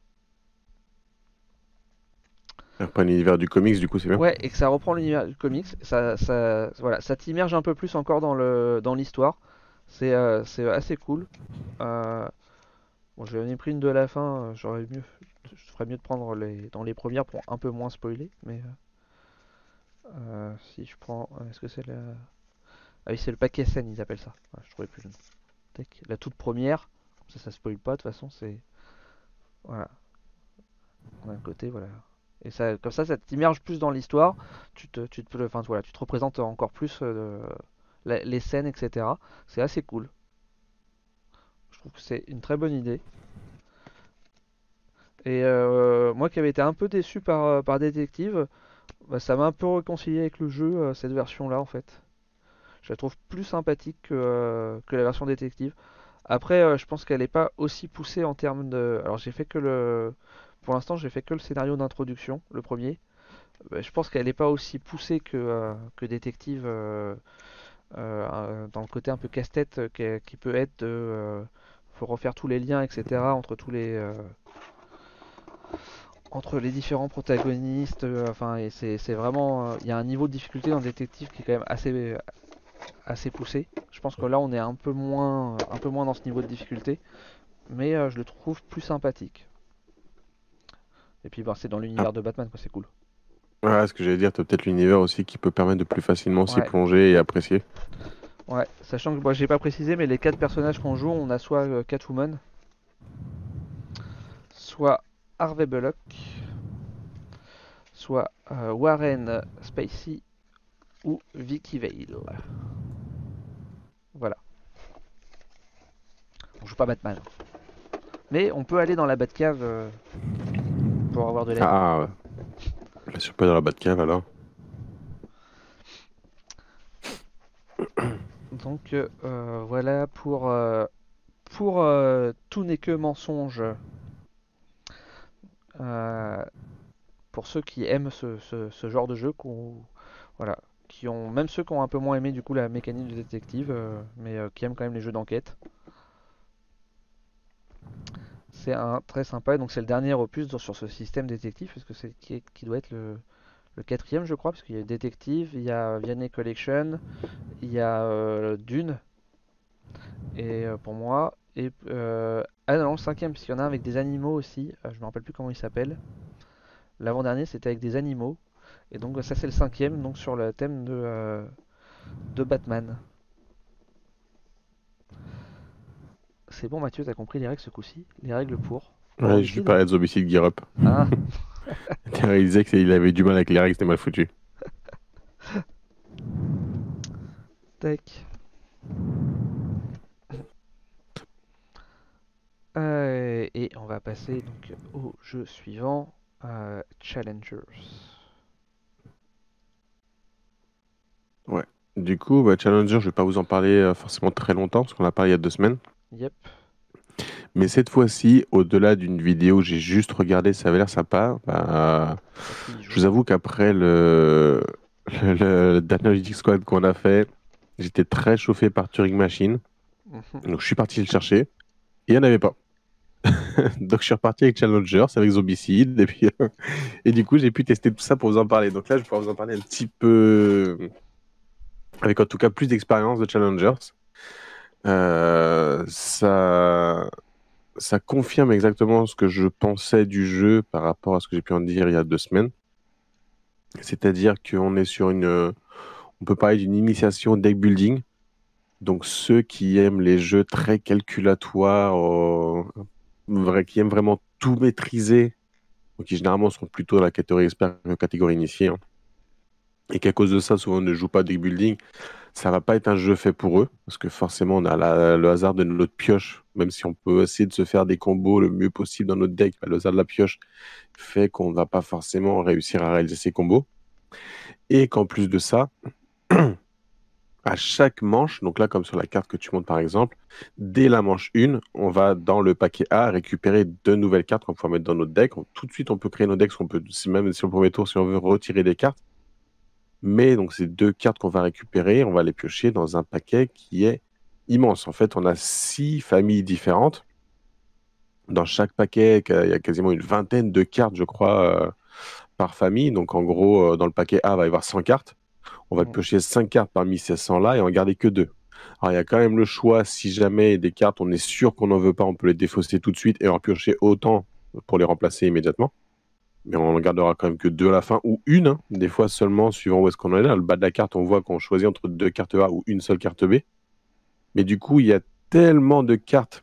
Après l'univers du comics, du coup, c'est bien. Ouais, et que ça reprend l'univers du comics, ça, ça, voilà, ça t'immerge un peu plus encore dans le, dans l'histoire. C'est, euh, c'est assez cool. Euh, bon, j'en ai pris une de la fin. euh, J'aurais mieux, je ferais mieux de prendre les, dans les premières pour un peu moins spoiler. Mais euh, euh, si je prends, euh, est-ce que c'est la, ah oui, c'est le paquet scène, ils appellent ça. Ouais, je trouvais plus le nom. Tac, la toute première, ça, ça spoil pas. De toute façon, c'est, voilà, on a le côté, voilà. Et ça, comme ça, ça t'immerge plus dans l'histoire. Tu te, tu te, enfin, voilà, tu te représentes encore plus euh, la- les scènes, et cetera. C'est assez cool. Je trouve que c'est une très bonne idée. Et euh, moi qui avais été un peu déçu par, euh, par Détective, bah, ça m'a un peu réconcilié avec le jeu, euh, cette version-là en fait. Je la trouve plus sympathique que, euh, que la version Détective. Après, euh, je pense qu'elle n'est pas aussi poussée en termes de. Alors j'ai fait que le. Pour l'instant, j'ai fait que le scénario d'introduction, le premier. Bah, je pense qu'elle n'est pas aussi poussée que, euh, que Détective euh, euh, euh, dans le côté un peu casse-tête euh, qui, qui peut être de. Euh, faut refaire tous les liens, et cetera entre tous les. Euh, entre les différents protagonistes, euh, enfin, et c'est c'est vraiment, euh, il y a un niveau de difficulté dans Détective qui est quand même assez, assez poussé. Je pense que là, on est un peu moins, un peu moins dans ce niveau de difficulté, mais euh, je le trouve plus sympathique. Et puis, bah, c'est dans Ah, l'univers de Batman, quoi, c'est cool. ouais, ce que j'allais dire, t'as peut-être l'univers aussi qui peut permettre de plus facilement s'y Ouais, plonger et apprécier. ouais. Sachant que moi, j'ai pas précisé, mais les quatre personnages qu'on joue, on a soit euh, Catwoman, soit Harvey Bullock, soit euh, Warren Spacey ou Vicky Vale. Voilà. On joue pas Batman, mais on peut aller dans la Batcave euh, pour avoir de l'aide. Ah, ouais. Bien sûr, pas dans la Batcave alors. Donc euh, voilà pour, euh, pour euh, tout n'est que mensonge. Euh, pour ceux qui aiment ce, ce- ce genre de jeu, qu'on- voilà, qui ont même ceux qui ont un peu moins aimé du coup la mécanique de détective, euh, mais euh, qui aiment quand même les jeux d'enquête. C'est un très sympa. Et donc c'est le dernier opus dans- sur ce système détective, parce que c'est qui, est- qui doit être le, le quatrième, je crois, parce qu'il y a Détective, il y a Vianney Collection, il y a euh, Dune, et euh, pour moi, et euh, ah non, le cinquième, parce qu'il y en a un avec des animaux aussi. euh, je me rappelle plus comment il s'appelle. L'avant-dernier, c'était avec des animaux. Et donc ça c'est le cinquième, donc sur le thème de, euh, de Batman. C'est bon Mathieu, t'as compris les règles ce coup-ci? Les règles pour pour Ouais, je lui Zombicide? parlais de Zombicide Gear Up. Ah, Il réalisait qu'il avait du mal avec les règles, c'était mal foutu. tac. Euh, et on va passer donc au jeu suivant, euh, Challengers. Ouais. Du coup, bah, Challenger, je vais pas vous en parler euh, forcément très longtemps, parce qu'on a parlé il y a deux semaines. Yep. Mais cette fois-ci, au-delà d'une vidéo que j'ai juste regardé, ça avait l'air sympa. Bah, T'as pu y je vous jouer. avoue qu'après le, le, le Data Analytics Squad qu'on a fait, j'étais très chauffé par Turing Machine. Mhm. Donc je suis parti le chercher. Et il n'y en avait pas. Donc je suis reparti avec Challengers, avec Zombicide. Et, puis, et du coup, j'ai pu tester tout ça pour vous en parler. Donc là, je vais pouvoir vous en parler un petit peu, avec en tout cas plus d'expérience de Challengers. Euh, ça, ça confirme exactement ce que je pensais du jeu par rapport à ce que j'ai pu en dire il y a deux semaines. C'est-à-dire qu'on est sur une, On peut parler d'une initiation deck building. Donc ceux qui aiment les jeux très calculatoires, euh, vrai, qui aiment vraiment tout maîtriser, donc qui généralement sont plutôt dans la catégorie expert que la catégorie initiée, hein, et qu'à cause de ça, souvent ne jouent pas deck building, ça va pas être un jeu fait pour eux, parce que forcément on a la- le hasard de notre pioche, même si on peut essayer de se faire des combos le mieux possible dans notre deck, bah, le hasard de la pioche fait qu'on ne va pas forcément réussir à réaliser ces combos. Et qu'en plus de ça, à chaque manche, donc là comme sur la carte que tu montres par exemple, dès la manche un, on va dans le paquet A récupérer deux nouvelles cartes qu'on peut mettre dans notre deck. On- tout de suite on peut créer nos decks, on peut, si- même sur le premier tour si on veut retirer des cartes. Mais donc ces deux cartes qu'on va récupérer, on va les piocher dans un paquet qui est immense. En fait, on a six familles différentes. Dans chaque paquet, il y a quasiment une vingtaine de cartes, je crois, euh, par famille. Donc en gros, euh, dans le paquet A, il va y avoir cent cartes. On va Mm. piocher cinq cartes parmi ces cent-là et en garder que deux. Alors il y a quand même le choix, si jamais des cartes, on est sûr qu'on n'en veut pas, on peut les défausser tout de suite et en piocher autant pour les remplacer immédiatement. Mais on en gardera quand même que deux à la fin, ou une, hein, des fois seulement, suivant où est-ce qu'on en est. Dans le bas de la carte, on voit qu'on choisit entre deux cartes A ou une seule carte B. Mais du coup, il y a tellement de cartes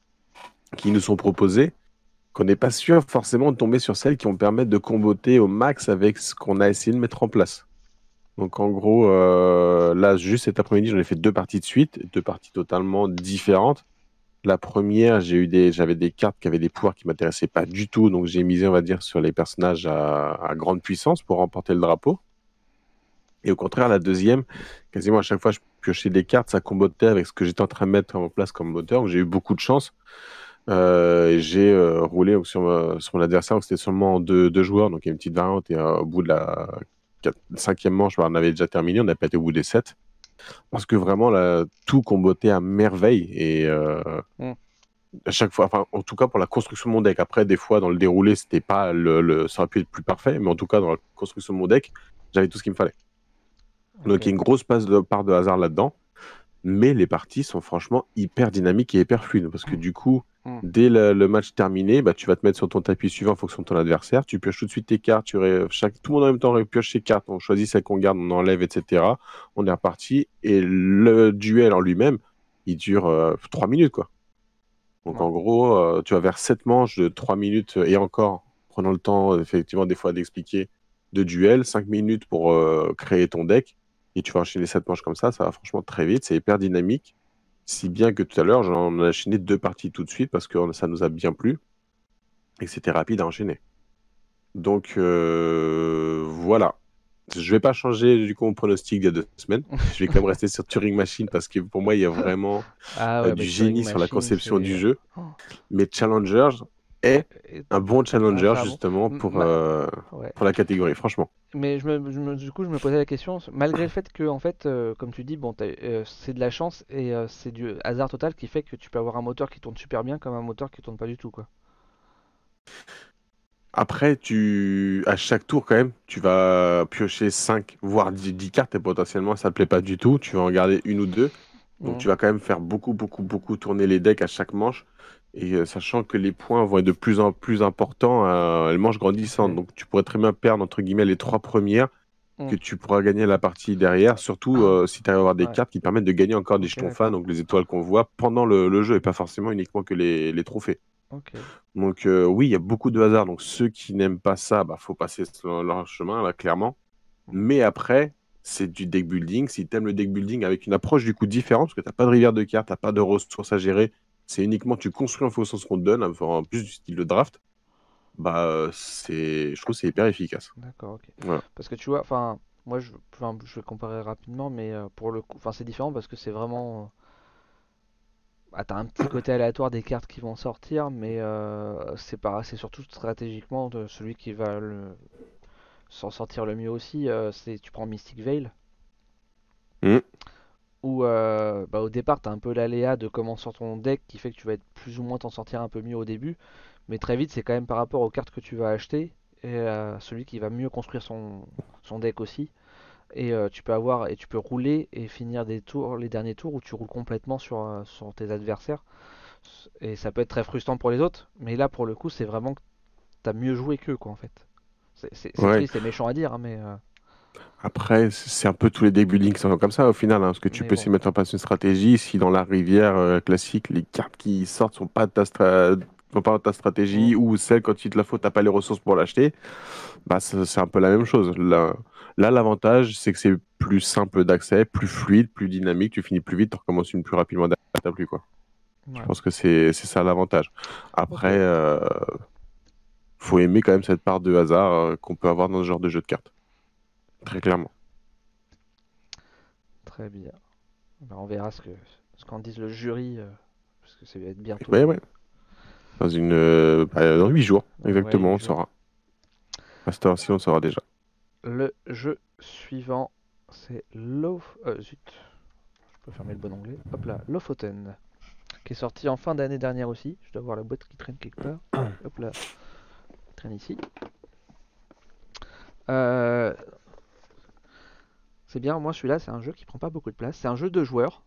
qui nous sont proposées qu'on n'est pas sûr forcément de tomber sur celles qui vont permettre de comboter au max avec ce qu'on a essayé de mettre en place. Donc en gros, euh, là, juste cet après-midi, j'en ai fait deux parties de suite, deux parties totalement différentes. La première, j'ai eu des, j'avais des cartes qui avaient des pouvoirs qui m'intéressaient pas du tout, donc j'ai misé, on va dire, sur les personnages à, à grande puissance pour remporter le drapeau. Et au contraire, la deuxième, quasiment à chaque fois, je piochais des cartes, ça combotait avec ce que j'étais en train de mettre en place comme moteur. Donc j'ai eu beaucoup de chance. Euh, et j'ai euh, roulé donc, sur, ma- sur mon adversaire, donc c'était seulement deux, deux joueurs, donc il y a une petite variante. Et euh, au bout de la quatre- cinquième manche, bah, on avait déjà terminé, on n'a pas été au bout des sept. Parce que vraiment, là, tout combotait à merveille. Et euh, Mm. à chaque fois, enfin, en tout cas pour la construction de mon deck. Après, des fois, dans le déroulé, c'était pas le, le, ça aurait pu être plus parfait, mais en tout cas, dans la construction de mon deck, j'avais tout ce qu'il me fallait. Donc, il y a Ok. une grosse passe de, part de hasard là-dedans. Mais les parties sont franchement hyper dynamiques et hyper fluides. Parce que du coup, Mm. dès le, le match terminé, bah, tu vas te mettre sur ton tapis suivant en fonction de ton adversaire. Tu pioches tout de suite tes cartes. Tu ré- chaque... Tout le monde en même temps pioche ses cartes. On choisit celle qu'on garde, on enlève, et cetera. On est reparti. Et le duel en lui-même, il dure euh, trois minutes, quoi. Donc Ouais. en gros, euh, tu vas vers sept manches de trois minutes et encore, prenant le temps, effectivement, des fois d'expliquer de duel, cinq minutes pour euh, créer ton deck. Et tu vas enchaîner sept manches comme ça, ça va franchement très vite, c'est hyper dynamique. Si bien que tout à l'heure, j'en ai enchaîné deux parties tout de suite parce que ça nous a bien plu et que c'était rapide à enchaîner. Donc euh, voilà. Je vais pas changer du coup mon pronostic d'il y a deux semaines. Je vais quand même rester sur Turing Machine parce que pour moi, il y a vraiment Ah euh, ouais, bah du Turing génie sur la Machine, conception c'est. du jeu. Oh. Mais Challenger est Et- un bon Ah, challenger c'est un bon. justement M- pour, ma- euh, Ouais. pour la catégorie, franchement. Mais je me, je me- du coup, je me posais la question, malgré le fait que, en fait, euh, comme tu dis, bon, t'as- euh, c'est de la chance et euh, c'est du hasard total qui fait que tu peux avoir un moteur qui tourne super bien comme un moteur qui tourne pas du tout, quoi. Après, tu, à chaque tour, quand même, tu vas piocher cinq voire dix dix cartes et potentiellement, ça ne te plaît pas du tout. Tu vas en garder une ou deux. Donc, Mm. tu vas quand même faire beaucoup, beaucoup, beaucoup tourner les decks à chaque manche. Et euh, sachant que les points vont être de plus en plus importants à les manches grandissantes. Ok. Donc, tu pourrais très bien perdre, entre guillemets, les trois premières que Mm. tu pourras gagner la partie derrière. Surtout euh, si tu arrives à avoir des Ouais. cartes qui te permettent de gagner encore des Ok, jetons fans, d'accord. donc les étoiles qu'on voit pendant le, le jeu et pas forcément uniquement que les, les trophées. Ok. Donc euh, oui, il y a beaucoup de hasard. Donc ceux qui n'aiment pas ça, bah faut passer leur, leur chemin là, clairement. Mm. Mais après, c'est du deck building. Si tu aimes le deck building avec une approche du coup différente, parce que t'as pas de rivière de cartes, t'as pas de ressources à gérer, c'est uniquement tu construis en fonction de ce qu'on te donne, en plus du style de draft. Bah euh, c'est, je trouve que c'est hyper efficace. D'accord, ok. Voilà. Parce que tu vois, enfin, moi, je, enfin, je vais comparer rapidement, mais euh, pour le coup, enfin, c'est différent parce que c'est vraiment. euh, Ah, t'as un petit côté aléatoire des cartes qui vont sortir, mais euh, c'est pas, c'est surtout stratégiquement de celui qui va le, s'en sortir le mieux aussi. Euh, c'est, tu prends Mystic Veil, Mm. où euh, bah, au départ t'as un peu l'aléa de comment sort ton deck qui fait que tu vas être plus ou moins t'en sortir un peu mieux au début, mais très vite c'est quand même par rapport aux cartes que tu vas acheter et euh, celui qui va mieux construire son, son deck aussi. Et euh, tu peux avoir et tu peux rouler et finir des tours, les derniers tours où tu roules complètement sur, euh, sur tes adversaires. Et ça peut être très frustrant pour les autres, mais là pour le coup, c'est vraiment que t'as mieux joué qu'eux, quoi, en fait. C'est c'est- c'est Ouais. triste et méchant à dire, hein, mais. euh, Après, c'est un peu tous les deck building qui sont comme ça au final, hein, parce que tu Mais peux bon, essayer de mettre en place une stratégie si dans la rivière euh, classique, les cartes qui sortent sont pas de ta, stra- sont pas dans ta mm, stratégie ou celle quand il te la faut, t'as pas les ressources pour l'acheter, bah c'est c'est un peu la même chose. Là, là, l'avantage, c'est que c'est plus simple d'accès, plus fluide, plus dynamique, tu finis plus vite, tu recommences une plus rapidement derrière ta pluie, quoi. Je ouais. pense que c'est c'est ça l'avantage. Ok, Après, euh, faut aimer quand même cette part de hasard euh, qu'on peut avoir dans ce genre de jeu de cartes, très clairement. très bien. Ben, on verra ce que ce qu'en disent le jury, euh, parce que ça va être bientôt. Ouais, ouais. Dans une, euh, bah, dans huit jours, Ouais, exactement, huit on jours. saura. À cette heure-ci, on saura déjà. Le jeu suivant, c'est Lof... euh, zut, je peux fermer le bon onglet. Hop là, Lofoten, qui est sorti en fin d'année dernière aussi. Je dois avoir la boîte qui traîne quelque part. Hop là, il traîne ici. Euh, c'est bien, moi celui-là, c'est un jeu qui prend pas beaucoup de place. C'est un jeu de joueurs.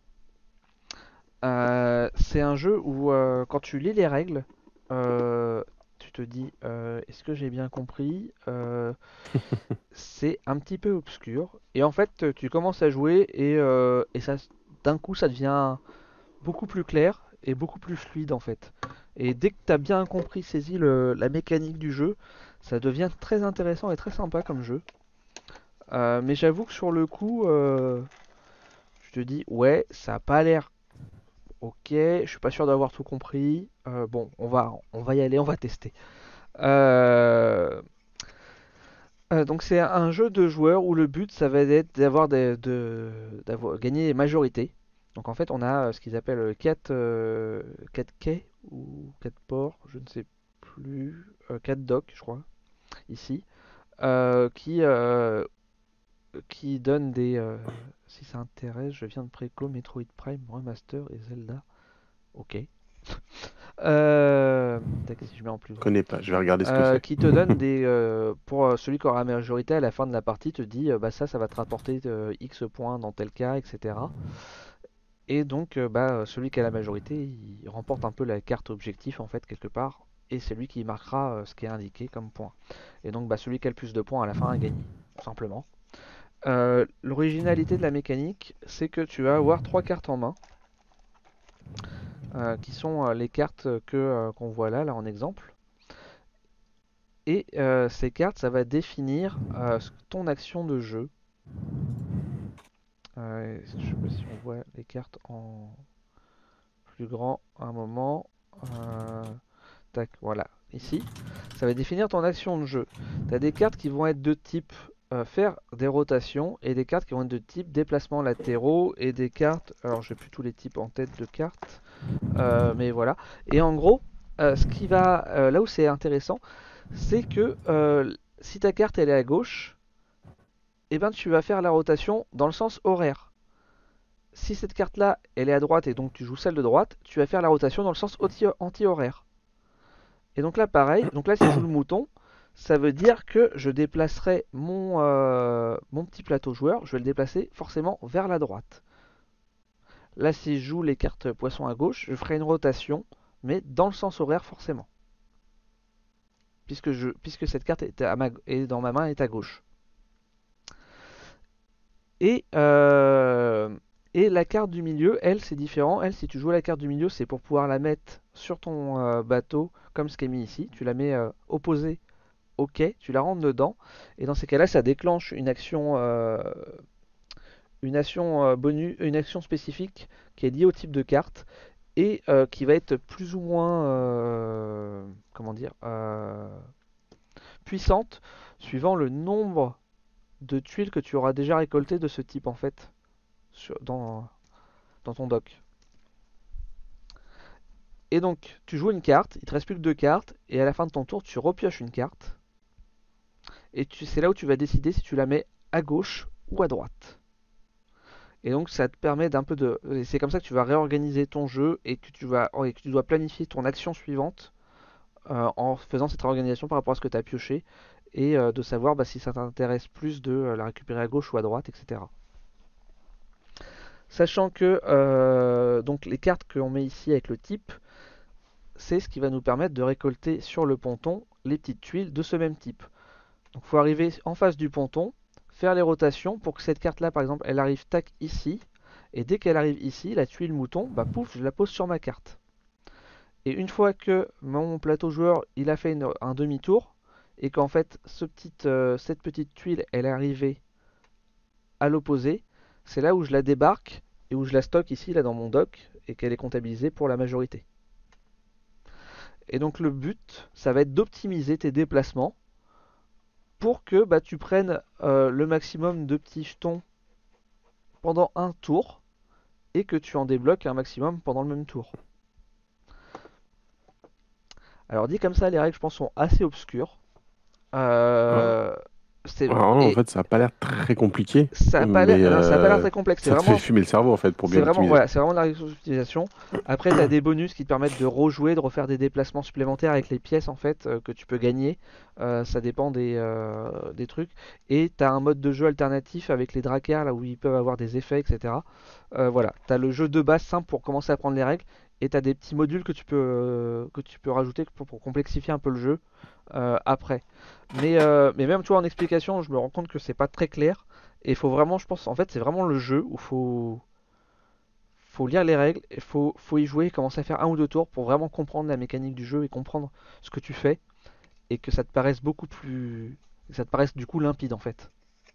Euh, c'est un jeu où euh, quand tu lis les règles, euh, tu te dis euh, est-ce que j'ai bien compris? Euh, c'est un petit peu obscur. Et en fait, tu commences à jouer et, euh, et ça, d'un coup, ça devient beaucoup plus clair et beaucoup plus fluide en fait. Et dès que tu as bien compris, saisi le- la mécanique du jeu, ça devient très intéressant et très sympa comme jeu. Euh, mais j'avoue que sur le coup, euh, je te dis ouais, ça a pas l'air ok, je suis pas sûr d'avoir tout compris. Euh, bon, on va, on va y aller, on va tester. Euh, euh, donc c'est un jeu de joueurs où le but ça va être d'avoir des, de, d'avoir gagné les majorités. Donc en fait on a euh, ce qu'ils appellent quatre euh, quatre quais ou quatre ports, je ne sais plus, euh, quatre docks je crois, ici, euh, qui, euh, qui donnent des... euh, si ça intéresse, je viens de préco Metroid Prime Remaster et Zelda. Ok. Euh, tac, si je mets en plus Je grand. connais pas, je vais regarder ce que Euh, c'est. qui te donne des... euh, pour euh, celui qui aura la majorité à la fin de la partie, te dit, euh, bah ça, ça va te rapporter euh, X points dans tel cas, et cetera. Et donc, euh, bah, celui qui a la majorité, il remporte un peu la carte objectif, en fait, quelque part. Et c'est lui qui marquera euh, ce qui est indiqué comme point. Et donc, bah, celui qui a le plus de points à la fin a gagné, tout simplement. Euh, L'originalité de la mécanique, c'est que tu vas avoir trois cartes en main, euh, qui sont euh, les cartes que euh, qu'on voit là, là en exemple. Et euh, ces cartes, ça va définir euh, ton action de jeu. Euh, je sais pas si on voit les cartes en plus grand à un moment. Euh, tac, voilà, ici. Ça va définir ton action de jeu. Tu as des cartes qui vont être de type euh, faire des rotations et des cartes qui vont être de type déplacement latéraux et des cartes. Alors, j'ai plus tous les types en tête de cartes, euh, mais voilà. Et en gros, euh, ce qui va euh, là où c'est intéressant, c'est que euh, si ta carte elle est à gauche, eh ben, tu vas faire la rotation dans le sens horaire. Si cette carte-là, elle est à droite et donc tu joues celle de droite, tu vas faire la rotation dans le sens anti-horaire. Et donc là, pareil, donc là, si je joue le mouton, ça veut dire que je déplacerai mon, euh, mon petit plateau joueur, je vais le déplacer forcément vers la droite. Là, si je joue les cartes poisson à gauche, je ferai une rotation, mais dans le sens horaire forcément. Puisque, je, puisque cette carte est, à ma, est dans ma main est à gauche. Et, euh, et la carte du milieu, elle, c'est différent. Elle, si tu joues la carte du milieu, c'est pour pouvoir la mettre sur ton euh, bateau, comme ce qui est mis ici. Tu la mets euh, opposée au quai, tu la rentres dedans. Et dans ces cas-là, ça déclenche une action, euh, une action euh, bonus, une action spécifique qui est liée au type de carte et euh, qui va être plus ou moins, euh, comment dire, euh, puissante suivant le nombre de tuiles que tu auras déjà récoltées de ce type en fait sur, dans, dans ton dock. Et donc, tu joues une carte, il te reste plus que deux cartes, et à la fin de ton tour, tu repioches une carte, et c'est là où tu vas décider si tu la mets à gauche ou à droite. Et donc, ça te permet d'un peu de. C'est comme ça que tu vas réorganiser ton jeu et que tu, vas... et que tu dois planifier ton action suivante euh, en faisant cette réorganisation par rapport à ce que tu as pioché, et euh, de savoir bah, si ça t'intéresse plus de euh, la récupérer à gauche ou à droite, et cetera. Sachant que euh, donc les cartes qu'on met ici avec le type, c'est ce qui va nous permettre de récolter sur le ponton les petites tuiles de ce même type. Donc il faut arriver en face du ponton, faire les rotations pour que cette carte-là, par exemple, elle arrive tac ici. Et dès qu'elle arrive ici, la tuile mouton, bah pouf, je la pose sur ma carte. Et une fois que mon plateau joueur, il a fait une- un demi-tour, et qu'en fait, ce petit, euh, cette petite tuile, elle est arrivée à l'opposé, c'est là où je la débarque et où je la stocke ici, là dans mon dock, et qu'elle est comptabilisée pour la majorité. Et donc le but, ça va être d'optimiser tes déplacements pour que bah, tu prennes euh, le maximum de petits jetons pendant un tour et que tu en débloques un maximum pendant le même tour. Alors dit comme ça, les règles je pense sont assez obscures. Ah. Euh, c'est Alors non, en et fait, ça a pas l'air très compliqué, ça a pas l'air, mais non, ça a pas l'air euh, très complexe. C'est ça te fait vraiment, fumer le cerveau en fait pour bien c'est vraiment, l'optimiser. voilà, c'est vraiment de la réduction d'utilisation. Après, tu as des bonus qui te permettent de rejouer, de refaire des déplacements supplémentaires avec les pièces en fait euh, que tu peux gagner. Euh, ça dépend des, euh, des trucs. Et tu as un mode de jeu alternatif avec les drakars là où ils peuvent avoir des effets, et cetera. Euh, voilà, tu as le jeu de base simple pour commencer à apprendre les règles. Et tu as des petits modules que tu peux, euh, que tu peux rajouter pour, pour complexifier un peu le jeu euh, après. Mais, euh, mais même tu vois en explication, je me rends compte que c'est pas très clair. Et il faut vraiment, je pense, en fait, c'est vraiment le jeu où faut, faut lire les règles, il faut, faut y jouer, commencer à faire un ou deux tours pour vraiment comprendre la mécanique du jeu et comprendre ce que tu fais et que ça te paraisse beaucoup plus, que ça te paraisse du coup limpide en fait.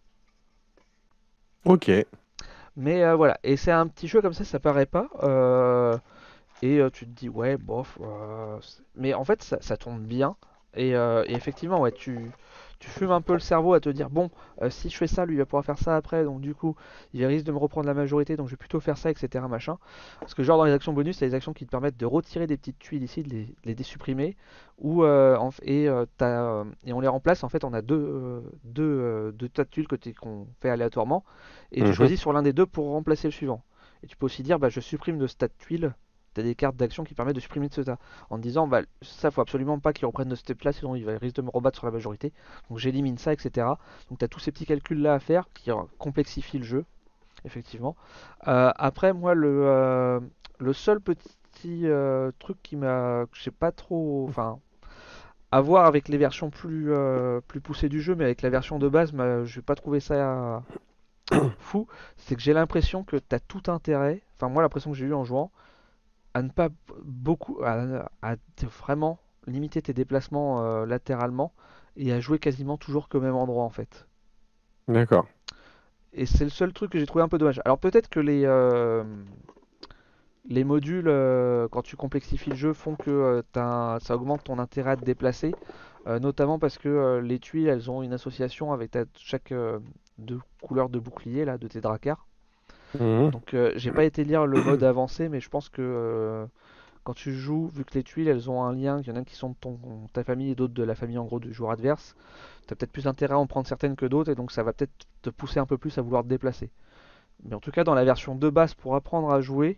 Ok, Mais euh, voilà, et c'est un petit jeu comme ça, ça paraît pas. euh, et euh, tu te dis ouais, bof. euh, c'est- mais en fait, ça, ça tourne bien. Et, euh, et effectivement, ouais, tu, tu fumes un peu le cerveau à te dire bon, euh, si je fais ça, lui il va pouvoir faire ça après, donc du coup, il risque de me reprendre la majorité, donc je vais plutôt faire ça, et cetera. Machin. Parce que genre dans les actions bonus, il y a des actions qui te permettent de retirer des petites tuiles ici, de les, de les désupprimer, ou euh, en f- et, euh, t'as, euh, et on les remplace. En fait, on a deux, euh, deux, euh, deux tas de tuiles que t'es- qu'on fait aléatoirement, et tu mhm. choisis sur l'un des deux pour remplacer le suivant. Et tu peux aussi dire bah je supprime de ce tas de tuiles. T'as des cartes d'action qui permettent de supprimer de ce tas. En te disant, bah, ça faut absolument pas qu'il reprenne de ce step là, sinon il va, il risque de me rebattre sur la majorité. Donc j'élimine ça, et cetera. Donc tu as tous ces petits calculs là à faire qui euh, complexifient le jeu, effectivement. Euh, après, moi, le, euh, le seul petit euh, truc qui m'a. Que je sais pas trop. Enfin, à voir avec les versions plus, euh, plus poussées du jeu, mais avec la version de base, je vais pas trouver ça fou. C'est que j'ai l'impression que tu as tout intérêt. Enfin, moi, l'impression que j'ai eu en jouant à ne pas beaucoup, à, à vraiment limiter tes déplacements euh, latéralement et à jouer quasiment toujours qu'au même endroit en fait. D'accord. Et c'est le seul truc que j'ai trouvé un peu dommage. Alors peut-être que les, euh, les modules, euh, quand tu complexifies le jeu, font que euh, t'as un- ça augmente ton intérêt à te déplacer, euh, notamment parce que euh, les tuiles, elles ont une association avec ta- chaque euh, deux couleurs de bouclier là, de tes dracars. Mhm. Donc euh, j'ai pas été lire le mode avancé, mais je pense que euh, quand tu joues, vu que les tuiles elles ont un lien, il y en a qui sont de ton, ta famille et d'autres de la famille en gros du joueur adverse, tu as peut-être plus intérêt à en prendre certaines que d'autres et donc ça va peut-être te pousser un peu plus à vouloir te déplacer. Mais en tout cas, dans la version de base pour apprendre à jouer,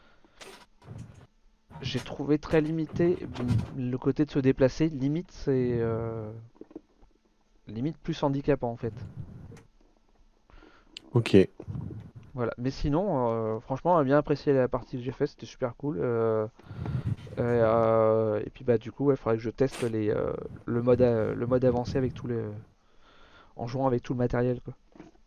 j'ai trouvé très limité le côté de se déplacer. Limite, c'est euh, limite plus handicapant en fait. Ok. Voilà. Mais sinon, euh, franchement, j'ai bien apprécié la partie que j'ai faite, c'était super cool. Euh, et, euh, et puis bah du coup, il faudrait que je teste les, euh, le mode, a- le mode avancé avec tous les, en jouant avec tout le matériel quoi.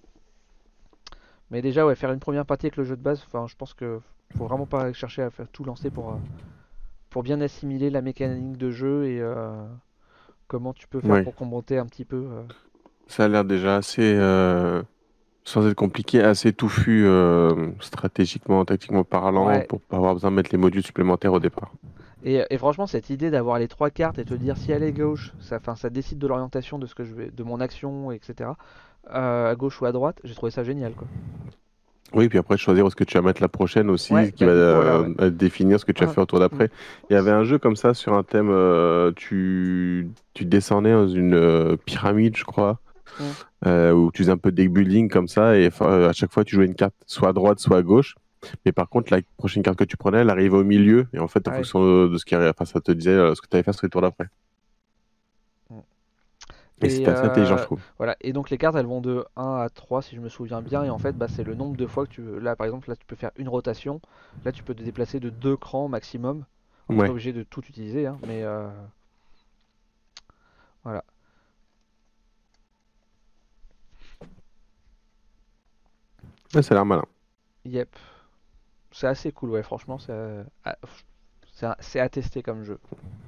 Mais déjà ouais, faire une première partie avec le jeu de base, enfin je pense que faut vraiment pas chercher à faire tout lancer pour, euh, pour bien assimiler la mécanique de jeu et euh, comment tu peux faire Ouais. pour commenter un petit peu. euh. Ça a l'air déjà assez, euh, sans être compliqué, assez touffu euh, stratégiquement, tactiquement parlant, Ouais. pour pas avoir besoin de mettre les modules supplémentaires au départ. Et, et franchement cette idée d'avoir les trois cartes et te dire si elle est gauche, ça, enfin, ça décide de l'orientation de ce que je vais, de mon action, et cetera. Euh, à gauche ou à droite, j'ai trouvé ça génial quoi. Oui, puis après, choisir où est-ce que tu vas mettre la prochaine Ouais, aussi, qui bah va du coup voilà ouais. euh, définir ce que tu vas faire au tour Mm. d'après. Il y avait un jeu comme ça sur un thème, euh, tu, tu descendais dans une euh, pyramide, je crois, Mm. euh, où tu faisais un peu de deck building comme ça, et euh, à chaque fois, tu jouais une carte soit à droite, soit à gauche. Mais par contre, la prochaine carte que tu prenais, elle arrivait au milieu, et en fait, en Ouais. fonction de, de ce qui arrivait, enfin, ça te disait euh, ce que tu allais faire sur les tours d'après. Mm. Et Et c'était assez intelligent, je euh, trouve. voilà, et donc les cartes elles vont de un à trois si je me souviens bien, et en fait bah, c'est le nombre de fois que tu veux. Là par exemple, là tu peux faire une rotation, là tu peux te déplacer de deux crans maximum. On n'est pas Ouais. obligé de tout utiliser, hein, mais euh, voilà. Ouais, ça a l'air malin. Yep. C'est assez cool, ouais, franchement, c'est euh, à, c'est à- c'est à tester comme jeu.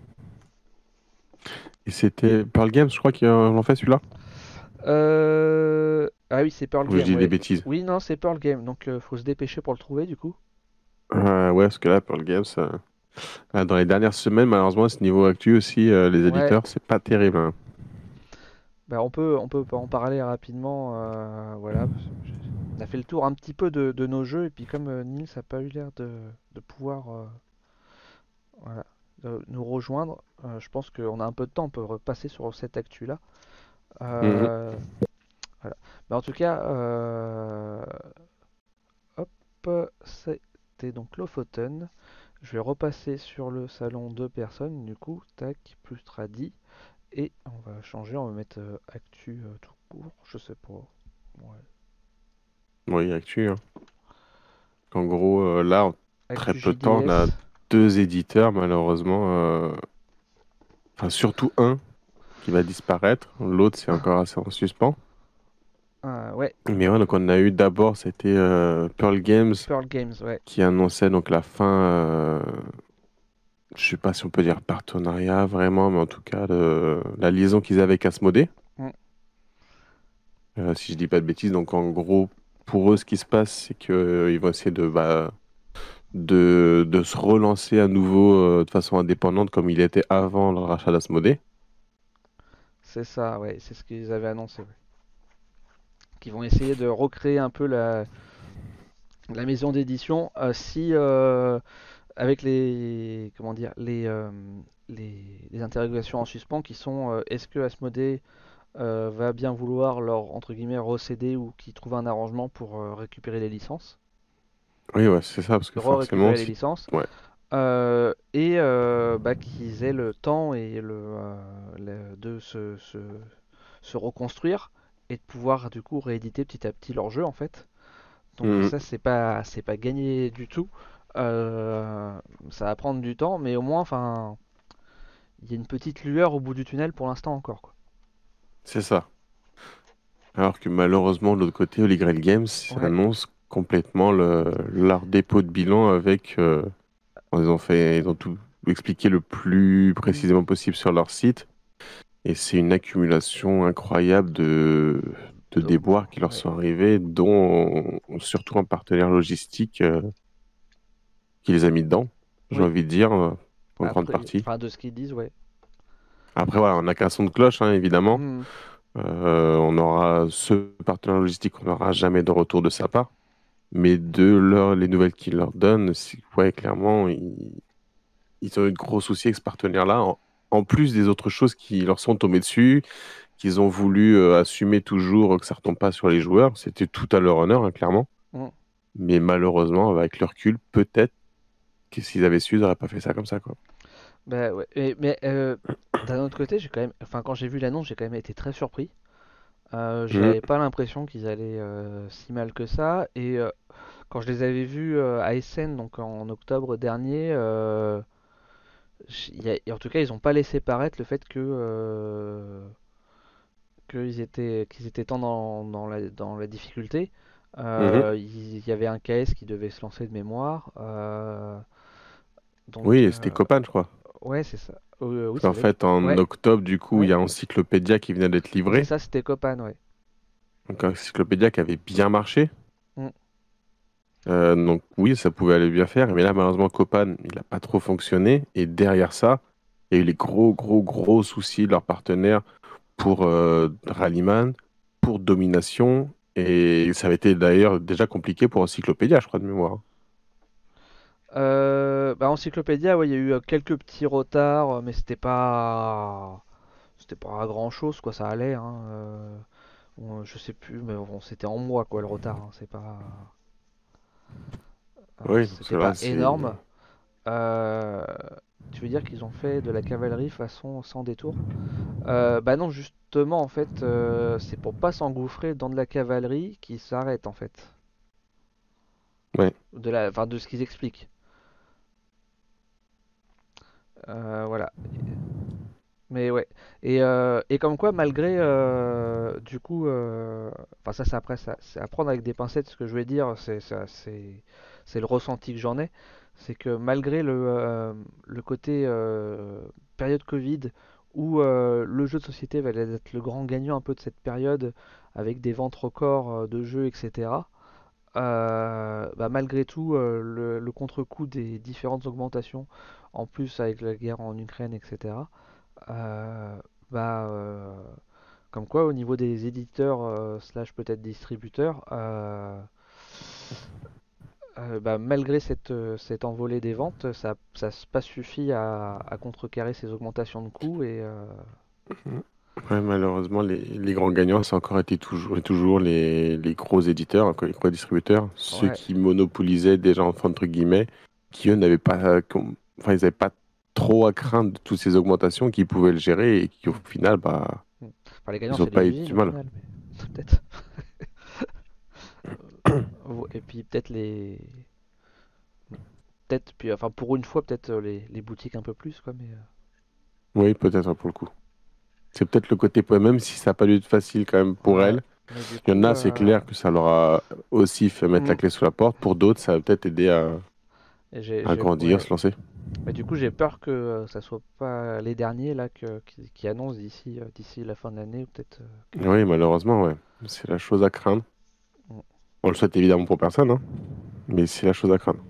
Et c'était Pearl Games, je crois qu'ils ont fait celui-là? Euh... Ah oui, c'est Pearl Ou je Game, dis des ouais. bêtises? Oui, non, c'est Pearl Game, donc euh, faut se dépêcher pour le trouver du coup. Euh, ouais, parce que là, Pearl Games, euh, ah, dans les dernières semaines, malheureusement, à ce niveau actu aussi, euh, les Ouais, éditeurs, c'est pas terrible, hein. bah on peut, on peut en parler rapidement, euh, voilà. On a fait le tour un petit peu de, de nos jeux, et puis comme euh, Nils n'a pas eu l'air de, de pouvoir euh, voilà, de nous rejoindre, euh, je pense qu'on a un peu de temps, on peut repasser sur cette actu-là. Mhm. Euh, voilà. Mais en tout cas, euh, hop, c'était donc Lofoten. Je vais repasser sur le salon de personnes, du coup, tac, plus tradi. Et on va changer, on va mettre euh, actu euh, tout court, je sais pas. Ouais. Oui, actu, hein. En gros, euh, là, en très Actu peu de temps, on a J D S. deux éditeurs, malheureusement. euh, Enfin, surtout un qui va disparaître. L'autre, c'est encore assez en suspens. Ah, ouais, Mais ouais, donc on a eu d'abord, c'était euh, Pearl Games Pearl Games, ouais. qui annonçait donc la fin, euh, je sais pas si on peut dire partenariat vraiment, mais en tout cas de, la liaison qu'ils avaient avec Asmodée. Mm. Euh, si je dis pas de bêtises, donc en gros, pour eux, ce qui se passe, c'est qu'ils vont essayer de, bah, de, de se relancer à nouveau euh, de façon indépendante comme il était avant le rachat d'Asmodée. C'est ça, ouais, c'est ce qu'ils avaient annoncé, ouais. Qui vont essayer de recréer un peu la, la maison d'édition euh, si euh, avec les comment dire les, euh, les les interrogations en suspens qui sont euh, est-ce que Asmodée euh, va bien vouloir leur entre guillemets recéder ou qui trouve un arrangement pour euh, récupérer les licences, Oui, ouais, c'est ça, parce que forcément, re-récupérer les si... licences Ouais. euh, et euh, bah, qu'ils aient le temps et le, euh, le- de se, se, se reconstruire et de pouvoir du coup rééditer petit à petit leur jeu en fait. Donc Mhm. ça c'est pas c'est pas gagné du tout. Euh, Ça va prendre du temps, mais au moins enfin il y a une petite lueur au bout du tunnel pour l'instant encore quoi. C'est ça. Alors que malheureusement, de l'autre côté, Holy Grail Games Ouais, annonce complètement le, leur dépôt de bilan avec. euh, ils ont fait, ils ont tout expliqué le plus mm, précisément possible sur leur site. Et c'est une accumulation incroyable de, de donc, déboires qui leur ouais. sont arrivés, dont surtout un partenaire logistique euh, qui les a mis dedans, j'ai Oui, envie de dire, euh, en grande après partie. enfin de ce qu'ils disent ouais. Après, voilà, on n'a qu'un son de cloche, hein, évidemment. Mm, Euh, on aura ce partenaire logistique, on n'aura jamais de retour de sa part. Mais de leur, les nouvelles qu'il leur donne, c'est- ouais, clairement, ils, ils ont eu de gros soucis avec ce partenaire-là, en, en plus des autres choses qui leur sont tombées dessus, qu'ils ont voulu euh, assumer toujours, euh, que ça retombe pas sur les joueurs. C'était tout à leur honneur, hein, clairement. mm. Mais malheureusement, avec le recul, peut-être que s'ils avaient su, ils n'auraient pas fait ça comme ça, quoi. Bah ouais, et- mais euh, d'un autre côté, j'ai quand même, enfin quand j'ai vu l'annonce, j'ai quand même été très surpris. Euh, Mhm. j'avais pas l'impression qu'ils allaient euh, si mal que ça. Et euh, quand je les avais vus euh, à Essen, donc en octobre dernier, euh, j- y a- et en tout cas, ils ont pas laissé paraître le fait que euh, qu'ils étaient qu'ils étaient tant dans, dans la dans la difficulté. Mhm. Euh, Il y, y avait un K S qui devait se lancer de mémoire. Euh, donc Oui, c'était euh, Copan, je crois. ouais, c'est ça. Euh, oui, Parce ça qu'en doit être. fait, en Ouais, octobre, du coup, il y ouais, a Encyclopédia qui venait d'être c'est livré. ça, c'était Copan, ouais. Donc, Encyclopédia qui avait bien marché. Mm. Euh, donc, oui, ça pouvait aller bien faire. Mais là, malheureusement, Copan, il n'a pas trop fonctionné. Et derrière ça, il y a eu les gros, gros, gros soucis de leurs partenaires pour euh, Rallyman, pour Domination. Et ça avait été d'ailleurs déjà compliqué pour Encyclopédia, je crois, de mémoire. Euh, bah, Encyclopédia, ouais, il y a eu euh, quelques petits retards, euh, mais c'était pas, c'était pas grand chose, quoi, ça allait, hein. Euh, on- je sais plus, mais bon, c'était en mois, quoi, le retard, hein, c'est pas, euh, Oui, parce que c'était là, pas c'est. énorme. Euh, Tu veux dire qu'ils ont fait de la cavalerie façon sans détour? Euh, bah non, justement, en fait, euh, c'est pour pas s'engouffrer dans de la cavalerie qu'ils s'arrêtent, en fait, Ouais. de la, enfin, de ce qu'ils expliquent. Euh, voilà. Mais ouais. Et, euh, et comme quoi, malgré euh, du coup, euh, enfin ça c'est après, ça, c'est à prendre avec des pincettes. Ce que je vais dire, c'est ça, c'est c'est le ressenti que j'en ai, c'est que malgré le euh, le côté euh, période Covid où euh, le jeu de société va être le grand gagnant un peu de cette période avec des ventes records euh, de jeux, et cetera. Euh, bah, malgré tout, euh, le, le contre-coup des différentes augmentations, en plus avec la guerre en Ukraine, et cetera. euh, bah, euh, Comme quoi, au niveau des éditeurs euh, slash peut-être distributeurs, euh, euh, bah, malgré cette, euh, cette envolée des ventes, ça n'a pas suffi à, à contrecarrer ces augmentations de coûts et euh, Ouais, malheureusement, les, les grands gagnants, ça a encore été toujours et toujours les, les gros éditeurs, encore les gros distributeurs, ceux ouais, qui monopolisaient déjà, enfin, entre guillemets, qui eux n'avaient pas, com- enfin, ils n'avaient pas trop à craindre de toutes ces augmentations, qui pouvaient le gérer et qui, au mm, final, bah, mm. Enfin, les gagnants ils n'ont c'est pas les eu usines du au mal. final, mais peut-être. Euh, Et puis peut-être les, peut-être puis enfin pour une fois peut-être euh, les, les boutiques un peu plus quoi, mais euh, Oui, peut-être pour le coup. C'est peut-être le côté, même si ça n'a pas dû être facile quand même pour ouais. elles. Mais du Il y en coup, a, c'est euh, clair que ça leur a aussi fait mettre la mm, clé sous la porte. Pour d'autres, ça a peut-être aidé à, et j'ai, à j'ai- grandir, ouais. se lancer. Mais du coup, j'ai peur que euh, ça soit pas les derniers là que, qui, qui annoncent d'ici euh, d'ici la fin de l'année ou peut-être euh, que. Oui, malheureusement, ouais. C'est la chose à craindre. Mm. On le souhaite évidemment pour personne, hein, mais c'est la chose à craindre.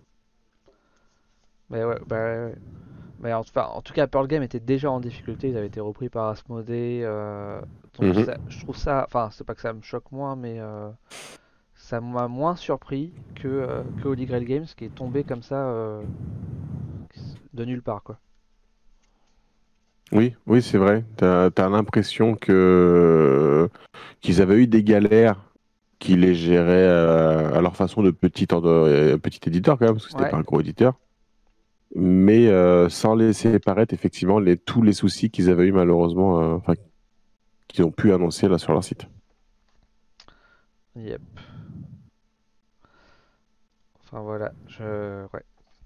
Mais ouais, bah, ouais, ouais. Mais en, enfin, en tout cas, Pearl Game était déjà en difficulté. Ils avaient été repris par Asmodee. euh, donc Mhm. ça, je trouve ça. Enfin, c'est pas que ça me choque moins, mais euh, ça m'a moins surpris que, euh, que Holy Grail Games qui est tombé comme ça euh, de nulle part, quoi. Oui, oui, c'est vrai. T'as, t'as l'impression que qu'ils avaient eu des galères, qu'ils les géraient euh, à leur façon de petit, en- euh, petit éditeur quand même, parce que c'était Ouais, pas un gros éditeur, mais euh, sans laisser paraître effectivement les, tous les soucis qu'ils avaient eu malheureusement, euh, enfin, qu'ils ont pu annoncer là sur leur site. yep. Enfin voilà, je. Ouais.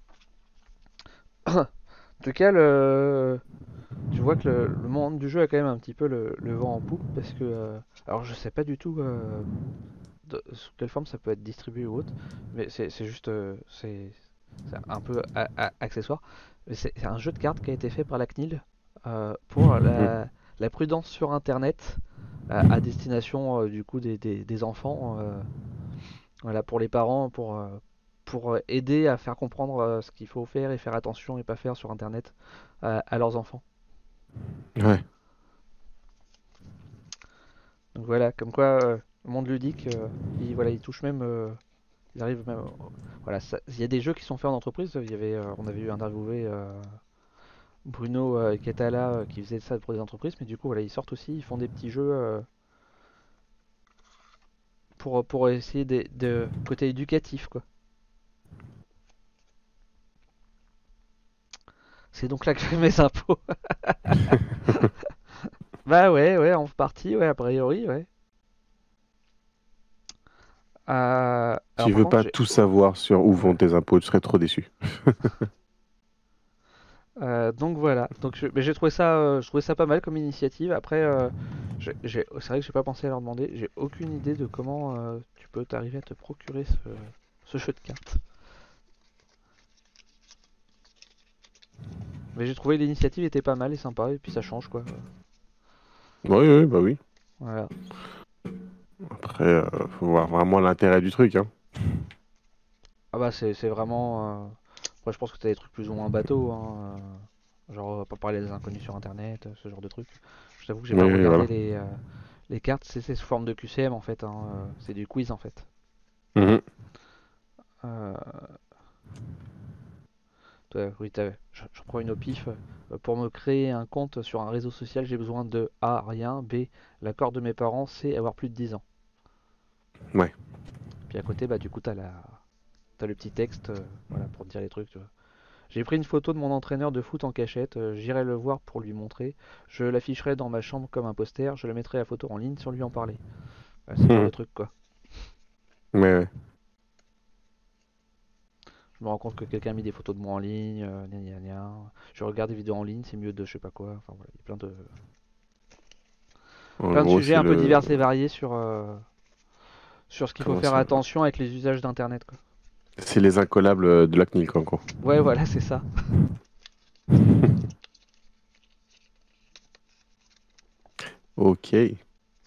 En tout cas, le, tu vois que le, le monde du jeu a quand même un petit peu le, le vent en poupe parce que. euh, alors, je sais pas du tout euh, de- sous quelle forme ça peut être distribué ou autre, mais c'est c'est juste. euh, c'est c'est un peu a- a- accessoire. Mais c'est c'est un jeu de cartes qui a été fait par la C N I L euh, pour Mhm. la, la prudence sur Internet à, à destination euh, du coup des, des, des enfants. euh, Voilà, pour les parents, pour, euh, pour euh, aider à faire comprendre euh, ce qu'il faut faire et faire attention et pas faire sur Internet euh, à leurs enfants. Ouais. Donc voilà, comme quoi euh, le monde ludique, euh, il, voilà, il touche même, euh, il arrive même, voilà, ça- il y a des jeux qui sont faits en entreprise. Il y avait, euh, on avait eu interviewé euh, Bruno euh, Catala euh, qui faisait ça pour des entreprises, mais du coup voilà, ils sortent aussi, ils font des petits jeux euh, pour pour essayer de, de côté éducatif quoi. C'est donc là que je fais mes impôts. Bah ouais, ouais, en partie, ouais, a priori, ouais. Euh, alors Tu par veux contre, pas j'ai. tout savoir sur où Ouais. vont tes impôts, tu serais trop déçu. Euh, donc voilà. Donc je- mais j'ai trouvé ça, euh, je trouvais ça pas mal comme initiative. Après, euh, j'ai- j'ai- c'est vrai que j'ai pas pensé à leur demander. J'ai aucune idée de comment euh, tu peux t'arriver à te procurer ce, ce jeu de cartes. Mais j'ai trouvé l'initiative était pas mal et sympa et puis ça change quoi. Oui, oui, bah oui. Voilà. Après, euh, faut voir vraiment l'intérêt du truc, hein. Ah bah c'est c'est vraiment. euh, Après je pense que t'as des trucs plus ou moins bateaux, hein, euh, genre pas parler des inconnus sur internet, ce genre de trucs. Je t'avoue que j'ai Oui, pas oui, regardé voilà. les euh, les cartes. C'est c'est sous forme de Q C M en fait, hein, euh, c'est du quiz en fait. Mhm. Euh, toi, oui, t'as- je, je prends une au pif. Euh, Pour me créer un compte sur un réseau social, j'ai besoin de A, rien, B, l'accord de mes parents, C, avoir plus de dix ans. Ouais. Puis à côté, bah du coup, t'as la, t'as le petit texte, euh, voilà, pour te dire les trucs, tu vois. J'ai pris une photo de mon entraîneur de foot en cachette, euh, j'irai le voir pour lui montrer. Je l'afficherai dans ma chambre comme un poster, je le mettrai la photo en ligne sans lui en parler. Voilà, c'est le genre de Mhm. truc, quoi. Ouais, ouais. Je me rends compte que quelqu'un a mis des photos de moi en ligne, euh, gna gna gna. Je regarde des vidéos en ligne, c'est mieux de je sais pas quoi. Enfin voilà, il y a plein de, En Plein de gros, sujets c'est un peu le. divers et variés sur, euh, sur ce qu'il faut Comment faire ça? attention avec les usages d'Internet, quoi. C'est les incollables euh, de la C N I L, quoi, en gros. Ouais, voilà, c'est ça. Ok.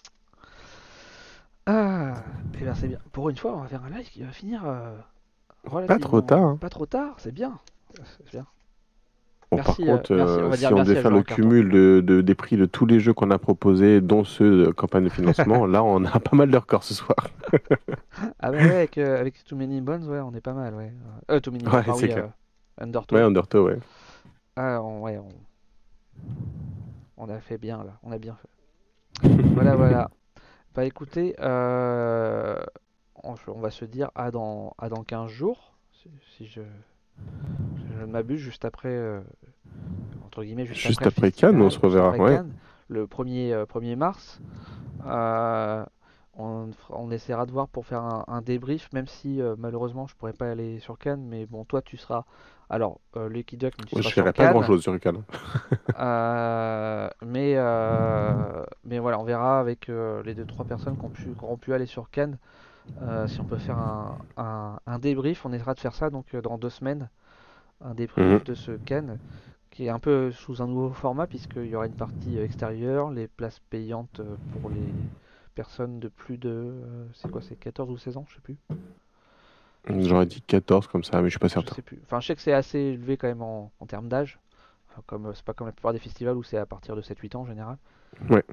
Ah, et bien c'est bien. Pour une fois, on va faire un live qui va finir euh, Pas trop tard, relativement hein. pas trop tard, c'est bien. C'est bien. Bon, par Merci, euh, contre, merci. On euh, va si dire on merci devait à faire Joueur le en carton. cumul de, de- des prix de tous les jeux qu'on a proposés, dont ceux de campagne de financement, là, on a pas mal de records ce soir. Ah bah ouais, avec, euh, avec Too Many Bones, ouais, on est pas mal, ouais. Euh, Too Many Bones, Ouais, enfin c'est oui, clair. euh, Ouais, Undertow. Undertow, ouais. Ah, on- ouais, on, on a fait bien là, on a bien fait. Voilà, voilà. Bah écoutez, euh, on, on va se dire à dans, à dans quinze jours, si, si je, si je ne m'abuse, juste après, euh, entre guillemets, juste après Juste le après Cannes, on festival, se juste reverra. après Ouais. Cannes, le premier, euh, premier mars. Euh, on, fera- on essaiera de voir pour faire un, un débrief, même si euh, malheureusement je pourrais pas aller sur Cannes, mais bon, toi tu seras. Alors, euh, Lucky Duck, mais tu Moi, seras je sur ferais pas Cannes. grand-chose sur Cannes. Euh, mais, euh, mais voilà, on verra avec euh, les deux trois personnes qui ont pu, qui auront pu aller sur Cannes, euh, si on peut faire un, un- un débrief. On essaiera de faire ça donc euh, dans deux semaines, un Mhm. débrief de ce Cannes qui est un peu sous un nouveau format puisqu'il y aura une partie euh, extérieure, les places payantes euh, pour les personnes de plus de, euh, c'est quoi, c'est quatorze ou seize ans, je sais plus. Je sais J'aurais plus. dit quatorze comme ça, mais je suis pas Je certain. sais plus. Enfin, je sais que c'est assez élevé quand même en, en termes d'âge. Enfin, comme euh, c'est pas comme la plupart des festivals où c'est à partir de sept huit ans en général. Ouais.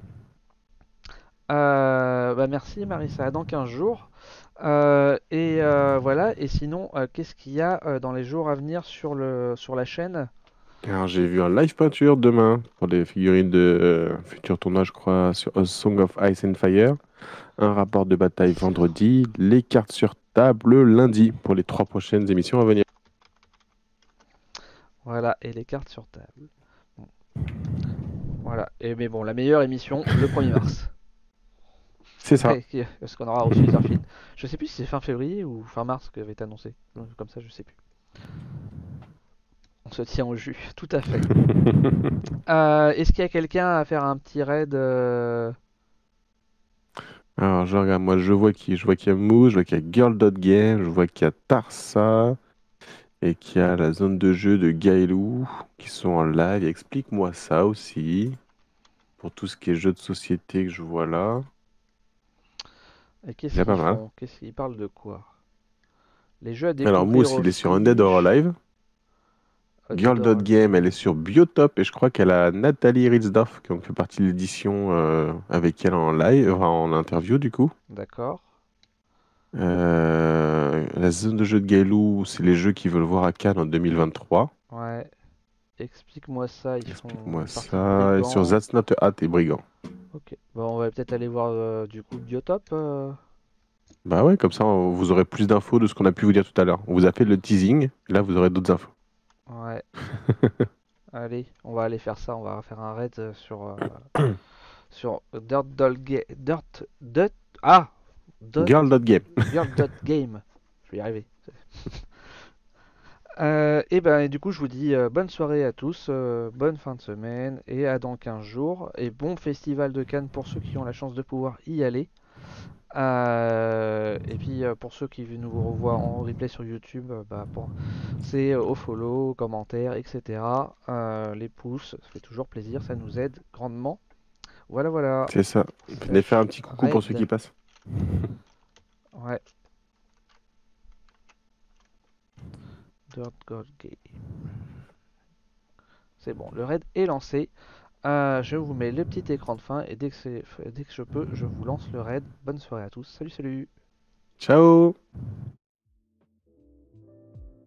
Euh, bah merci Marissa, dans quinze jours. Euh, et euh, voilà, et sinon, euh, qu'est-ce qu'il y a euh, dans les jours à venir sur le, sur la chaîne? Alors, j'ai vu un live peinture demain pour des figurines de euh, futur tournoi, je crois, sur A Song of Ice and Fire. Un rapport de bataille vendredi. Les cartes sur table lundi pour les trois prochaines émissions à venir. Voilà, et les cartes sur table. Bon, voilà, et mais bon, la meilleure émission, le premier mars. C'est ça. Ouais, parce qu'on aura reçu les Zerfield. Je sais plus si c'est fin février ou fin mars qui avait été annoncé. Comme ça, je sais plus. On se tient au jus, tout à fait. Euh, Est-ce qu'il y a quelqu'un à faire un petit raid euh, Alors, je regarde, moi, je vois qui? Je vois qu'il y a Moose, je vois qu'il y a Girl Dot Game, je vois qu'il y a Tarsa et qu'il y a la zone de jeu de Gailou qui sont en live. Explique-moi ça aussi. Pour tout ce qui est jeux de société que je vois là. et qu'est-ce Déjà pas qu'ils mal. font? Qu'est-ce qu'ils parlent de quoi? Les jeux à Alors, découvrir Moose, il est sur Undead or aussi. Alive. Girl Dot Outdoor. Game, elle est sur Biotop et je crois qu'elle a Nathalie Ritzdorf qui en fait partie de l'édition euh, avec elle en live, enfin, en interview du coup. D'accord. Euh, la zone de jeu de Gailou, c'est les jeux qu'ils veulent voir à Cannes en deux mille vingt-trois. Ouais. Explique-moi ça. Ils font Explique-moi une partie de ça. Et sur brigands. That's Not a Hat et Brigand. Ok. Bon, on va peut-être aller voir euh, du coup Biotop. euh. Bah ouais, comme ça on- vous aurez plus d'infos de ce qu'on a pu vous dire tout à l'heure. On vous a fait le teasing, et là vous aurez d'autres infos. Ouais. Allez, on va aller faire ça. On va faire un raid euh, sur euh, sur Dirt Doll Ga- Dirt Dot ah Dot Girl Dot Game. Girl Dot Game. Je vais y arriver. Euh, et ben et du coup je vous dis euh, bonne soirée à tous, euh, bonne fin de semaine et à dans quinze jours et bon festival de Cannes pour ceux qui ont la chance de pouvoir y aller. Euh, et puis euh, pour ceux qui nous revoient en replay sur YouTube, euh, bah, pour- c'est euh, au follow, commentaires, et cetera. Euh, les pouces, ça fait toujours plaisir, ça nous aide grandement. Voilà, voilà. C'est ça. Venez faire un Slash petit coucou pour ceux raid. qui passent. Ouais, Dirt God Game. C'est bon, le raid est lancé. Euh, je vous mets le petit écran de fin et dès que, c'est- dès que je peux, je vous lance le raid. Bonne soirée à tous. Salut, salut. Ciao!